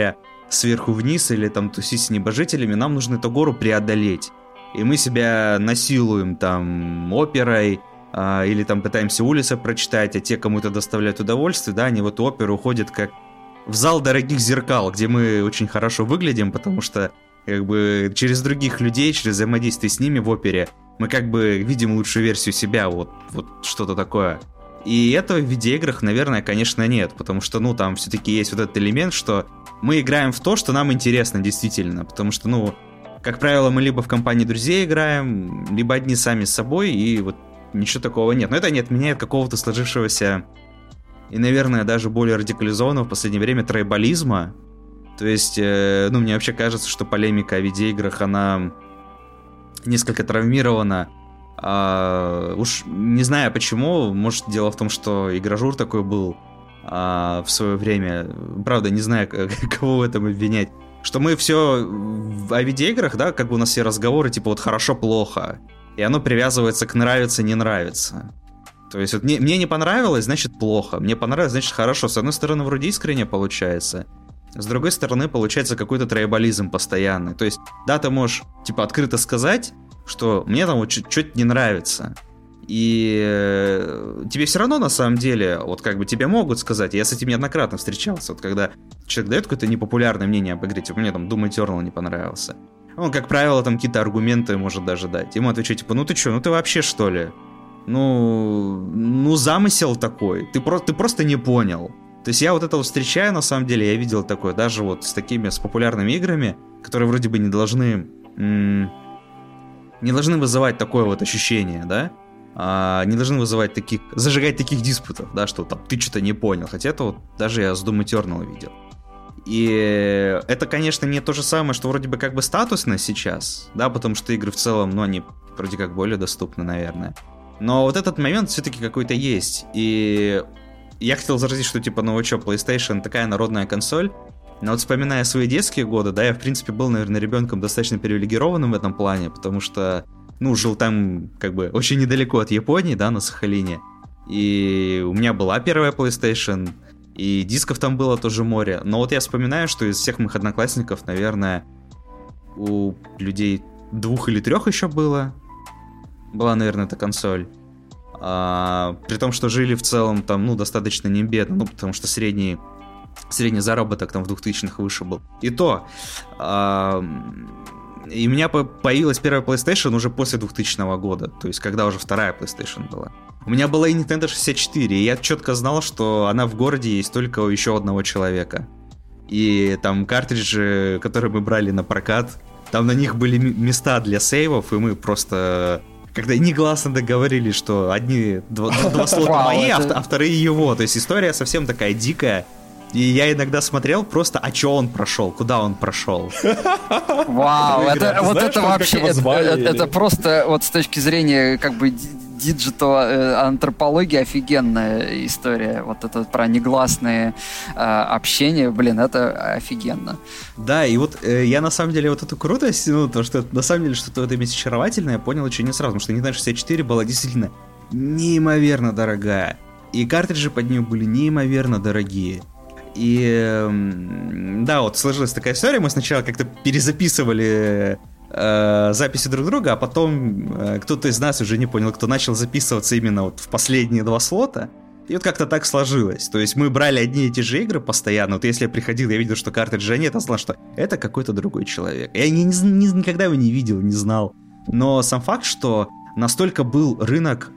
сверху вниз или там тусить с небожителями, нам нужно эту гору преодолеть. И мы себя насилуем там оперой, или там пытаемся улицы прочитать, а те, кому это доставляет удовольствие, да, они в эту оперу ходят как в зал дорогих зеркал, где мы очень хорошо выглядим, потому что как бы через других людей, через взаимодействие с ними в опере мы как бы видим лучшую версию себя, вот что-то такое. И этого в видеоиграх, наверное, конечно, нет, потому что, ну, там все-таки есть вот этот элемент, что мы играем в то, что нам интересно действительно, потому что, ну, как правило, мы либо в компании друзей играем, либо одни сами с собой, и вот ничего такого нет. Но это не отменяет какого-то сложившегося и, наверное, даже более радикализованного в последнее время трайбализма. То есть, ну, мне вообще кажется, что полемика о видеоиграх, она несколько травмирована. Уж не знаю почему, может, дело в том, что игражур такой был в свое время. Правда, не знаю, кого в этом обвинять. Что мы все о видеоиграх, да, как бы у нас все разговоры, типа вот хорошо-плохо. И оно привязывается к нравится-не нравится. То есть вот мне не понравилось, значит плохо. Мне понравилось, значит хорошо. С одной стороны, вроде искренне получается. С другой стороны, получается какой-то трайбализм постоянный. То есть, да, ты можешь, типа, открыто сказать, что мне там вот что-то не нравится. И тебе все равно, на самом деле, вот как бы тебе могут сказать, я с этим неоднократно встречался, вот когда человек дает какое-то непопулярное мнение об игре, типа, мне там Doom Eternal не понравился. Он, как правило, там какие-то аргументы может даже дать. Ему отвечать, типа, ну ты что, ну ты вообще что ли? Ну замысел такой, ты просто не понял. То есть я вот это вот встречаю, на самом деле, я видел такое, даже вот с такими, с популярными играми, которые вроде бы не должны вызывать такое вот ощущение, да? Не должны вызывать зажигать таких диспутов, да, что там ты что-то не понял. Хотя это вот даже я с Doom Eternal видел. И это, конечно, не то же самое, что вроде бы как бы статусно сейчас, да, потому что игры в целом, ну, они вроде как более доступны, наверное. Но вот этот момент все-таки какой-то есть. И я хотел заразить, что типа, ну вы что, PlayStation такая народная консоль. Но вот вспоминая свои детские годы, да, я в принципе был, наверное, ребенком достаточно привилегированным в этом плане, потому что, ну, жил там как бы очень недалеко от Японии, да, на Сахалине. И у меня была первая PlayStation, и дисков там было тоже море. Но вот я вспоминаю, что из всех моих одноклассников, наверное, у людей 2 или 3 еще была, наверное, эта консоль. При том, что жили в целом там, ну, достаточно не бедно, ну, потому что средний заработок там в 2000-х выше был. И то, и у меня появилась первая PlayStation уже после 2000 года, то есть когда уже вторая PlayStation была. У меня была и Nintendo 64, и я четко знал, что она в городе есть только у еще одного человека. И там картриджи, которые мы брали на прокат, там на них были места для сейвов, и мы просто... Когда негласно договорились, что два слота мои, а вторые его. То есть история совсем такая дикая. И я иногда смотрел просто, а что он прошел, куда он прошел. Вау, это вообще, это просто вот с точки зрения как бы диджитал антропологии офигенная история. Вот это про негласное общение, блин, это офигенно. Да, и вот я на самом деле вот эту крутость, ну, то, что на самом деле что-то в этом есть очаровательное, я понял очень не сразу, потому что Nintendo 64 была действительно неимоверно дорогая. И картриджи под нее были неимоверно дорогие. И да, вот сложилась такая история, мы сначала как-то перезаписывали записи друг друга, а потом кто-то из нас, уже не понял, кто начал записываться именно вот в последние 2 слота. И вот как-то так сложилось. То есть мы брали одни и те же игры постоянно. Вот если я приходил, я видел, что картриджа нет, я знал, что это какой-то другой человек. Я никогда его не видел, не знал. Но сам факт, что настолько был рынок,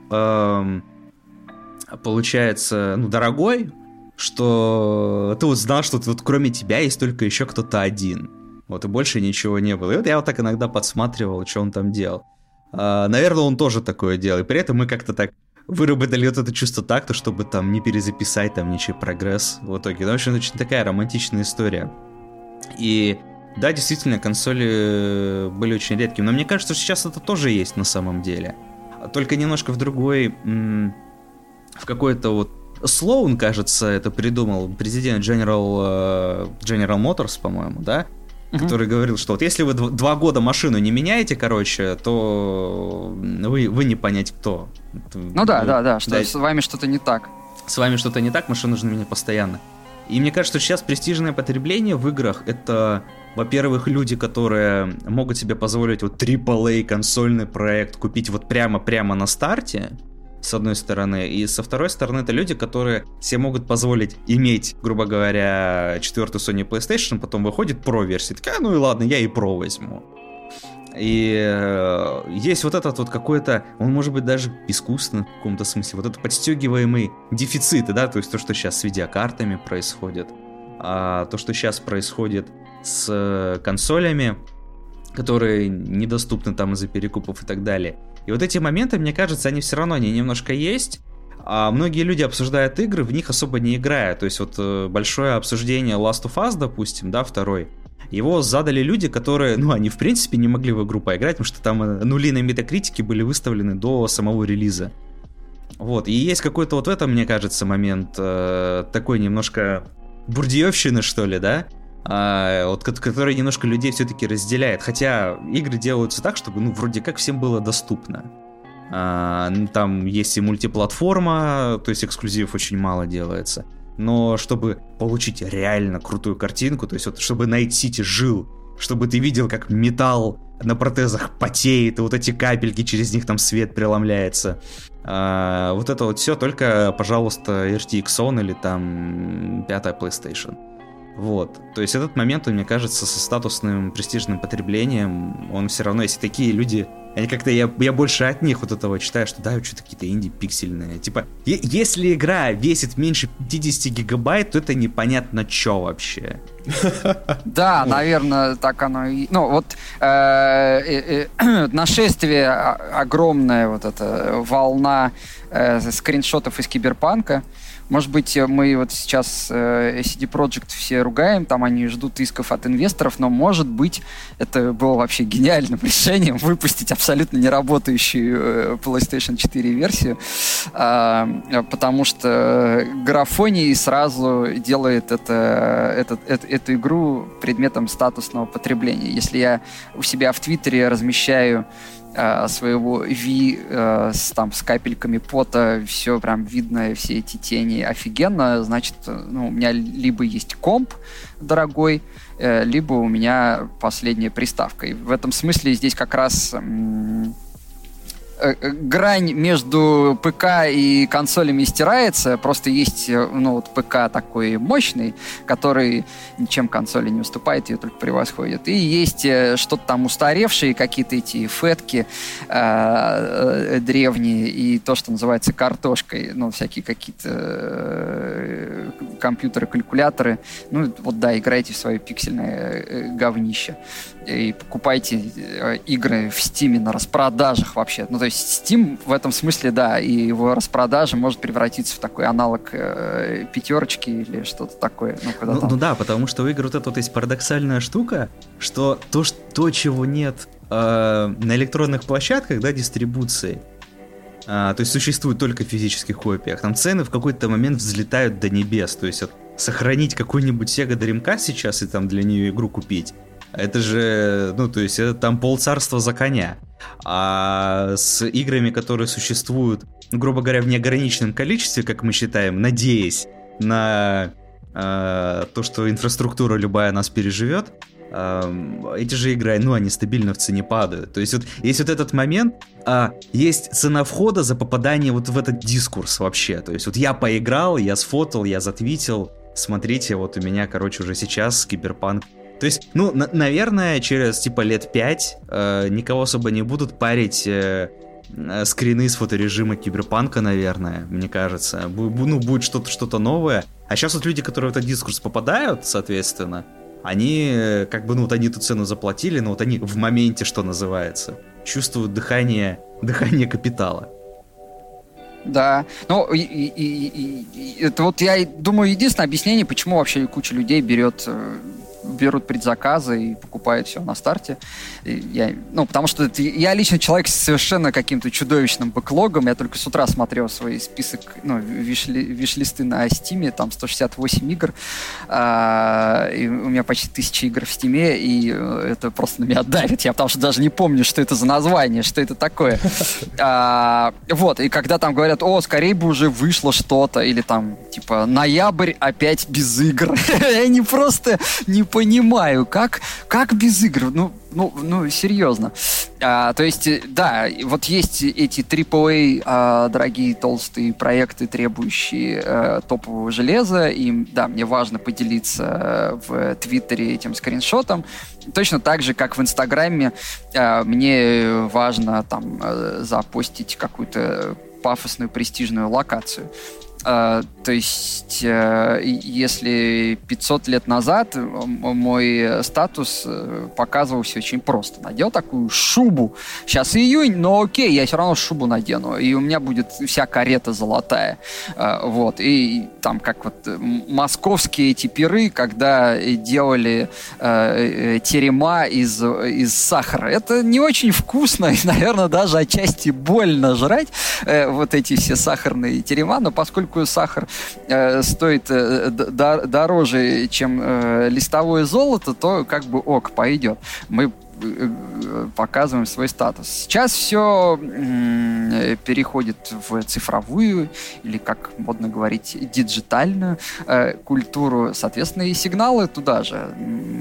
получается, ну, дорогой, что ты вот знал, что вот кроме тебя есть только еще кто-то один. Вот, и больше ничего не было. И вот я вот так иногда подсматривал, что он там делал. Наверное, он тоже такое делал. И при этом мы как-то так выработали вот это чувство такта, чтобы там не перезаписать там ничей прогресс в итоге. Ну, в общем, очень такая романтичная история. И да, действительно, консоли были очень редкими. Но мне кажется, что сейчас это тоже есть на самом деле. Только немножко в другой... в какой-то вот... Слоун, кажется, это придумал президент General Motors, по-моему, да? Который говорил, что вот если вы 2 года машину не меняете, короче, то вы не понять кто. Ну да, что с вами что-то не так. С вами что-то не так, машину нужно менять постоянно. И мне кажется, что сейчас престижное потребление в играх — это, во-первых, люди, которые могут себе позволить вот AAA консольный проект купить вот прямо на старте, с одной стороны, и со второй стороны это люди, которые себе могут позволить иметь, грубо говоря, 4-ю Sony PlayStation, потом выходит Pro-версия, такая, ну и ладно, я и Pro возьму. И есть вот этот вот какой-то, он может быть даже искусственный в каком-то смысле, вот этот подстегиваемый дефициты, да, то есть то, что сейчас с видеокартами происходит, то, что сейчас происходит с консолями, которые недоступны там из-за перекупов и так далее. И вот эти моменты, мне кажется, они все равно они немножко есть. А многие люди обсуждают игры, в них особо не играя. То есть вот большое обсуждение Last of Us, допустим, да, второй, его задали люди, которые, ну, они в принципе не могли в игру поиграть, потому что там нули на метакритике были выставлены до самого релиза. Вот, и есть какой-то вот в этом, мне кажется, момент такой немножко бурдиевщины, что ли, да? Вот, который немножко людей все-таки разделяет. Хотя игры делаются так, чтобы, ну, вроде как всем было доступно. Там есть и мультиплатформа, то есть эксклюзивов очень мало делается. Но чтобы получить реально крутую картинку, то есть вот чтобы Night City жил, чтобы ты видел, как металл на протезах потеет, и вот эти капельки, через них там свет преломляется. Вот это вот все только, пожалуйста, RTX On или там 5-я PlayStation. Вот, то есть этот момент, мне кажется, со статусным престижным потреблением, он все равно, если такие люди, они как-то, я больше от них вот этого читаю, что да, что-то какие-то инди пиксельные, типа, если игра весит меньше 50 гигабайт, то это непонятно что вообще. Да, наверное, так оно и... Ну, вот нашествие огромная, вот эта волна скриншотов из Киберпанка. Может быть, мы вот сейчас CD Projekt все ругаем, там они ждут исков от инвесторов, но, может быть, это было вообще гениальным решением выпустить абсолютно неработающую PlayStation 4 версию, потому что Графоний сразу делает эту игру предметом статусного потребления. Если я у себя в Твиттере размещаю своего V с капельками пота, все прям видно, все эти тени офигенно, значит, ну, у меня либо есть комп дорогой, либо у меня последняя приставка. И в этом смысле здесь как раз грань между ПК и консолями стирается, просто есть, ну, вот ПК такой мощный, который ничем консоли не уступает, ее только превосходит. И есть что-то там устаревшие, какие-то эти фетки древние, и то, что называется картошкой, ну, всякие какие-то компьютеры, калькуляторы. Ну, вот да, играйте в свое пиксельное говнище. И покупайте игры в Steam на распродажах вообще. Ну, то есть Steam в этом смысле, да, и его распродажа может превратиться в такой аналог пятерочки или что-то такое. Ну да, потому что у игр вот эта вот есть парадоксальная штука, что то, чего нет на электронных площадках, да, дистрибуции, то есть существует только в физических копиях, там цены в какой-то момент взлетают до небес. То есть вот, сохранить какой-нибудь Sega Dreamcast сейчас и там для нее игру купить, это же, ну, то есть это там полцарства за коня. А с играми, которые существуют, ну, грубо говоря, в неограниченном количестве, как мы считаем, надеясь на то, что инфраструктура любая нас переживет, эти же игры, ну, они стабильно в цене падают. То есть вот есть вот этот момент, есть цена входа за попадание вот в этот дискурс вообще. То есть вот я поиграл, я сфотал, я затвитил, смотрите, вот у меня, короче, уже сейчас Киберпанк. То есть, ну, наверное, через, типа, лет 5 никого особо не будут парить скрины с фоторежима Киберпанка, наверное, мне кажется. Ну, будет что-то новое. А сейчас вот люди, которые в этот дискурс попадают, соответственно, они, как бы, ну, вот они эту цену заплатили, но вот они в моменте, что называется, чувствуют дыхание капитала. Да, ну, это вот, я думаю, единственное объяснение, почему вообще куча людей берет берут предзаказы и покупают все на старте. Потому что я лично человек с совершенно каким-то чудовищным бэклогом. Я только с утра смотрел свой список, виш-листы на Steam, там 168 игр. И у меня почти 1000 игр в Steam, и это просто на меня давит. Я потому что даже не помню, что это за название, что это такое. И когда там говорят, скорее бы уже вышло что-то, или там, типа, ноябрь опять без игр. Я просто не понимаю, как без игр? Серьезно. То есть, да, вот есть эти AAA, дорогие толстые проекты, требующие топового железа, и, да, мне важно поделиться в Твиттере этим скриншотом. Точно так же, как в Инстаграме, мне важно там запостить какую-то пафосную, престижную локацию. То есть, если 500 лет назад мой статус показывал все очень просто. Надел такую шубу. Сейчас июнь, но окей, я все равно шубу надену. И у меня будет вся карета золотая. И там как московские эти пиры, когда делали терема из сахара. Это не очень вкусно и, наверное, даже отчасти больно жрать вот эти все сахарные терема, но поскольку сахар стоит дороже, чем листовое золото, то как бы пойдет. Мы показываем свой статус. Сейчас все переходит в цифровую, или, как модно говорить, диджитальную культуру. Соответственно, и сигналы туда же.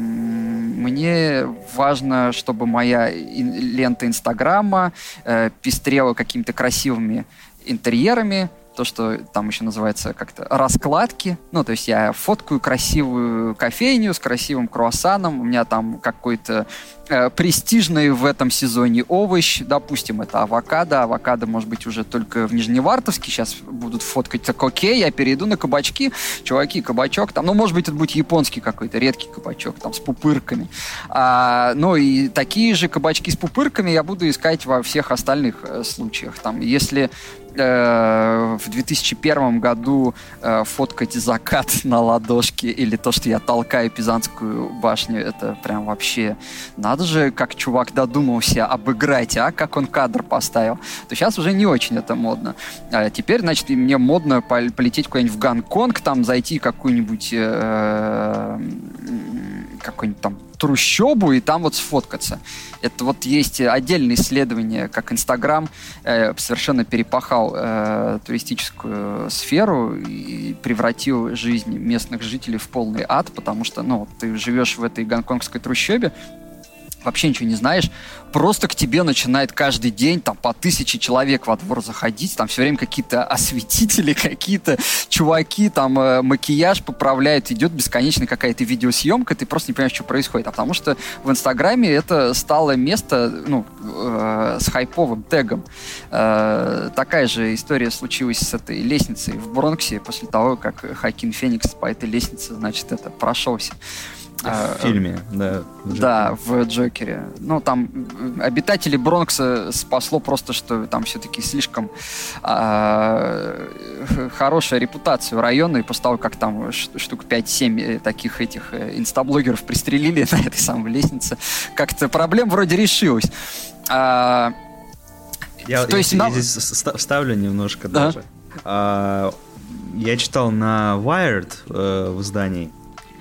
Мне важно, чтобы моя лента Инстаграма пестрела какими-то красивыми интерьерами, то, что там еще называется как-то раскладки. То есть я фоткаю красивую кофейню с красивым круассаном, у меня там какой-то престижный в этом сезоне овощ, допустим, это авокадо. Авокадо, может быть, уже только в Нижневартовске сейчас будут фоткать, так окей, я перейду на кабачки. Чуваки, кабачок там, может быть, это будет японский какой-то, редкий кабачок, там, с пупырками. И такие же кабачки с пупырками я буду искать во всех остальных случаях. Там, если в 2001 году фоткать закат на ладошке или то, что я толкаю Пизанскую башню, это прям вообще... Надо же, как чувак додумался обыграть, как он кадр поставил. То сейчас уже не очень это модно. Теперь, значит, мне модно полететь куда-нибудь в Гонконг, там зайти в какую-нибудь там трущобу и там сфоткаться. Это есть отдельное исследование, как Инстаграм совершенно перепахал туристическую сферу и превратил жизнь местных жителей в полный ад, потому что, ты живешь в этой гонконгской трущобе, вообще ничего не знаешь, просто к тебе начинает каждый день там по 1000 человек во двор заходить, там все время какие-то осветители, какие-то чуваки там макияж поправляют, идет бесконечная какая-то видеосъемка, ты просто не понимаешь, что происходит, потому что в Инстаграме это стало место, с хайповым тегом. Такая же история случилась с этой лестницей в Бронксе после того, как Хоакин Феникс по этой лестнице, значит, прошелся. В фильме, да. Да, в Джокере. Там обитатели Бронкса спасло просто, что там все-таки слишком хорошая репутация района, и после того, как там штук 5-7 таких этих инстаблогеров пристрелили на этой самой лестнице, как-то проблема вроде решилась. Я здесь вставлю немножко даже. Я читал на Wired в издании,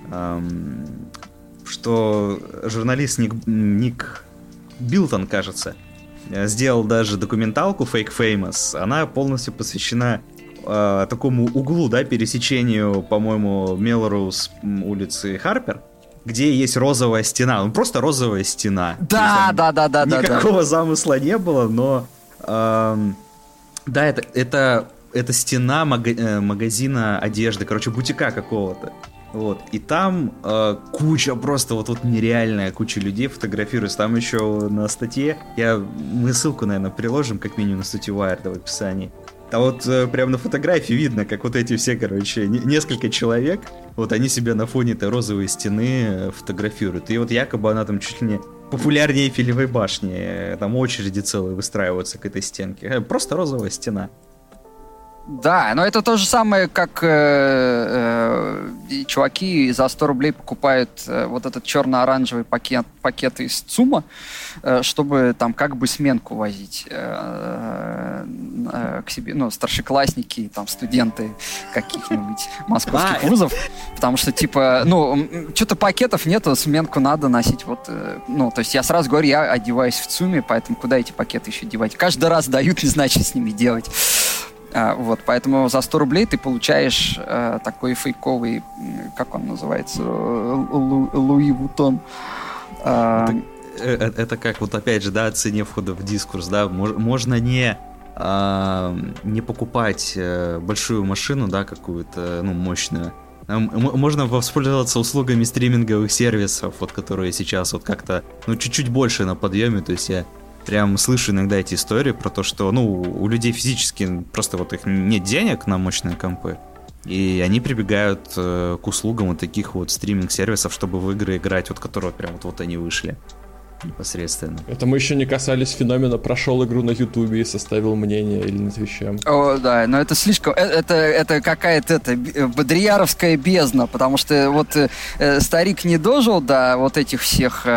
что журналист Ник Билтон, кажется, сделал даже документалку Fake Famous. Она полностью посвящена такому углу, пересечению, по-моему, Мелроуз улицы Харпер, где есть розовая стена. Просто розовая стена. Да. Никакого замысла не было, но это стена магазина одежды, бутика какого-то. И там куча, просто нереальная куча людей фотографируется. Там еще на статье, мы ссылку, наверное, приложим, как минимум, на статью Wired в описании. Там прямо на фотографии видно, как эти все, несколько человек, они себя на фоне этой розовой стены фотографируют. И якобы она там чуть ли не популярнее Эйфелевой башни. Там очереди целые выстраиваются к этой стенке. Просто розовая стена. Да, но это то же самое, как чуваки за 100 рублей покупают вот этот черно-оранжевый пакет из ЦУМа, чтобы там как бы сменку возить к себе, ну, старшеклассники, там, студенты каких-нибудь московских вузов, потому что, типа, ну, что-то пакетов нету, сменку надо носить, вот, ну, то есть я сразу говорю, я одеваюсь в ЦУМе, поэтому куда эти пакеты еще девать? Каждый раз дают, не знаю, что с ними делать. Вот, поэтому за 100 рублей ты получаешь такой фейковый, как он называется, Луи Вутон. Это как, вот опять же, да, о цене входа в дискурс, да, можно не покупать большую машину, да, какую-то, ну, мощную. Можно воспользоваться услугами стриминговых сервисов, вот, которые сейчас вот как-то, ну, чуть-чуть больше на подъеме, то есть я прям слышу иногда эти истории про то, что, ну, у людей физически просто вот их нет денег на мощные компы, и они прибегают к услугам вот таких вот стриминг-сервисов, чтобы в игры играть, вот которые прям вот они вышли непосредственно. Это мы еще не касались феномена «прошел игру на Ютубе и составил мнение» или на Твиче. О, да, но это слишком... Это какая-то бодрияровская бездна, потому что вот старик не дожил до вот этих всех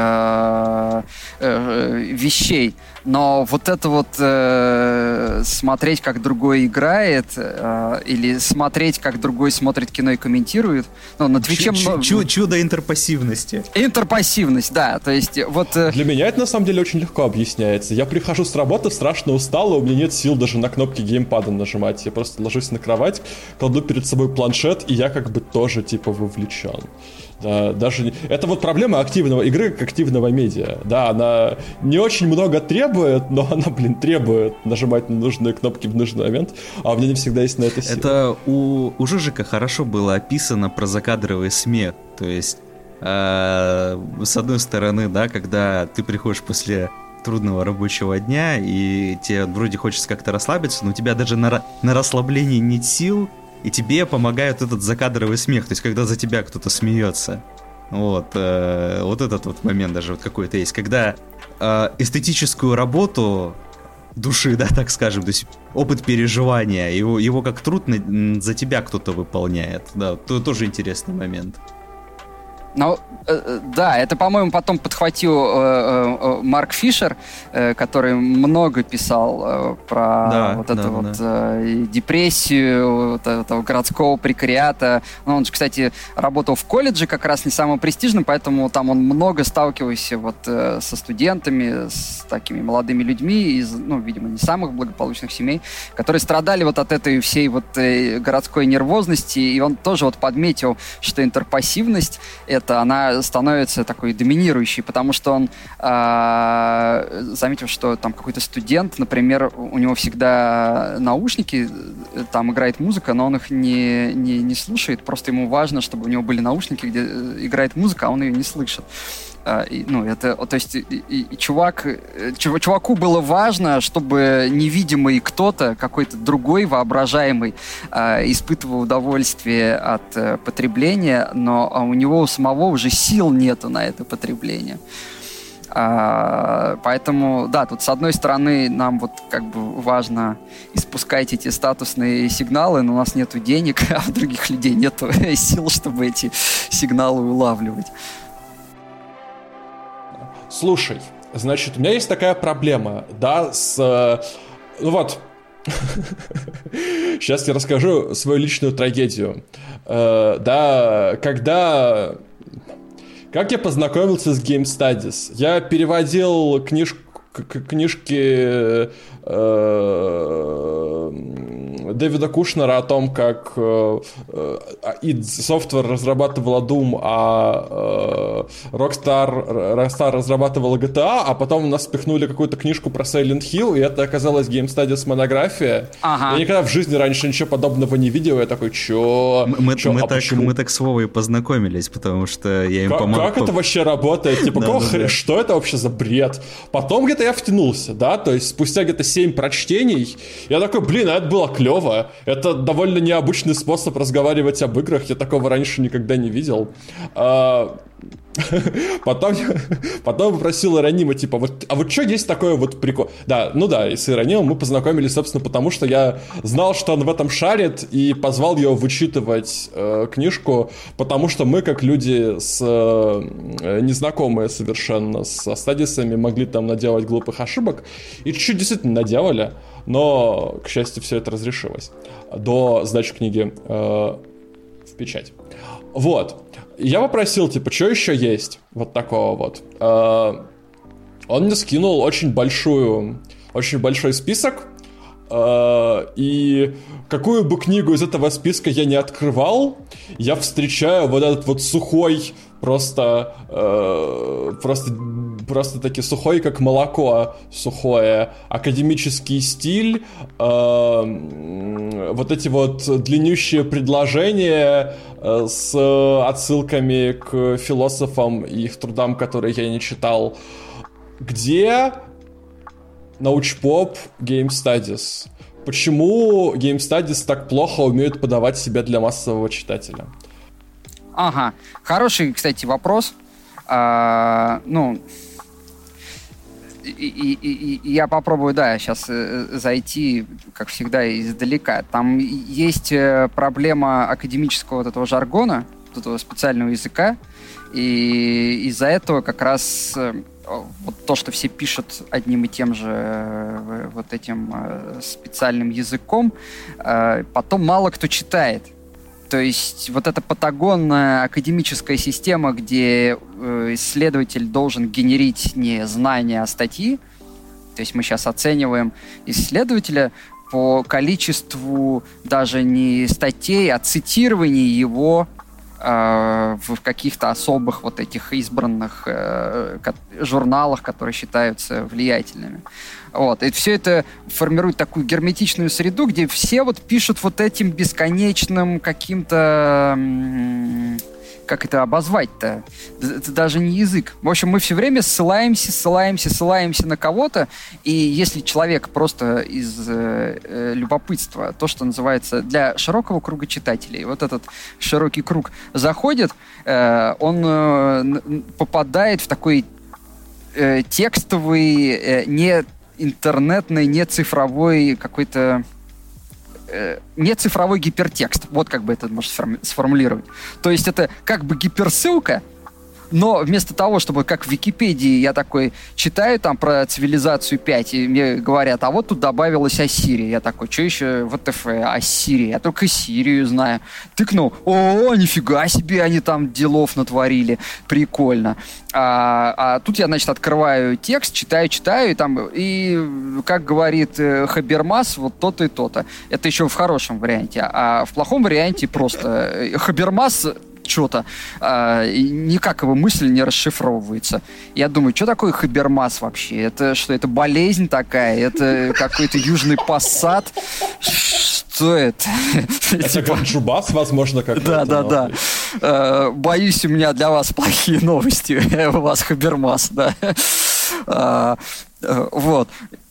вещей, но вот это вот смотреть, как другой играет, или смотреть, как другой смотрит кино и комментирует, ну, на Твиче... Чудо интерпассивности. Интерпассивность, да, то есть вот... Для меня это на самом деле очень легко объясняется. Я прихожу с работы, страшно устал, у меня нет сил даже на кнопки геймпада нажимать. Я просто ложусь на кровать, кладу перед собой планшет, и я как бы тоже типа вовлечен. Да, даже это вот проблема игры как активного медиа. Да, она не очень много требует, но она, требует нажимать на нужные кнопки в нужный момент, а у меня не всегда есть на это силы. Это у Жижика хорошо было описано про закадровый смех. То есть, с одной стороны, да, когда ты приходишь после трудного рабочего дня, и тебе вроде хочется как-то расслабиться, но у тебя даже на расслабление нет сил, и тебе помогает этот закадровый смех, то есть когда за тебя кто-то смеется. Вот этот вот момент даже вот какой-то есть, когда эстетическую работу души, да, так скажем, то есть опыт переживания, его как труд за тебя кто-то выполняет, да, тоже интересный момент. Ну, да, это, по-моему, потом подхватил Марк Фишер, который много писал про депрессию, вот этого городского прекариата. Ну, он же, кстати, работал в колледже, как раз не самым престижным, поэтому там он много сталкивался вот со студентами, с такими молодыми людьми из, ну, видимо, не самых благополучных семей, которые страдали вот от этой всей вот городской нервозности, и он тоже вот подметил, что интерпассивность она становится такой доминирующей, потому что он заметил, что там какой-то студент, например, у него всегда наушники, там играет музыка, но он их не слушает, просто ему важно, чтобы у него были наушники, где играет музыка, а он ее не слышит. Чуваку было важно, чтобы невидимый кто-то, какой-то другой воображаемый, испытывал удовольствие от потребления, но у него самого уже сил нету на это потребление. Поэтому, да, тут с одной стороны нам вот как бы важно испускать эти статусные сигналы, но у нас нету денег, а у других людей нету сил, чтобы эти сигналы улавливать. Слушай, значит, у меня есть такая проблема, да, ну вот, сейчас я расскажу свою личную трагедию. Да, как я познакомился с Game Studies? Я переводил книжки Дэвида Кушнера о том, как id Software разрабатывала Doom, а Rockstar разрабатывала GTA, а потом у нас спихнули какую-то книжку про Silent Hill, и это оказалось Game Studies монография. Ага. Я никогда в жизни раньше ничего подобного не видел, я такой, мы так с Вовой познакомились, потому что я им помог. Как это вообще работает? Типа, что это вообще за бред? Потом где-то я втянулся, да, то есть спустя где-то 7 прочтений, я такой, это было клево. Это довольно необычный способ разговаривать об играх. Я такого раньше никогда не видел. Потом попросил Иеронима, типа, а вот что есть такое вот прикол? Да, и с Иеронимом мы познакомились, собственно, потому что я знал, что он в этом шарит, и позвал его вычитывать книжку, потому что мы, как люди незнакомые совершенно со стадисами, могли там наделать глупых ошибок, и чуть-чуть действительно наделали, но, к счастью, все это разрешилось до сдачи книги в печать. Вот. Я попросил, типа, что еще есть вот такого вот. Он мне скинул очень большой список, и какую бы книгу из этого списка я не открывал, я встречаю вот этот вот сухой, просто таки сухой, как молоко сухое, академический стиль, вот эти вот длиннющие предложения с отсылками к философам и их трудам, которые я не читал. Где научпоп Game Studies? Почему Game Studies так плохо умеют подавать себя для массового читателя? Ага, хороший, кстати, вопрос. Я попробую, сейчас зайти, как всегда, издалека. Там есть проблема академического вот этого жаргона, вот этого специального языка, и из-за этого как раз вот то, что все пишут одним и тем же вот этим специальным языком, потом мало кто читает. То есть вот эта патагонная академическая система, где исследователь должен генерить не знания, а статьи, то есть мы сейчас оцениваем исследователя по количеству даже не статей, а цитирований его в каких-то особых вот этих избранных журналах, которые считаются влиятельными. Вот. И все это формирует такую герметичную среду, где все вот пишут вот этим бесконечным каким-то... Как это обозвать-то? Это даже не язык. В общем, мы все время ссылаемся на кого-то, и если человек просто из любопытства, то, что называется, для широкого круга читателей, вот этот широкий круг заходит, он попадает в такой текстовый, не интернетный, не цифровой какой-то... не цифровой гипертекст. Вот как бы это можно сформулировать. То есть это как бы гиперссылка, но вместо того, чтобы как в Википедии я такой читаю там про цивилизацию 5, и мне говорят, а вот тут добавилась Ассирия. Я такой, что еще ВТФ, Ассирия? Я только Сирию знаю. Тыкнул, нифига себе, они там делов натворили. Прикольно. А тут я, значит, открываю текст, читаю, и как говорит Хабермас, вот то-то и то-то. Это еще в хорошем варианте. А в плохом варианте просто Хабермас что-то, никак его мысль не расшифровывается. Я думаю, что такое Хабермас вообще? Это что, это болезнь такая? Это какой-то южный пассат? Что это? Это как Джубас, возможно, как-то. Да. Боюсь, у меня для вас плохие новости. У вас Хабермас, да. Вот.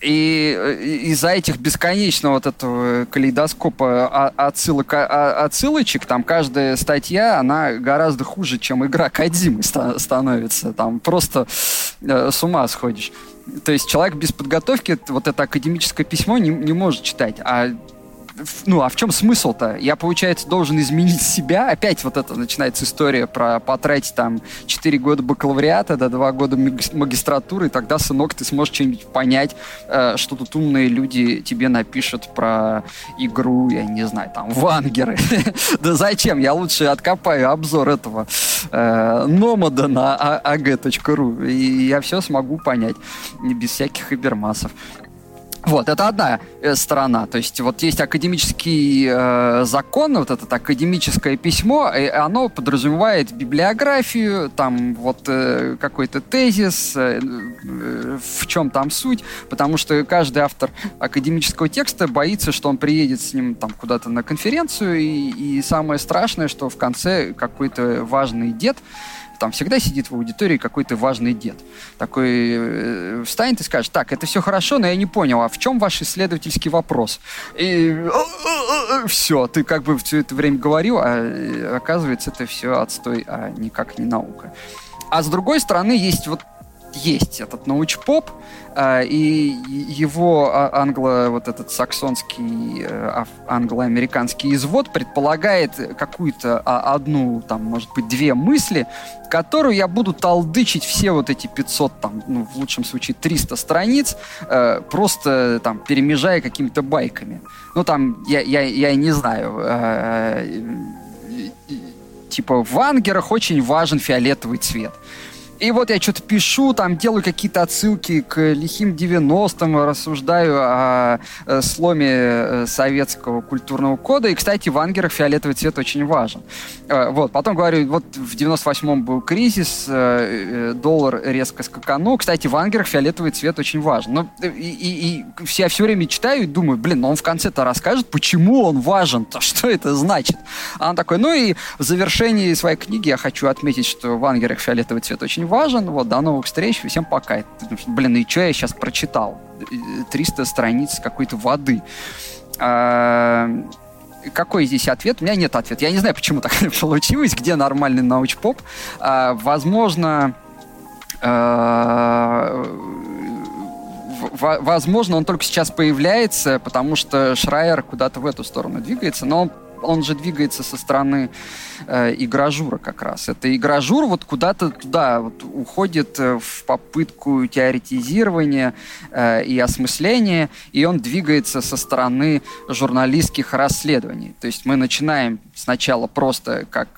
И из-за этих бесконечного вот этого калейдоскопа отсылочек, там каждая статья, она гораздо хуже, чем игра Кодзимы становится. Там просто с ума сходишь. То есть человек без подготовки вот это академическое письмо не может читать. А в чем смысл-то? Я, получается, должен изменить себя. Опять вот это начинается история про потратить там 4 года бакалавриата, 2 года магистратуры, и тогда, сынок, ты сможешь что-нибудь понять, что тут умные люди тебе напишут про игру, я не знаю, там, вангеры. Да зачем? Я лучше откопаю обзор этого номада на ag.ru, и я все смогу понять, без всяких хабермасов. Вот, это одна сторона. То есть вот есть академический закон, вот это академическое письмо, и оно подразумевает библиографию, там вот какой-то тезис, в чем там суть, потому что каждый автор академического текста боится, что он приедет с ним там куда-то на конференцию, и самое страшное, что в конце какой-то важный дед, там всегда сидит в аудитории какой-то важный дед. Такой встанет и скажет, так, это все хорошо, но я не понял, а в чем ваш исследовательский вопрос? И все, ты как бы все это время говорил, а оказывается, это все отстой, а никак не наука. А с другой стороны, есть этот научпоп, и его саксонский, англо-американский извод предполагает какую-то одну, там, может быть, две мысли, которую я буду толдычить все вот эти 500, там, ну, в лучшем случае 300 страниц, просто там перемежая какими-то байками. Ну, там, я не знаю, типа в вангерах очень важен фиолетовый цвет. И вот я что-то пишу, там делаю какие-то отсылки к лихим 90-м, рассуждаю о сломе советского культурного кода. И, кстати, в ангерах фиолетовый цвет очень важен. Вот. Потом говорю, вот в 98-м был кризис, доллар резко скаканул. Кстати, в ангерах фиолетовый цвет очень важен. Ну, и я все время читаю и думаю, блин, но он в конце-то расскажет, почему он важен-то, что это значит. А он такой, ну и в завершении своей книги я хочу отметить, что в ангерах фиолетовый цвет очень важен. Вот, до новых встреч, всем пока. Блин, и что я сейчас прочитал? 300 страниц какой-то воды. Какой здесь ответ? У меня нет ответа. Я не знаю, почему так получилось, где нормальный научпоп. Возможно, он только сейчас появляется, потому что Шрайер куда-то в эту сторону двигается, но он же двигается со стороны игражура как раз. Это игражур вот куда-то туда вот уходит в попытку теоретизирования и осмысления, и он двигается со стороны журналистских расследований. То есть мы начинаем сначала просто как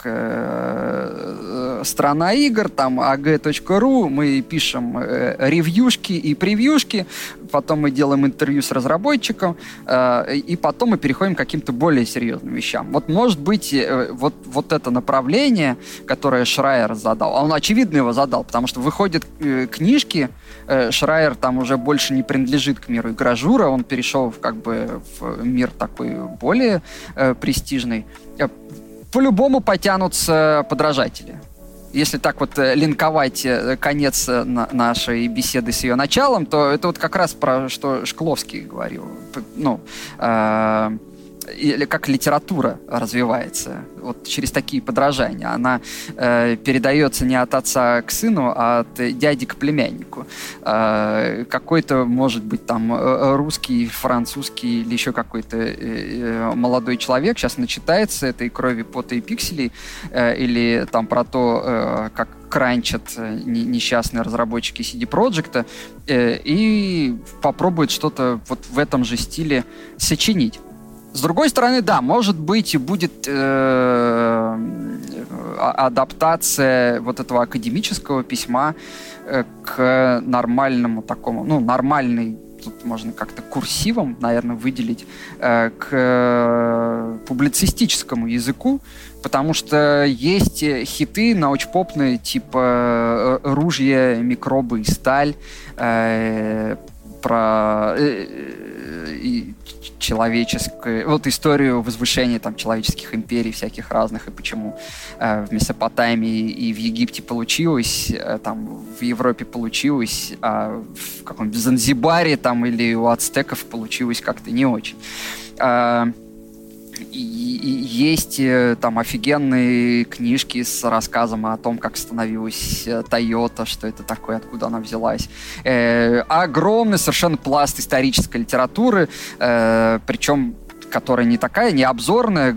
страна игр, там ag.ru, мы пишем ревьюшки и превьюшки, потом мы делаем интервью с разработчиком, и потом мы переходим к каким-то более серьезным вещам. Вот может быть вот это направление, которое Шрайер задал, он очевидно его задал, потому что выходят книжки, Шрайер там уже больше не принадлежит к миру игражура, он перешел в мир такой более престижный. По-любому потянутся подражатели. Если так вот линковать конец нашей беседы с ее началом, то это вот как раз про что Шкловский говорил. Ну, или как литература развивается вот через такие подражания. Она передается не от отца к сыну, а от дяди к племяннику. Какой-то, может быть, там русский, французский или еще какой-то молодой человек сейчас начитается этой «Крови, пота и пикселей» или там про то, как кранчат несчастные разработчики CD Projekt и попробует что-то вот в этом же стиле сочинить. С другой стороны, да, может быть, будет адаптация вот этого академического письма к нормальному такому, ну, нормальный, тут можно как-то курсивом, наверное, выделить, к публицистическому языку, потому что есть хиты научпопные, типа «Ружья, микробы и сталь», про человеческую, вот историю возвышения там человеческих империй всяких разных, и почему в Месопотамии и в Египте получилось, там в Европе получилось, а в каком-нибудь Занзибаре там или у ацтеков получилось как-то не очень. И есть там офигенные книжки с рассказом о том, как становилась Toyota, что это такое, откуда она взялась. Огромный совершенно пласт исторической литературы, причем которая не такая, не обзорная,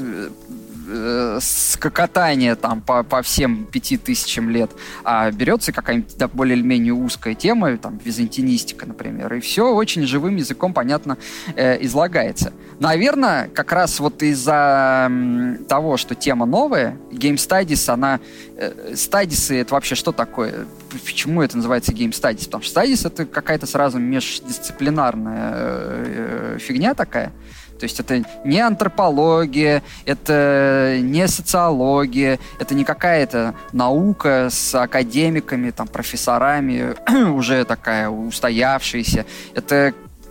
скокотание там по всем 5000 лет, а берется какая-нибудь более или менее узкая тема, там византинистика, например, и все очень живым языком, понятно, излагается. Наверное, как раз вот из-за того, что тема новая, Game Studies, Studies — это вообще что такое? Почему это называется Game Studies? Потому что Studies — это какая-то сразу междисциплинарная фигня такая. То есть это не антропология, это не социология, это не какая-то наука с академиками, там, профессорами, уже такая устоявшаяся. Это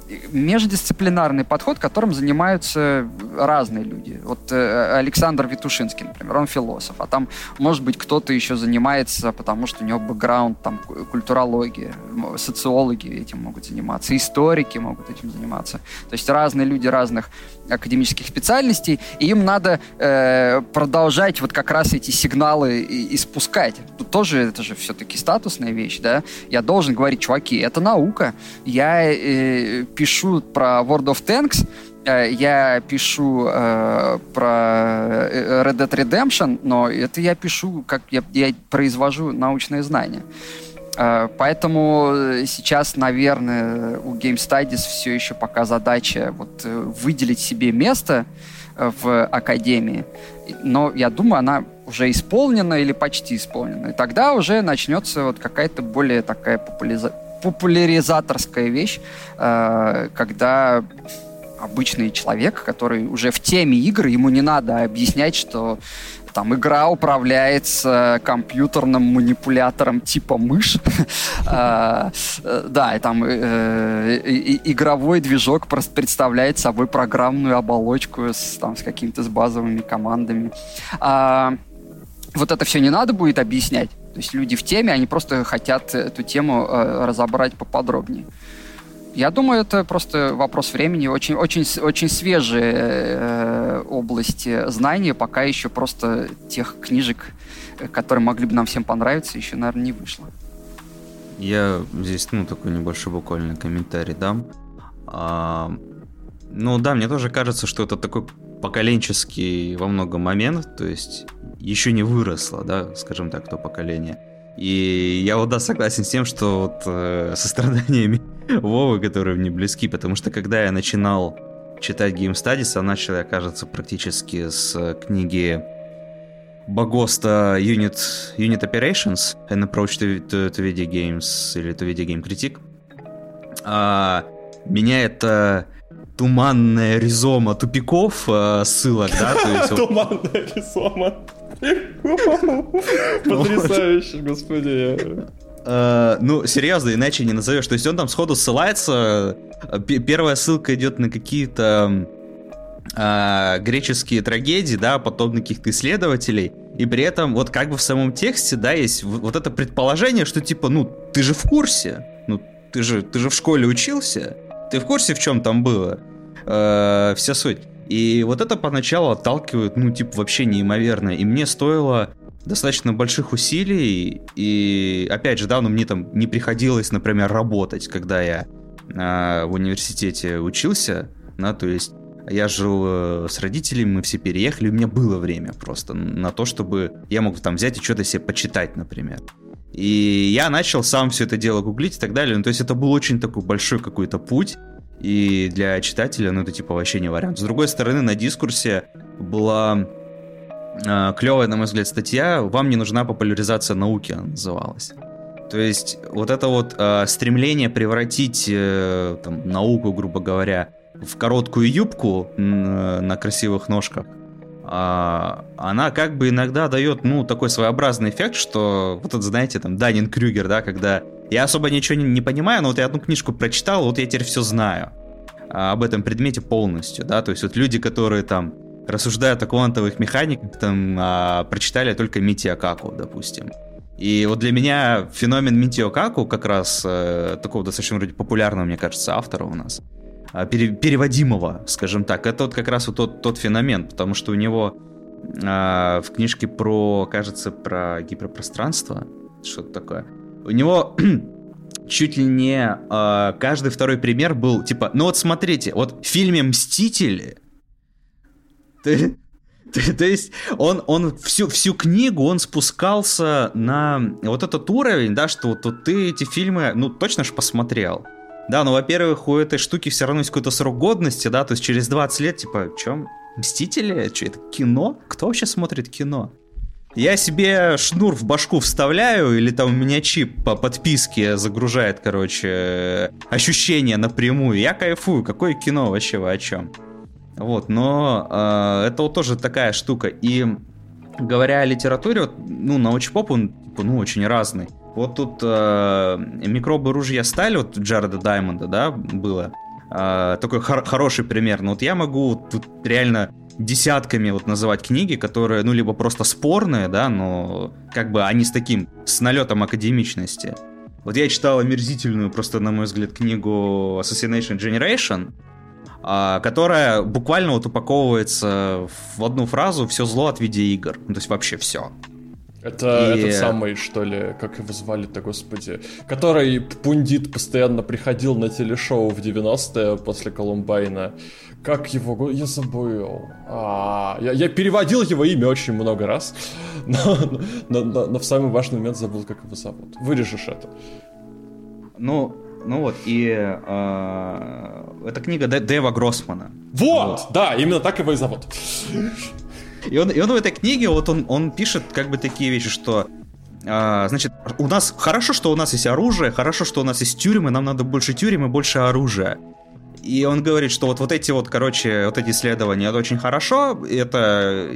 междисциплинарный подход, которым занимаются разные люди. Вот Александр Витушинский, например, он философ, а там, может быть, кто-то еще занимается, потому что у него бэкграунд, там, культурология, социологи этим могут заниматься, историки могут этим заниматься. То есть разные люди разных академических специальностей, и им надо продолжать вот как раз эти сигналы испускать. Тут тоже, это же все-таки статусная вещь, да? Я должен говорить, чуваки, это наука. Я пишу про World of Tanks, я пишу про Red Dead Redemption, но это я пишу, как я произвожу научные знания. Поэтому сейчас, наверное, у Game Studies все еще пока задача вот выделить себе место в академии. Но я думаю, она уже исполнена или почти исполнена. И тогда уже начнется вот какая-то более такая популяризаторская вещь, когда обычный человек, который уже в теме игр, ему не надо объяснять, что там игра управляется компьютерным манипулятором типа мышь. Да, и там игровой движок представляет собой программную оболочку с какими-то базовыми командами. Вот это все не надо будет объяснять. То есть люди в теме, они просто хотят эту тему разобрать поподробнее. Я думаю, это просто вопрос времени. Очень, очень, очень свежие области знаний, пока еще просто тех книжек, которые могли бы нам всем понравиться, еще, наверное, не вышло. Я здесь, такой небольшой буквально комментарий дам. Мне тоже кажется, что это такой поколенческий во многом момент, то есть еще не выросло, да, скажем так, то поколение. И я согласен с тем, что со страданиями Вовы, которые мне близки, потому что когда я начинал читать Game Studies, начал я, кажется, практически с книги Багоста Unit Operations, An Approach to Video Games или To Video Game Critic. Меня это туманная ризома тупиков ссылок, да? Туманная ризома. Потрясающе, господи. Серьезно, иначе не назовешь. То есть он там сходу ссылается. Первая ссылка идет на какие-то греческие трагедии, да, потом на каких-то исследователей. И при этом вот как бы в самом тексте, да, есть вот это предположение, что типа, ты же в курсе, ты же в школе учился, ты в курсе, в чем там было, вся суть. И вот это поначалу отталкивает, вообще неимоверно. И мне стоило достаточно больших усилий. И опять же, да, мне там не приходилось, например, работать, когда я в университете учился, да, то есть я жил с родителями, мы все переехали, у меня было время просто на то, чтобы я мог там взять и что-то себе почитать, например. И я начал сам все это дело гуглить и так далее. То есть это был очень такой большой какой-то путь. И для читателя, это типа вообще не вариант. С другой стороны, на дискурсе была клевая, на мой взгляд, статья «Вам не нужна популяризация науки», она называлась. То есть вот это вот стремление превратить науку, грубо говоря, в короткую юбку на красивых ножках, она как бы иногда дает, такой своеобразный эффект, что вот это, знаете, Даннинг-Крюгер, да, когда я особо ничего не понимаю, но вот я одну книжку прочитал, вот я теперь все знаю об этом предмете полностью, да, то есть вот люди, которые там рассуждают о квантовых механиках, прочитали только Митио Каку, допустим. И вот для меня феномен Митио Каку, как раз такого достаточно вроде популярного, мне кажется, автора у нас, переводимого, скажем так, это вот как раз вот тот феномен, потому что у него в книжке кажется, про гиперпространство, что-то такое, у него чуть ли не каждый второй пример был типа, вот смотрите, вот в фильме «Мстители», то есть он всю книгу он спускался на вот этот уровень, да, что вот ты эти фильмы, точно ж посмотрел. Да, во-первых, у этой штуки все равно есть какой-то срок годности, да, то есть через 20 лет, типа, чё, «Мстители»? Что, это кино? Кто вообще смотрит кино? Я себе шнур в башку вставляю, или там у меня чип по подписке загружает, ощущения напрямую. Я кайфую, какое кино вообще, вы о чем? Вот, но это вот тоже такая штука. И говоря о литературе, научпоп, он очень разный. Вот тут «Микробы, ружья, сталь», вот Джареда Даймонда, да, было. такой хороший пример. Но вот я могу тут реально десятками вот называть книги, которые, ну, либо просто спорные, да, но как бы они с налетом академичности. Вот я читал омерзительную, просто, на мой взгляд, книгу Assassination Generation, которая буквально вот упаковывается в одну фразу «все зло от видеоигр». Ну, то есть вообще все. Это этот самый, что ли, как его звали-то, господи, который пундит постоянно приходил на телешоу в 90-е после Колумбайна. Как его... Я забыл. Я переводил его имя очень много раз, но в самый важный момент забыл, как его зовут. Вырежешь это. Ну вот, и это книга Дэйва Гроссмана. Вот, да, именно так его и зовут. И он в этой книге, вот он пишет как бы такие вещи, что значит, у нас хорошо, что у нас есть оружие, хорошо, что у нас есть тюрьмы, нам надо больше тюрем и больше оружия. И он говорит, что вот эти вот, короче, вот эти исследования, это очень хорошо, это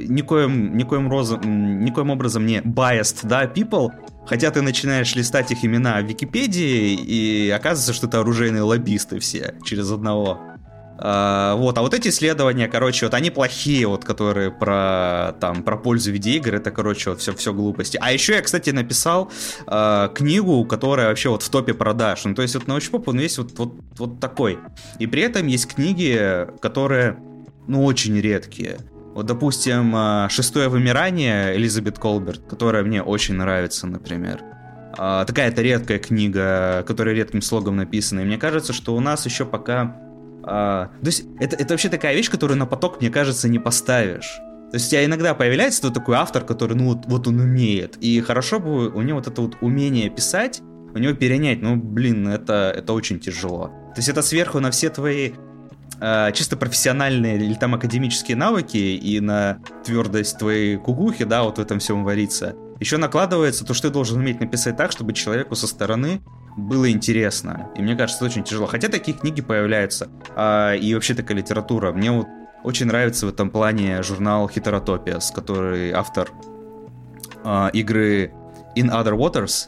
никоим образом не biased, да, people, хотя ты начинаешь листать их имена в Википедии, и оказывается, что это оружейные лоббисты все, через одного. Вот, а вот эти исследования, короче, вот они плохие, вот, которые про пользу видеоигр, это, короче, вот все глупости. А еще я, кстати, написал книгу, которая вообще вот в топе продаж. Ну, то есть вот научпоп, он весь вот такой. И при этом есть книги, которые, ну, очень редкие. Вот, допустим, «Шестое вымирание» Элизабет Колберт, которая мне очень нравится, например. Такая-то редкая книга, которая редким слогом написана. И мне кажется, что у нас еще пока... то есть это вообще такая вещь, которую на поток, мне кажется, не поставишь. То есть у тебя иногда появляется тот такой автор, который, ну, вот он умеет. И хорошо бы у него вот это вот умение писать, у него перенять, ну, блин, это очень тяжело. То есть это сверху на все твои чисто профессиональные или там академические навыки и на твердость твоей кукухи, да, вот в этом всем варится. Еще накладывается то, что ты должен уметь написать так, чтобы человеку со стороны было интересно. И мне кажется, это очень тяжело. Хотя такие книги появляются. И вообще такая литература. Мне вот очень нравится в этом плане журнал Heterotopias, который автор игры In Other Waters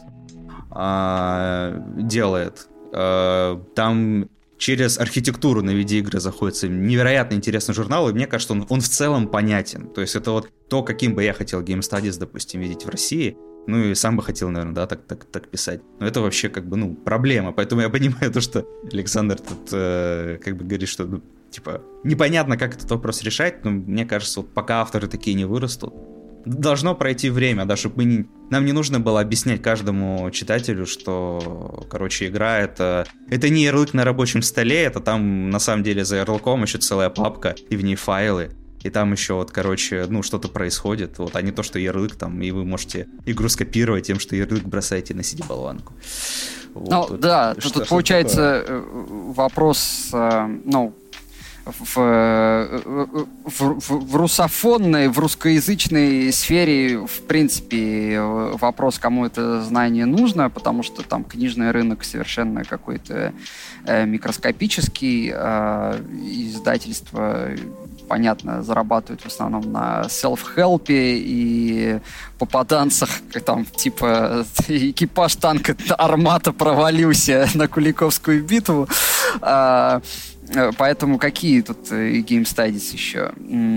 делает. Там через архитектуру на видеоигры заходится невероятно интересный журнал, и мне кажется, он в целом понятен. То есть это вот то, каким бы я хотел Game Studies, допустим, видеть в России. Ну и сам бы хотел, наверное, да, так писать. Но это вообще как бы, ну, проблема. Поэтому я понимаю то, что Александр тут как бы говорит, что, ну, типа, непонятно, как этот вопрос решать, но мне кажется, вот пока авторы такие не вырастут, должно пройти время, да, чтобы нам не нужно было объяснять каждому читателю, что, короче, игра это не ярлык на рабочем столе, это там на самом деле за ярлыком еще целая папка, и в ней файлы. И там еще вот, короче, ну, что-то происходит, вот, а не то, что ярлык там, и вы можете игру скопировать тем, что ярлык бросаете на CD-болванку. Вот, ну, тут, да, тут получается такое? Вопрос, ну, в русофонной, в русскоязычной сфере, в принципе, вопрос, кому это знание нужно, потому что там книжный рынок совершенно какой-то микроскопический, издательства, понятно, зарабатывают в основном на селф-хелпе и попаданцах, там, типа, экипаж танка «Армата» провалился на Куликовскую битву. Поэтому какие тут Game Studies еще?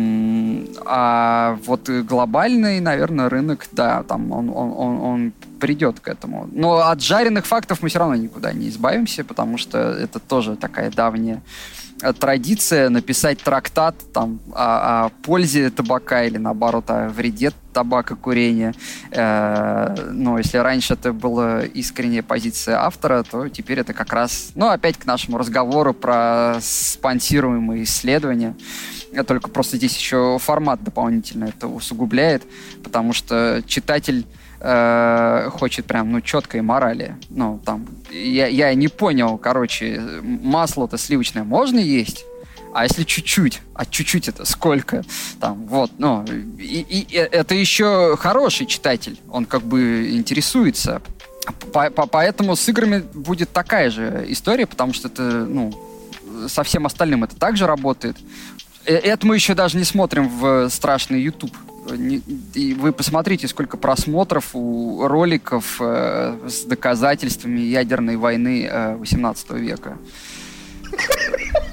А вот глобальный, наверное, рынок, да, там он придет к этому. Но от жареных фактов мы все равно никуда не избавимся, потому что это тоже такая давняя традиция написать трактат там, о пользе табака или, наоборот, о вреде табакокурения. Но если раньше это была искренняя позиция автора, то теперь это как раз... Ну, опять к нашему разговору про спонсируемые исследования. Только просто здесь еще формат дополнительно это усугубляет, потому что читатель хочет прям, ну, четкой морали. Ну, там, я не понял, короче, масло-то сливочное можно есть? А если чуть-чуть? А чуть-чуть это сколько? Там, вот, ну, и это еще хороший читатель. Он как бы интересуется. Поэтому с играми будет такая же история, потому что это, ну, со всем остальным это также работает. Это мы еще даже не смотрим в страшный YouTube. И вы посмотрите, сколько просмотров у роликов с доказательствами ядерной войны 18 века.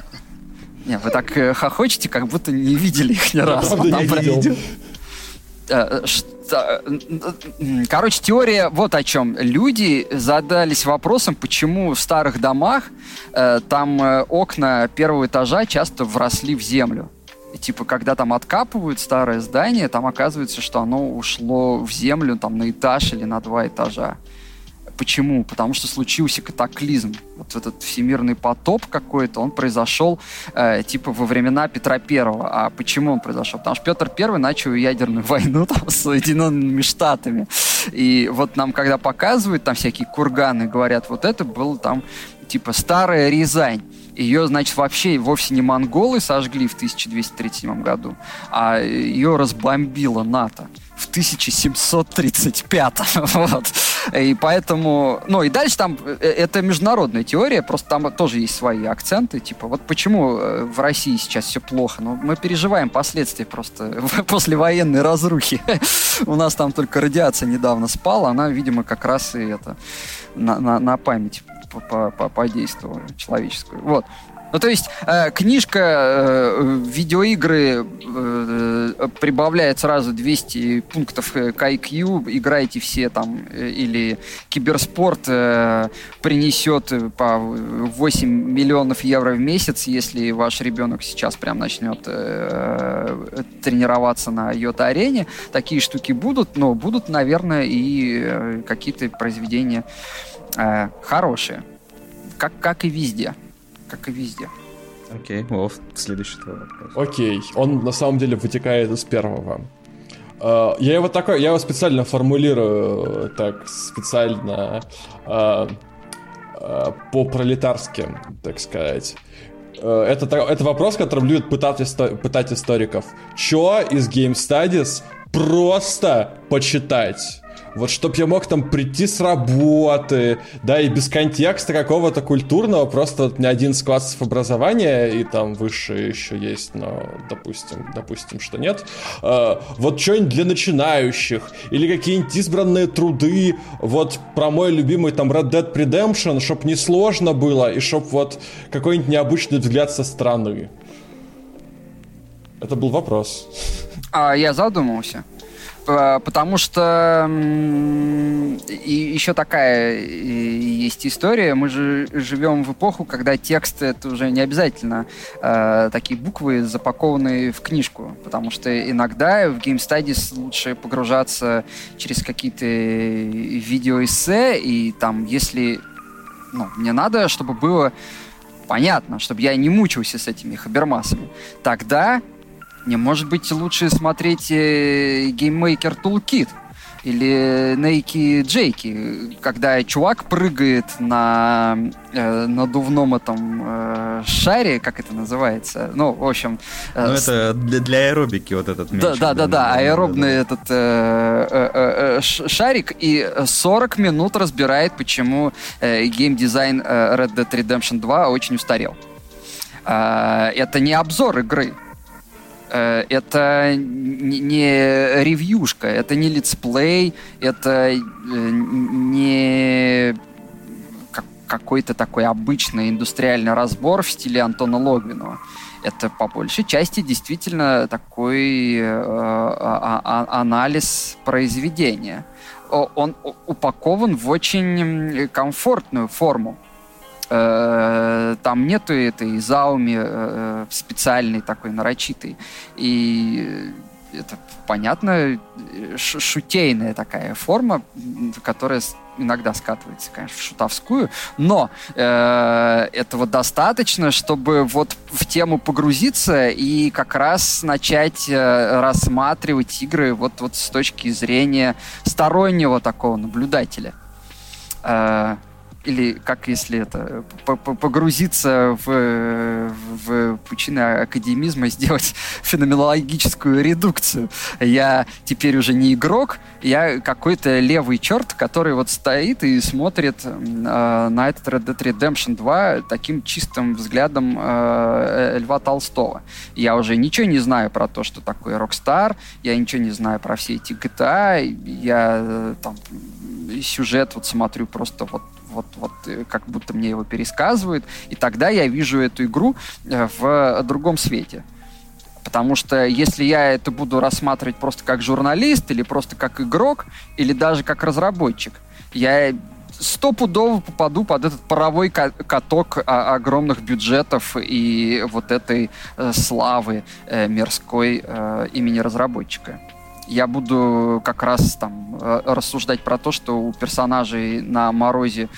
Не, вы так хохочете, как будто не видели их ни разу. Я видел. Короче, теория вот о чем. Люди задались вопросом, почему в старых домах там окна первого этажа часто вросли в землю. И, типа, когда там откапывают старое здание, там оказывается, что оно ушло в землю там на этаж или на 2 этажа. Почему? Потому что случился катаклизм. Вот этот всемирный потоп какой-то, он произошел типа во времена Петра Первого. А почему он произошел? Потому что Петр Первый начал ядерную войну там, с Соединенными Штатами. И вот нам, когда показывают там всякие курганы, говорят, вот это было там типа старая Рязань. Ее, значит, вообще вовсе не монголы сожгли в 1237 году, а ее разбомбило НАТО в 1735. Вот. И поэтому... Ну, и дальше там... Это международная теория, просто там тоже есть свои акценты. Типа, вот почему в России сейчас все плохо? Ну, мы переживаем последствия просто послевоенной разрухи. У нас там только радиация недавно спала, она, видимо, как раз и это на память подействовала человеческую. Вот. Ну, то есть книжка видеоигры прибавляет сразу 200 пунктов к IQ, играете все там, или киберспорт принесет по 8 миллионов евро в месяц, если ваш ребенок сейчас прям начнет тренироваться на Йота-арене. Такие штуки будут, но будут, наверное, и какие-то произведения хорошие. Как и везде. Как и везде. Окей, Вов, следующий твой вопрос. Окей, он на самом деле вытекает из первого. Я его специально формулирую так, специально по-пролетарски, так сказать. Это вопрос, которым любят пытать историков. Чё из Game Studies просто почитать? Вот чтоб я мог там прийти с работы, да, и без контекста какого-то культурного, просто вот у меня 11 классов образования, и там высшее еще есть, но допустим, что нет. Вот что-нибудь для начинающих, или какие-нибудь избранные труды, вот про мой любимый там Red Dead Redemption, чтоб не сложно было, и чтоб вот какой-нибудь необычный взгляд со стороны. Это был вопрос. Я задумался. Потому что и еще такая есть история. Мы же живем в эпоху, когда текст — это уже не обязательно такие буквы, запакованные в книжку. Потому что иногда в Game Studies лучше погружаться через какие-то видеоэссе. И там, если мне надо, чтобы было понятно, чтобы я не мучился с этими хабермасами, тогда... Не, может быть, лучше смотреть Game Maker Toolkit или Нейки Джейки, когда чувак прыгает на надувном этом шаре, как это называется? Ну, в общем... это для аэробики вот этот мяч. Да, аэробный этот шарик, и 40 минут разбирает, почему геймдизайн Red Dead Redemption 2 очень устарел. Это не обзор игры. Это не ревьюшка, это не летсплей, это не какой-то такой обычный индустриальный разбор в стиле Антона Логвинова. Это по большей части действительно такой анализ произведения. Он упакован в очень комфортную форму. Там нету этой зауми специальной такой нарочитой. И это, понятно, шутейная такая форма, которая иногда скатывается, конечно, в шутовскую, но этого достаточно, чтобы вот в тему погрузиться и как раз начать рассматривать игры вот с точки зрения стороннего такого наблюдателя. Или как если это погрузиться в пучины академизма и сделать феноменологическую редукцию. Я теперь уже не игрок, я какой-то левый черт, который вот стоит и смотрит на этот Red Dead Redemption 2 таким чистым взглядом Льва Толстого. Я уже ничего не знаю про то, что такое Rockstar, я ничего не знаю про все эти GTA, я там сюжет вот смотрю просто вот как будто мне его пересказывают, и тогда я вижу эту игру в другом свете. Потому что если я это буду рассматривать просто как журналист, или просто как игрок, или даже как разработчик, я стопудово попаду под этот паровой каток огромных бюджетов и вот этой славы мирской имени разработчика. Я буду как раз там рассуждать про то, что у персонажей на морозе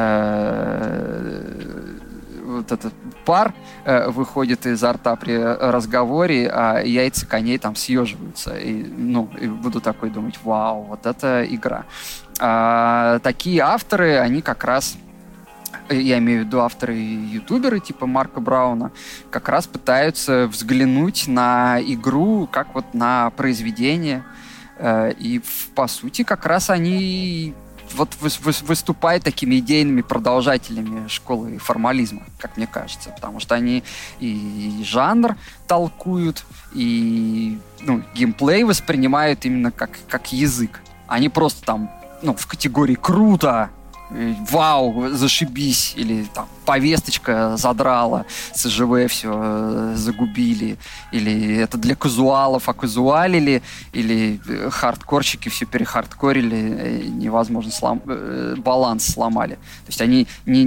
вот этот пар выходит изо рта при разговоре, а яйца коней там съеживаются. И буду такой думать, вау, вот это игра. Такие авторы, они как раз, я имею в виду авторы и ютуберы типа Марка Брауна, как раз пытаются взглянуть на игру как вот на произведение. И по сути как раз они вот выступают такими идейными продолжателями школы формализма, как мне кажется, потому что они и жанр толкуют, и геймплей воспринимают именно как язык. Они просто там в категории «круто», «вау», «зашибись», или там повесточка задрала, СЖВ все загубили, или это для казуалов оказуалили, или хардкорщики все перехардкорили, невозможно, баланс сломали. То есть они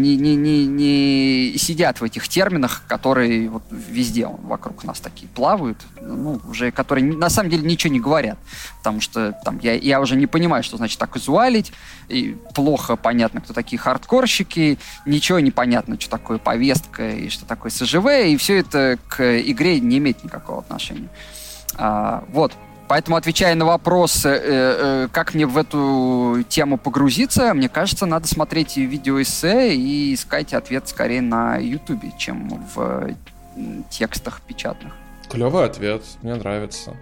не сидят в этих терминах, которые вот везде вокруг нас такие плавают, уже которые на самом деле ничего не говорят, потому что там я уже не понимаю, что значит оказуалить, и плохо понятно, кто такие хардкорщики, ничего не понятно, что такое повестка и что такое СЖВ, и все это к игре не имеет никакого отношения. Вот. Поэтому, отвечая на вопрос, как мне в эту тему погрузиться, мне кажется, надо смотреть видеоэссе и искать ответ скорее на Ютубе, чем в текстах печатных. Клевый ответ, мне нравится.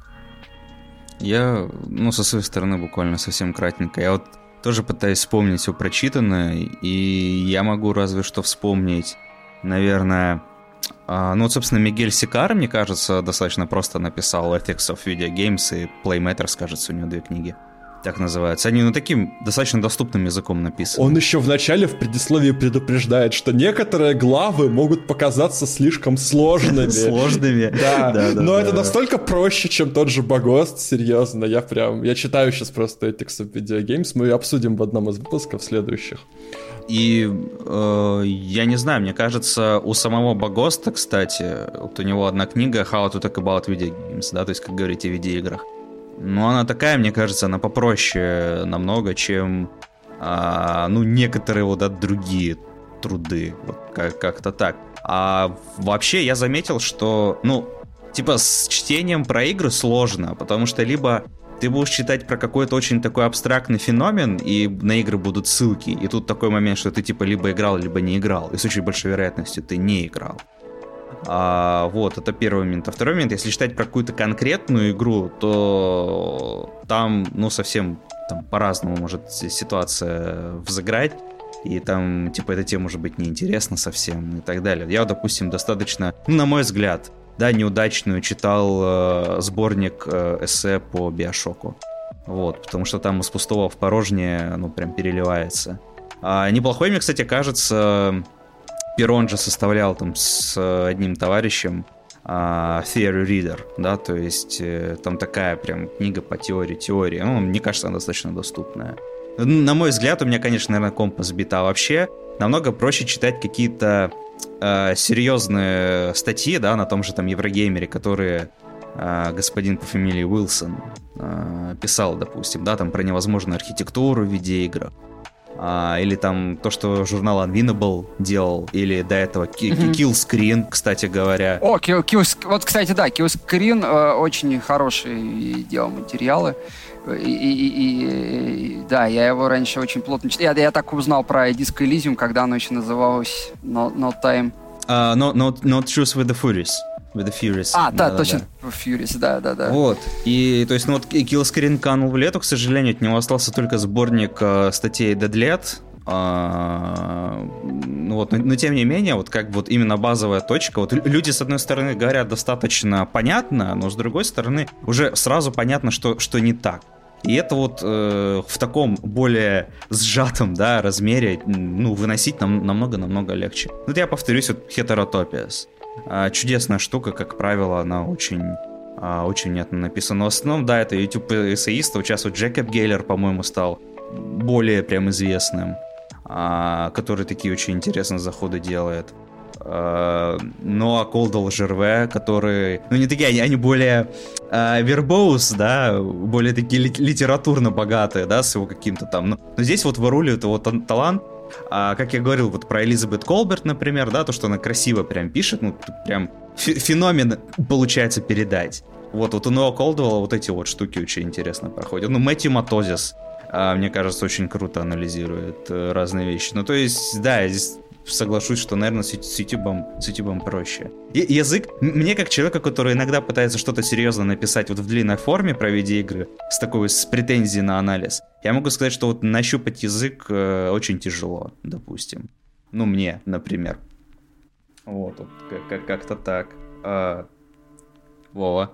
Я, со своей стороны, буквально совсем кратенько. Я вот тоже пытаюсь вспомнить все прочитанное, и я могу разве что вспомнить, наверное... собственно, Мигель Сикар, мне кажется, достаточно просто написал Ethics of Video Games и Play Matters, кажется, у него 2 книги. Так называются. Они таким достаточно доступным языком написаны. Он еще в начале в предисловии предупреждает, что некоторые главы могут показаться слишком сложными. Сложными. Да, но это настолько проще, чем тот же Багост, серьезно. Я читаю сейчас просто Ethics of Video Games, мы обсудим в одном из выпусков следующих. И я не знаю, мне кажется, у самого Багоста, кстати, вот у него одна книга How to Talk About Video Games, да, то есть, как говорить о видеоиграх. Но она такая, мне кажется, она попроще намного, чем некоторые другие труды, вот как-то так. А вообще я заметил, что, с чтением про игры сложно, потому что либо ты будешь читать про какой-то очень такой абстрактный феномен, и на игры будут ссылки, и тут такой момент, что ты либо играл, либо не играл, и с очень большой вероятностью ты не играл. Это первый момент. А второй момент, если читать про какую-то конкретную игру, то там, совсем по-разному может ситуация взыграть, и там, эта тема может быть неинтересна совсем и так далее. Я, допустим, достаточно, на мой взгляд, неудачную читал сборник эссе по Биошоку. Потому что там из пустого в порожнее, прям переливается. Неплохой мне, кстати, кажется... Перрон же составлял там с одним товарищем Theory Reader, да, то есть там такая прям книга по теории. Мне кажется, она достаточно доступная. На мой взгляд, у меня, конечно, наверное, комп сбит, а вообще намного проще читать какие-то серьезные статьи, да, на том же там Еврогеймере, которые господин по фамилии Уилсон писал, допустим, да, там про невозможную архитектуру в видеоиграх. Или там то, что журнал Unwinnable делал, или до этого Killscreen, кстати говоря. Вот, кстати, да, Killscreen очень хороший делал материалы. И да, я его раньше очень плотно читал. Я так узнал про Disco Elysium, когда оно еще называлось No Time. Not Truth with the Furies. With the Furies. Точно, Furies, да. Вот, и то есть, Killscreen канул в лету, к сожалению, от него остался только сборник статей Deadlet. Но тем не менее, именно базовая точка. Люди, с одной стороны, говорят достаточно понятно, но с другой стороны, уже сразу понятно, что не так. И это вот в таком более сжатом, да, размере, ну, выносить намного-намного легче. Вот я повторюсь, вот Heterotopia. Чудесная штука, как правило, она очень внятно написана. В основном, да, это YouTube эссеистов. Сейчас вот Джекоб Гейлер, по-моему, стал более прям известным, который такие очень интересные заходы делает. Ну, а Колдал Жерве, которые... Ну, не такие, они более вербоус, да, более такие литературно богатые, да, с его каким-то там... Но здесь вот выруливает его талант. Как я говорил вот про Элизабет Колберт, например, да, то, что она красиво прям пишет, ну, прям феномен получается передать. Вот у Ноа Колдуэлла вот эти вот штуки очень интересно проходят. Ну, Мэтью Матозис, мне кажется, очень круто анализирует разные вещи. Ну, то есть, да, я здесь соглашусь, что, наверное, с YouTube проще. Язык, мне как человеку, который иногда пытается что-то серьезно написать вот в длинной форме про видеоигры, с претензией на анализ, я могу сказать, что вот нащупать язык очень тяжело, допустим. Ну, мне, например. Вот как-то так. Вова.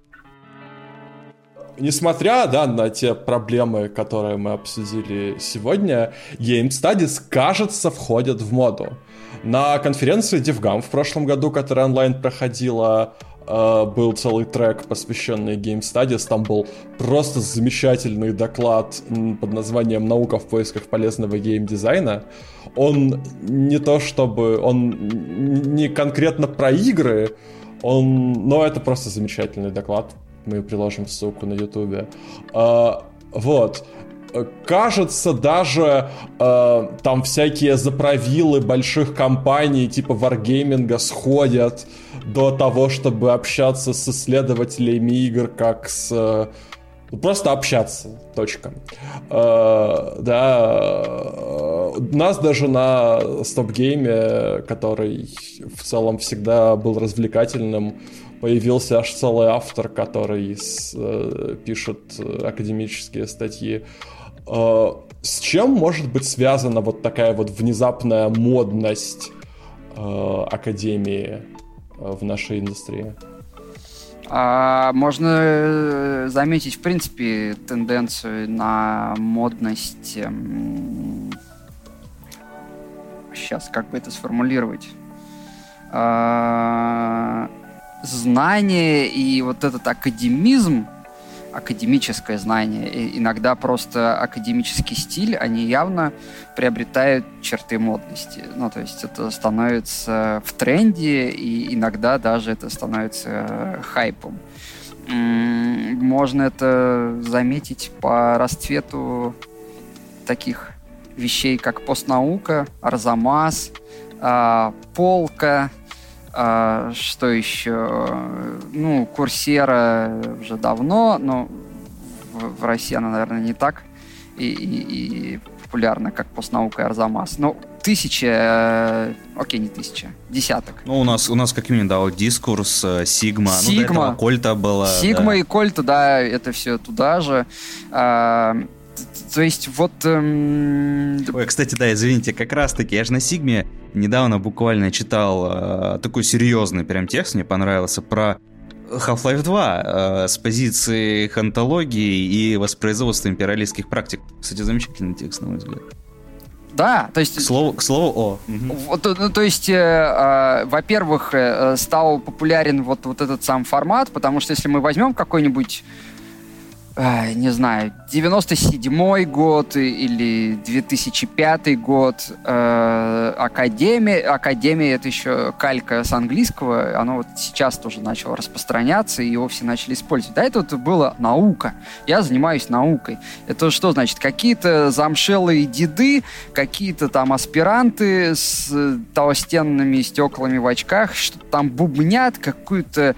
Несмотря, да, на те проблемы, которые мы обсудили сегодня, Game Studies, кажется, входят в моду. На конференции DevGam в прошлом году, которая онлайн проходила, был целый трек, посвященный Game Studies. Там был просто замечательный доклад под названием «Наука в поисках полезного геймдизайна». Он не то чтобы... Он не конкретно про игры, но это просто замечательный доклад. Мы приложим ссылку на Ютубе. Вот. Кажется, даже там всякие заправилы больших компаний типа Wargaming сходят до того, чтобы общаться с исследователями игр, как с... Просто общаться. Точка. Да. У нас даже на StopGame, который в целом всегда был развлекательным, появился аж целый автор, который пишет академические статьи. С чем может быть связана вот такая вот внезапная модность академии в нашей индустрии? Можно заметить, в принципе, тенденцию на модность. Сейчас, как бы это сформулировать? Знание и вот этот академизм, академическое знание, и иногда просто академический стиль, они явно приобретают черты модности. Ну, то есть это становится в тренде, и иногда даже это становится хайпом. Можно это заметить по расцвету таких вещей, как постнаука, Арзамас, Полка, что еще? Ну, Курсера уже давно, но в России она, наверное, не так и популярна, как постнаука и Арзамас. Но десяток. Ну, у нас как минимум, да, вот Дискурс, Сигма. Ну, до этого Кольта была. Сигма, да. И Кольта, да, это все туда же. То есть вот... Ой, кстати, да, извините, как раз-таки, я же на Сигме недавно буквально читал такой серьезный прям текст, мне понравился, про Half-Life 2 с позиции хантологии и воспроизводства империалистских практик. Кстати, замечательный текст, на мой взгляд. Да, то есть... К слову, То есть, во-первых, стал популярен вот этот сам формат, потому что если мы возьмем какой-нибудь, не знаю, 97-й год или 2005 год, Академия это еще калька с английского, оно вот сейчас тоже начало распространяться, и его все начали использовать. До этого это была наука. Я занимаюсь наукой. Это что значит? Какие-то замшелые деды, какие-то там аспиранты с толстенными стеклами в очках, что-то там бубнят, какую-то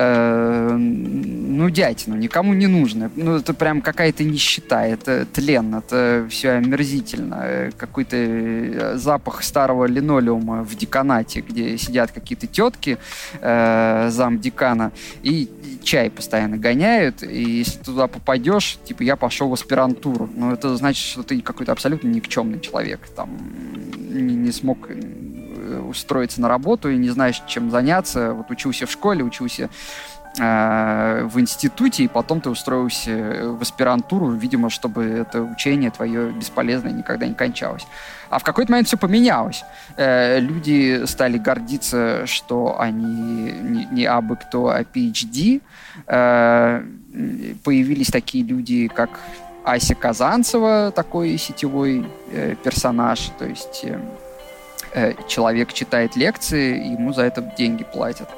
нудятину, никому не нужно. Ну, это прям какая-то нищета, это тлен, это все омерзительно. Какой-то запах старого линолеума в деканате, где сидят какие-то тетки, замдекана, и чай постоянно гоняют, и если туда попадешь, типа, я пошел в аспирантуру. Но это значит, что ты какой-то абсолютно никчемный человек, там, не смог устроиться на работу и не знаешь, чем заняться. Вот учился в школе, учился в институте, и потом ты устроился в аспирантуру, видимо, чтобы это учение твое бесполезное никогда не кончалось. А в какой-то момент все поменялось. Люди стали гордиться, что они не абы кто, а PhD. Появились такие люди, как Ася Казанцева, такой сетевой персонаж, то есть человек читает лекции, ему за это деньги платят.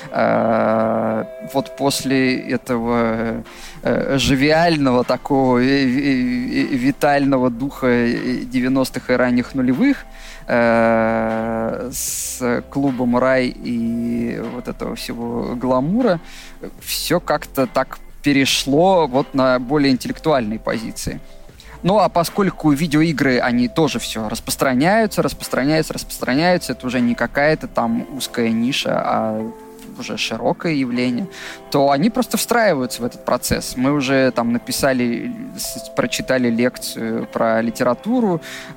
Вот после этого живиального такого витального духа 90-х и ранних нулевых с клубом «Рай» и вот этого всего гламура все как-то так перешло вот на более интеллектуальные позиции. Ну, а поскольку видеоигры, они тоже все распространяются, это уже не какая-то там узкая ниша, а уже широкое явление, то они просто встраиваются в этот процесс. Мы уже там прочитали лекцию про литературу,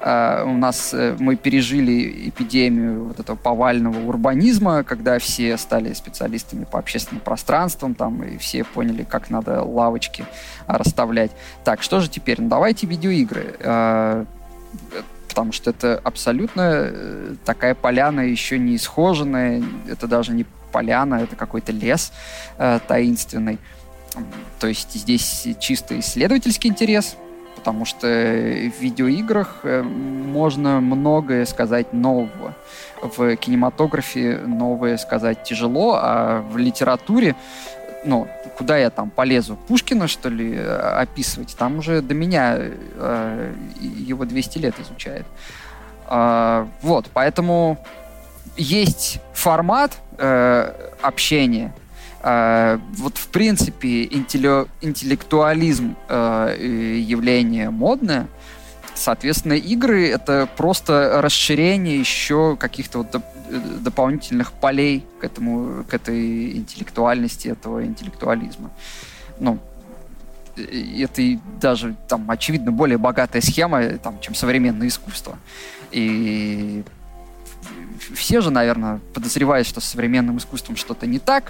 мы пережили эпидемию вот этого повального урбанизма, когда все стали специалистами по общественным пространствам, там, и все поняли, как надо лавочки расставлять. Так, что же теперь? Ну, давайте видеоигры. Потому что это абсолютно такая поляна еще не исхоженная, это даже не поляна, это какой-то лес таинственный. То есть здесь чисто исследовательский интерес, потому что в видеоиграх можно многое сказать нового. В кинематографе новое сказать тяжело, а в литературе, ну, куда я там полезу? Пушкина, что ли, описывать? Там уже до меня его 200 лет изучает. Вот, поэтому есть формат общения. Вот, в принципе, интеллектуализм явление модное. Соответственно, игры — это просто расширение еще каких-то вот дополнительных полей к этой интеллектуальности, этого интеллектуализма. Ну, это даже там, очевидно, более богатая схема, там, чем современное искусство. И все же, наверное, подозревают, что с современным искусством что-то не так.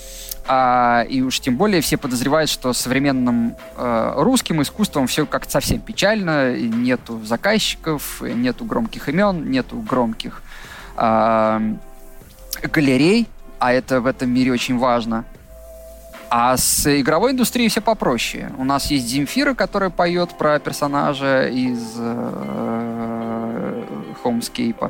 И уж тем более все подозревают, что с современным русским искусством все как-то совсем печально. Нету заказчиков, нету громких имен, нету громких галерей, а это в этом мире очень важно. А с игровой индустрией все попроще. У нас есть Земфира, которая поет про персонажа из Homescape.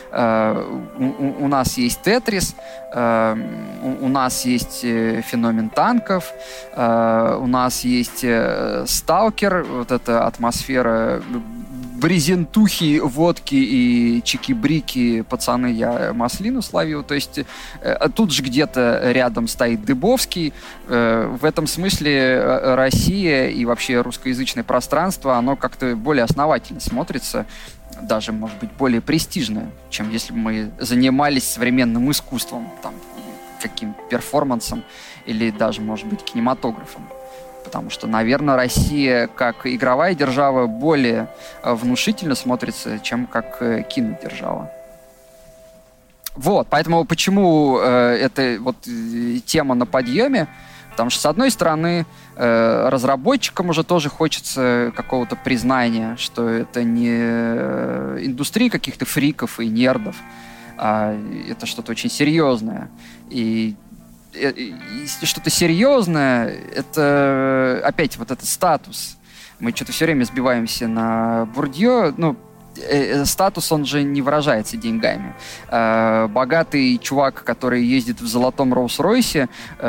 У нас есть Тетрис, у нас есть Феномен танков, у нас есть Сталкер, вот эта атмосфера брезентухи, водки и чики-брики, пацаны, я маслину словил. То есть тут же где-то рядом стоит Дыбовский. В этом смысле Россия и вообще русскоязычное пространство, оно как-то более основательно смотрится, даже, может быть, более престижно, чем если бы мы занимались современным искусством, там, каким перформансом или даже, может быть, кинематографом. Потому что, наверное, Россия как игровая держава более внушительно смотрится, чем как кинодержава. Вот, поэтому почему эта вот тема на подъеме? Потому что, с одной стороны, разработчикам уже тоже хочется какого-то признания, что это не индустрия каких-то фриков и нердов, а это что-то очень серьезное. И что-то серьезное, это опять вот этот статус. Мы что-то все время сбиваемся на Бурдье. Ну, статус, он же не выражается деньгами. Богатый чувак, который ездит в золотом Роллс-Ройсе,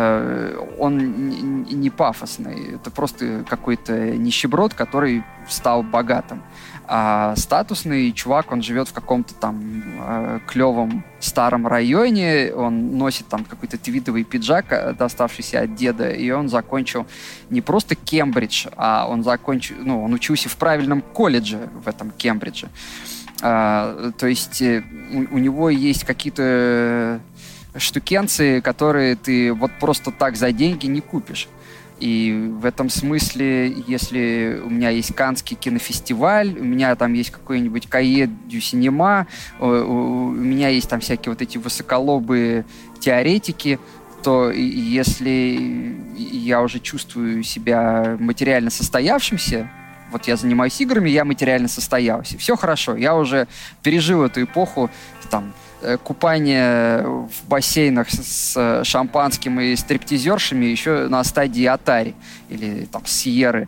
он не пафосный. Это просто какой-то нищеброд, который стал богатым. А статусный чувак, он живет в каком-то там клевом старом районе, он носит там какой-то твидовый пиджак, доставшийся от деда, и он закончил не просто Кембридж, а он учился в правильном колледже в этом Кембридже. То есть у него есть какие-то штукенции, которые ты вот просто так за деньги не купишь. И в этом смысле, если у меня есть Каннский кинофестиваль, у меня там есть какой-нибудь Кае дю Синема, у меня есть там всякие вот эти высоколобые теоретики, что если я уже чувствую себя материально состоявшимся, вот я занимаюсь играми, я материально состоялся. Все хорошо, я уже пережил эту эпоху там, купания в бассейнах с шампанским и стриптизершами еще на стадии Atari или там Сьерры.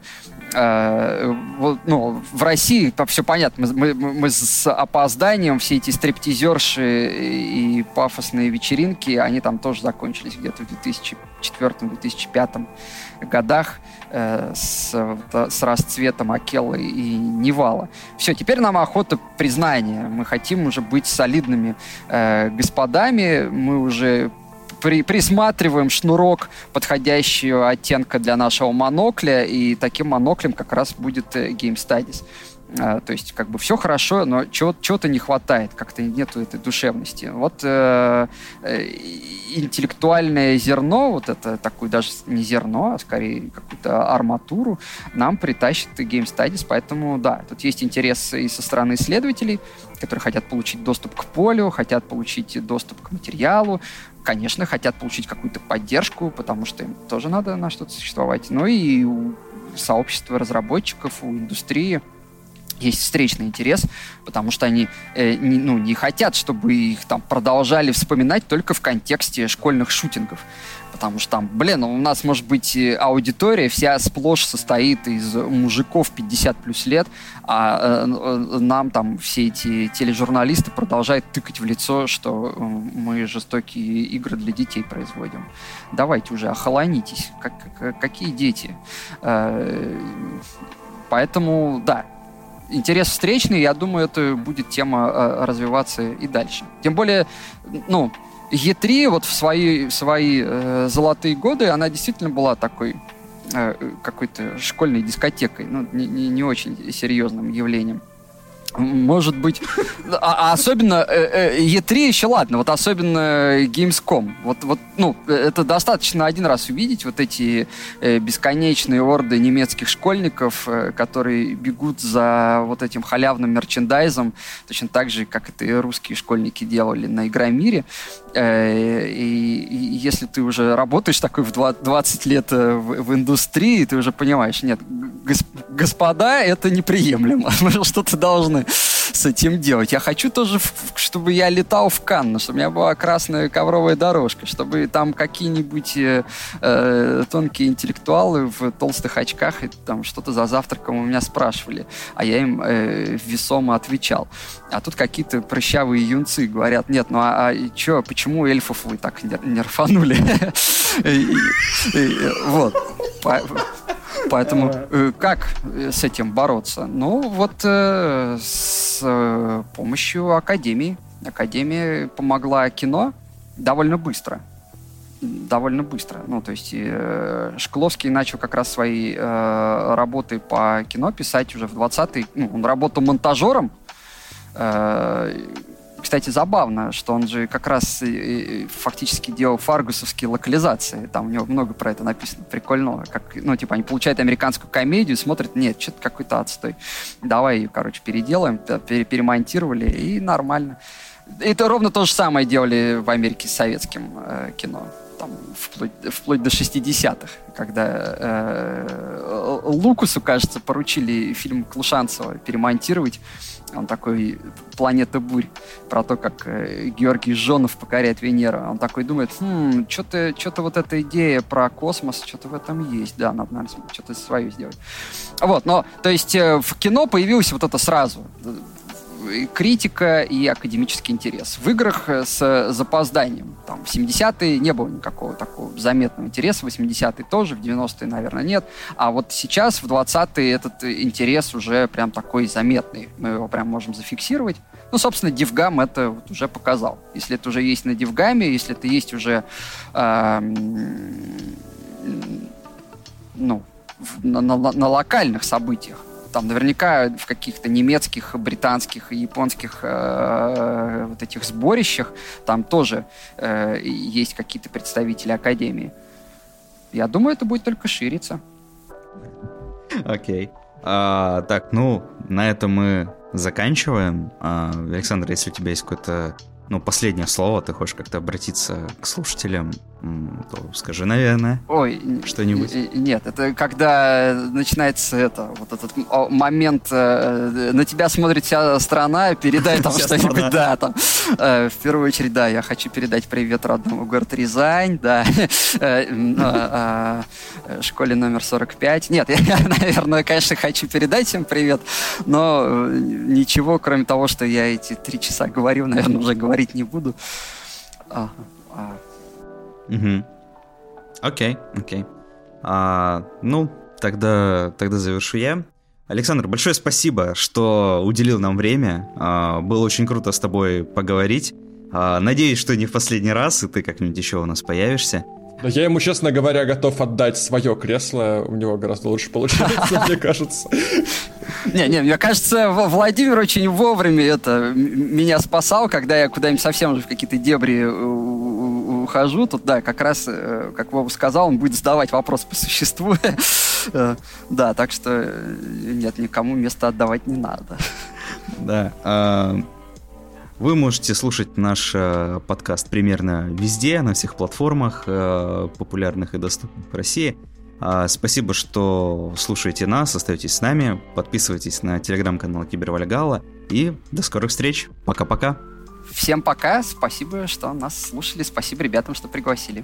Ну, в России все понятно, мы с опозданием, все эти стриптизерши и пафосные вечеринки, они там тоже закончились где-то в 2004-2005 годах с расцветом Акеллы и Невала. Все, теперь нам охота признания, мы хотим уже быть солидными господами, мы уже присматриваем шнурок подходящего оттенка для нашего монокля, и таким моноклем как раз будет Game Studies. То есть, как бы все хорошо, но чего-то не хватает, как-то нету этой душевности. Вот интеллектуальное зерно, вот это такое даже не зерно, а скорее какую-то арматуру нам притащит Game Studies, поэтому да, тут есть интерес и со стороны исследователей, которые хотят получить доступ к полю, хотят получить доступ к материалу, конечно, хотят получить какую-то поддержку, потому что им тоже надо на что-то существовать. Ну и у сообщества разработчиков, у индустрии есть встречный интерес, потому что они не хотят, чтобы их там продолжали вспоминать только в контексте школьных шутингов. Потому что там, у нас может быть аудитория вся сплошь состоит из мужиков 50 плюс лет, а нам там все эти тележурналисты продолжают тыкать в лицо, что мы жестокие игры для детей производим. Давайте уже охолонитесь. Какие дети? Поэтому, да, интерес встречный, я думаю, это будет тема развиваться и дальше. Тем более, E3 вот в свои золотые годы, она действительно была такой какой-то школьной дискотекой, не очень серьезным явлением. Может быть, особенно E3 еще ладно, вот особенно Gamescom. Это достаточно один раз увидеть вот эти бесконечные орды немецких школьников, которые бегут за вот этим халявным мерчендайзом, точно так же, как это и русские школьники делали на Игромире. И если ты уже работаешь такой в 20 лет в индустрии, ты уже понимаешь, нет, господа, это неприемлемо, мы что-то должны с этим делать. Я хочу тоже, чтобы я летал в Канны, чтобы у меня была красная ковровая дорожка, чтобы там какие-нибудь тонкие интеллектуалы в толстых очках и там что-то за завтраком у меня спрашивали, а я им весомо отвечал. А тут какие-то прыщавые юнцы говорят, нет, чё, почему эльфов вы так не рфанули? Вот. Поэтому как с этим бороться? С помощью Академии. Академия помогла кино довольно быстро. То есть Шкловский начал как раз свои работы по кино писать уже в 20-е. Он работал монтажером. Кстати, забавно, что он же как раз фактически делал фаргусовские локализации. Там у него много про это написано, прикольно. Они получают американскую комедию, смотрят, нет, что-то какой-то отстой. Давай ее, переделаем, перемонтировали, и нормально. Это ровно то же самое делали в Америке с советским кино. Там, вплоть до 60-х, когда Лукасу, кажется, поручили фильм Клушанцева перемонтировать. Он такой «Планета бурь», про то, как Георгий Жонов покоряет Венеру. Он такой думает, что-то вот эта идея про космос, что-то в этом есть. Да, надо, наверное, что-то свое сделать. То есть в кино появилось вот это сразу. Критика и академический интерес. В играх с запозданием. Там, в 70-е не было никакого такого заметного интереса, в 80-е тоже, в 90-е, наверное, нет. А вот сейчас, в 20-е, этот интерес уже прям такой заметный. Мы его прям можем зафиксировать. Собственно, DevGam это вот уже показал. Если это уже есть на DevGam, если это есть уже на локальных событиях, там наверняка в каких-то немецких, британских и японских вот этих сборищах там тоже есть какие-то представители Академии. Я думаю, это будет только шириться. Окей. Так, на этом мы заканчиваем. Александр, если у тебя есть какое-то последнее слово, ты хочешь как-то обратиться к слушателям, то скажи, наверное, что-нибудь. Нет, это когда начинается вот этот момент, на тебя смотрит вся страна, передай там что-нибудь, да, там. В первую очередь, да, я хочу передать привет родному город Рязань, да, школе номер 45. Нет, я, наверное, конечно, хочу передать всем привет, но ничего, кроме того, что я эти 3 часа говорил, наверное, уже говорить не буду. Окей. Ну, тогда завершу я. Александр, большое спасибо, что уделил нам время. Было очень круто с тобой поговорить. Надеюсь, что не в последний раз, и ты как-нибудь еще у нас появишься. Да я ему, честно говоря, готов отдать свое кресло. У него гораздо лучше получается, мне кажется. Не, мне кажется, Владимир очень вовремя меня спасал, когда я куда-нибудь совсем уже в какие-то дебри ухожу. Тут, да, как раз, как Вова сказал, он будет задавать вопрос по существу. Да, так что нет, никому место отдавать не надо. Да. Вы можете слушать наш подкаст примерно везде, на всех платформах, популярных и доступных в России. Спасибо, что слушаете нас, остаетесь с нами, подписывайтесь на телеграм-канал Кибервальгалла и до скорых встреч. Пока-пока. Всем пока, спасибо, что нас слушали, спасибо ребятам, что пригласили.